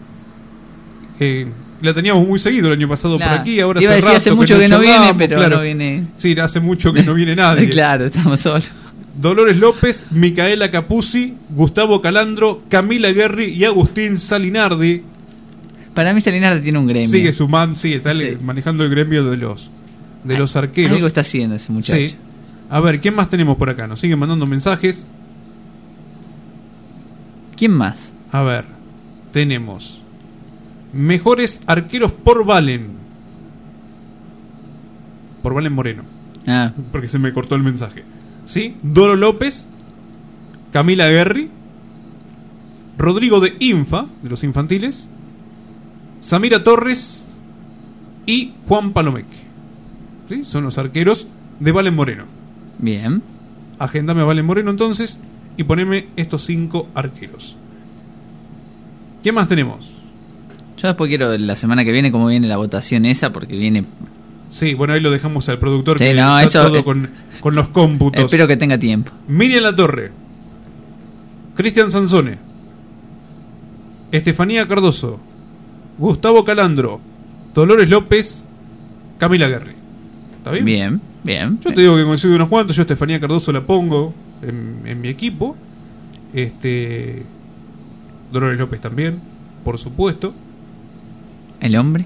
[SPEAKER 7] La teníamos muy seguido el año pasado por aquí. Ahora
[SPEAKER 6] iba a decir hace mucho que no viene, pero no viene.
[SPEAKER 7] Sí, hace mucho que no viene nadie.
[SPEAKER 6] Claro, estamos solos.
[SPEAKER 7] Dolores López, Micaela Capuzzi, Gustavo Calandro, Camila Guerri y Agustín Salinardi.
[SPEAKER 6] Para mí Salinardi tiene un gremio.
[SPEAKER 7] Sigue está manejando el gremio de los arqueros.
[SPEAKER 6] Algo está haciendo ese muchacho.
[SPEAKER 7] Sí. A ver, ¿quién más tenemos por acá? Nos siguen mandando mensajes.
[SPEAKER 6] ¿Quién más?
[SPEAKER 7] A ver, tenemos mejores arqueros por Valen. por Valen Moreno.
[SPEAKER 6] Ah.
[SPEAKER 7] Porque se me cortó el mensaje. ¿Sí? Doro López, Camila Guerri, Rodrigo de Infa, de los infantiles, Samira Torres y Juan Palomec. ¿Sí? Son los arqueros de Valen Moreno.
[SPEAKER 6] Bien.
[SPEAKER 7] Agendame a Valen Moreno entonces y poneme estos 5 arqueros. ¿Qué más tenemos?
[SPEAKER 6] Yo después quiero la semana que viene cómo viene la votación esa, porque viene...
[SPEAKER 7] Sí, bueno, ahí lo dejamos al productor,
[SPEAKER 6] sí,
[SPEAKER 7] que
[SPEAKER 6] no,
[SPEAKER 7] está
[SPEAKER 6] eso,
[SPEAKER 7] todo con los cómputos.
[SPEAKER 6] Espero que tenga tiempo.
[SPEAKER 7] Miriam Latorre, Cristian Sansone, Estefanía Cardoso, Gustavo Calandro, Dolores López, Camila Guerri. ¿Está bien?
[SPEAKER 6] Bien, bien.
[SPEAKER 7] Yo te digo que consigo unos cuantos. Yo Estefanía Cardoso la pongo en mi equipo. Dolores López también, por supuesto.
[SPEAKER 6] ¿El hombre?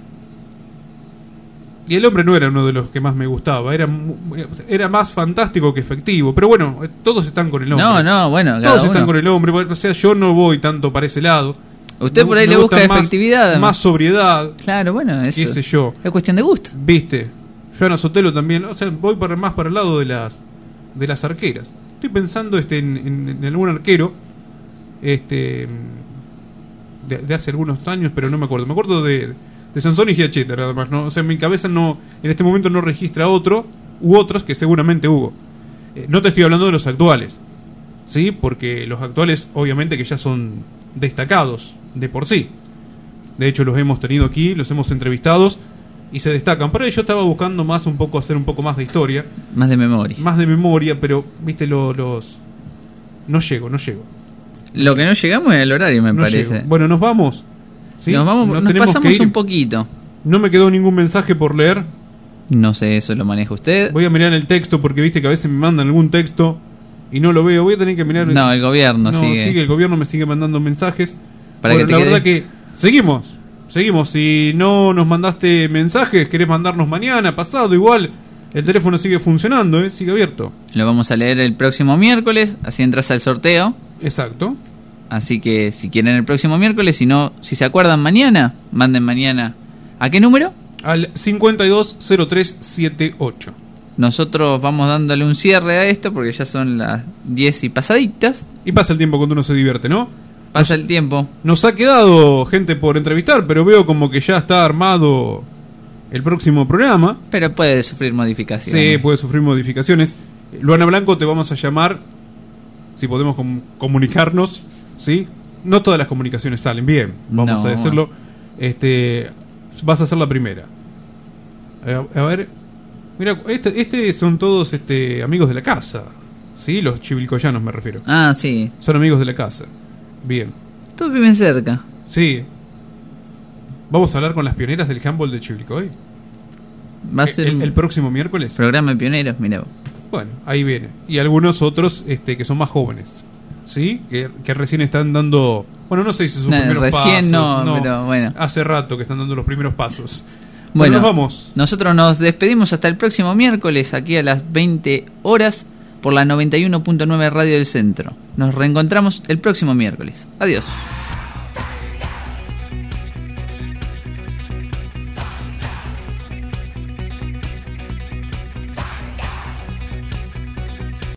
[SPEAKER 7] Y el hombre no era uno de los que más me gustaba. Era más fantástico que efectivo. Pero bueno, todos están con el hombre.
[SPEAKER 6] No, bueno.
[SPEAKER 7] Todos están con el hombre. O sea, yo no voy tanto para ese lado.
[SPEAKER 6] Usted por ahí le busca efectividad.
[SPEAKER 7] Más sobriedad.
[SPEAKER 6] Claro, bueno, eso.
[SPEAKER 7] Qué sé yo.
[SPEAKER 6] Es cuestión de gusto.
[SPEAKER 7] Viste. Joana Sotelo también. O sea, voy más para el lado de las arqueras. Estoy pensando en algún arquero. De hace algunos años, pero no me acuerdo. Me acuerdo de Sansón y Giacheta, nada más, ¿no? O sea, en mi cabeza no, en este momento no registra otro u otros que seguramente hubo. No te estoy hablando de los actuales, ¿sí? Porque los actuales, obviamente, que ya son destacados de por sí. De hecho, los hemos tenido aquí, los hemos entrevistados y se destacan. Pero yo estaba buscando hacer un poco más de historia.
[SPEAKER 6] Más de memoria.
[SPEAKER 7] Más de memoria, pero, viste, no llego.
[SPEAKER 6] Lo que no llegamos es el horario, me parece.
[SPEAKER 7] Llego. Bueno, nos vamos. ¿Sí?
[SPEAKER 6] Nos pasamos un poquito.
[SPEAKER 7] No me quedó ningún mensaje por leer.
[SPEAKER 6] No sé, eso lo maneja usted.
[SPEAKER 7] Voy a mirar el texto porque viste que a veces me mandan algún texto y no lo veo. Voy a tener que mirar.
[SPEAKER 6] No, el gobierno sigue.
[SPEAKER 7] El gobierno me sigue mandando mensajes.
[SPEAKER 6] Para que te
[SPEAKER 7] verdad que seguimos. Si no nos mandaste mensajes, querés mandarnos mañana, pasado, igual. El teléfono sigue funcionando, sigue abierto.
[SPEAKER 6] Lo vamos a leer el próximo miércoles, así entras al sorteo.
[SPEAKER 7] Exacto.
[SPEAKER 6] Así que si quieren el próximo miércoles, si se acuerdan mañana, manden mañana. ¿A qué número?
[SPEAKER 7] Al 520378.
[SPEAKER 6] Nosotros vamos dándole un cierre a esto porque ya son las 10 y pasaditas.
[SPEAKER 7] Y pasa el tiempo cuando uno se divierte, ¿no?
[SPEAKER 6] Pasa el tiempo.
[SPEAKER 7] Nos ha quedado gente por entrevistar, pero veo como que ya está armado el próximo programa.
[SPEAKER 6] Pero puede sufrir modificaciones.
[SPEAKER 7] Sí, puede sufrir modificaciones. Luana Blanco, te vamos a llamar, si podemos comunicarnos, ¿sí? No todas las comunicaciones salen bien, vamos a decirlo. Vas a ser la primera. A ver, mira, son todos amigos de la casa, ¿sí? Los chivilcoyanos me refiero.
[SPEAKER 6] Ah, sí.
[SPEAKER 7] Son amigos de la casa. Bien.
[SPEAKER 6] Todos viven cerca.
[SPEAKER 7] Sí. Vamos a hablar con las pioneras del handball de Chivilcoy.
[SPEAKER 6] Va a ser
[SPEAKER 7] el próximo miércoles.
[SPEAKER 6] Programa de pioneros, mira.
[SPEAKER 7] Bueno, ahí viene. Y algunos otros que son más jóvenes, ¿sí? Que recién están dando... Bueno, no sé si sus primeros pasos.
[SPEAKER 6] Recién no, pero bueno.
[SPEAKER 7] Hace rato que están dando los primeros pasos.
[SPEAKER 6] Bueno,
[SPEAKER 7] nos vamos.
[SPEAKER 6] Nosotros nos despedimos hasta el próximo miércoles, aquí a las 20 horas, por la 91.9 Radio del Centro. Nos reencontramos el próximo miércoles. Adiós.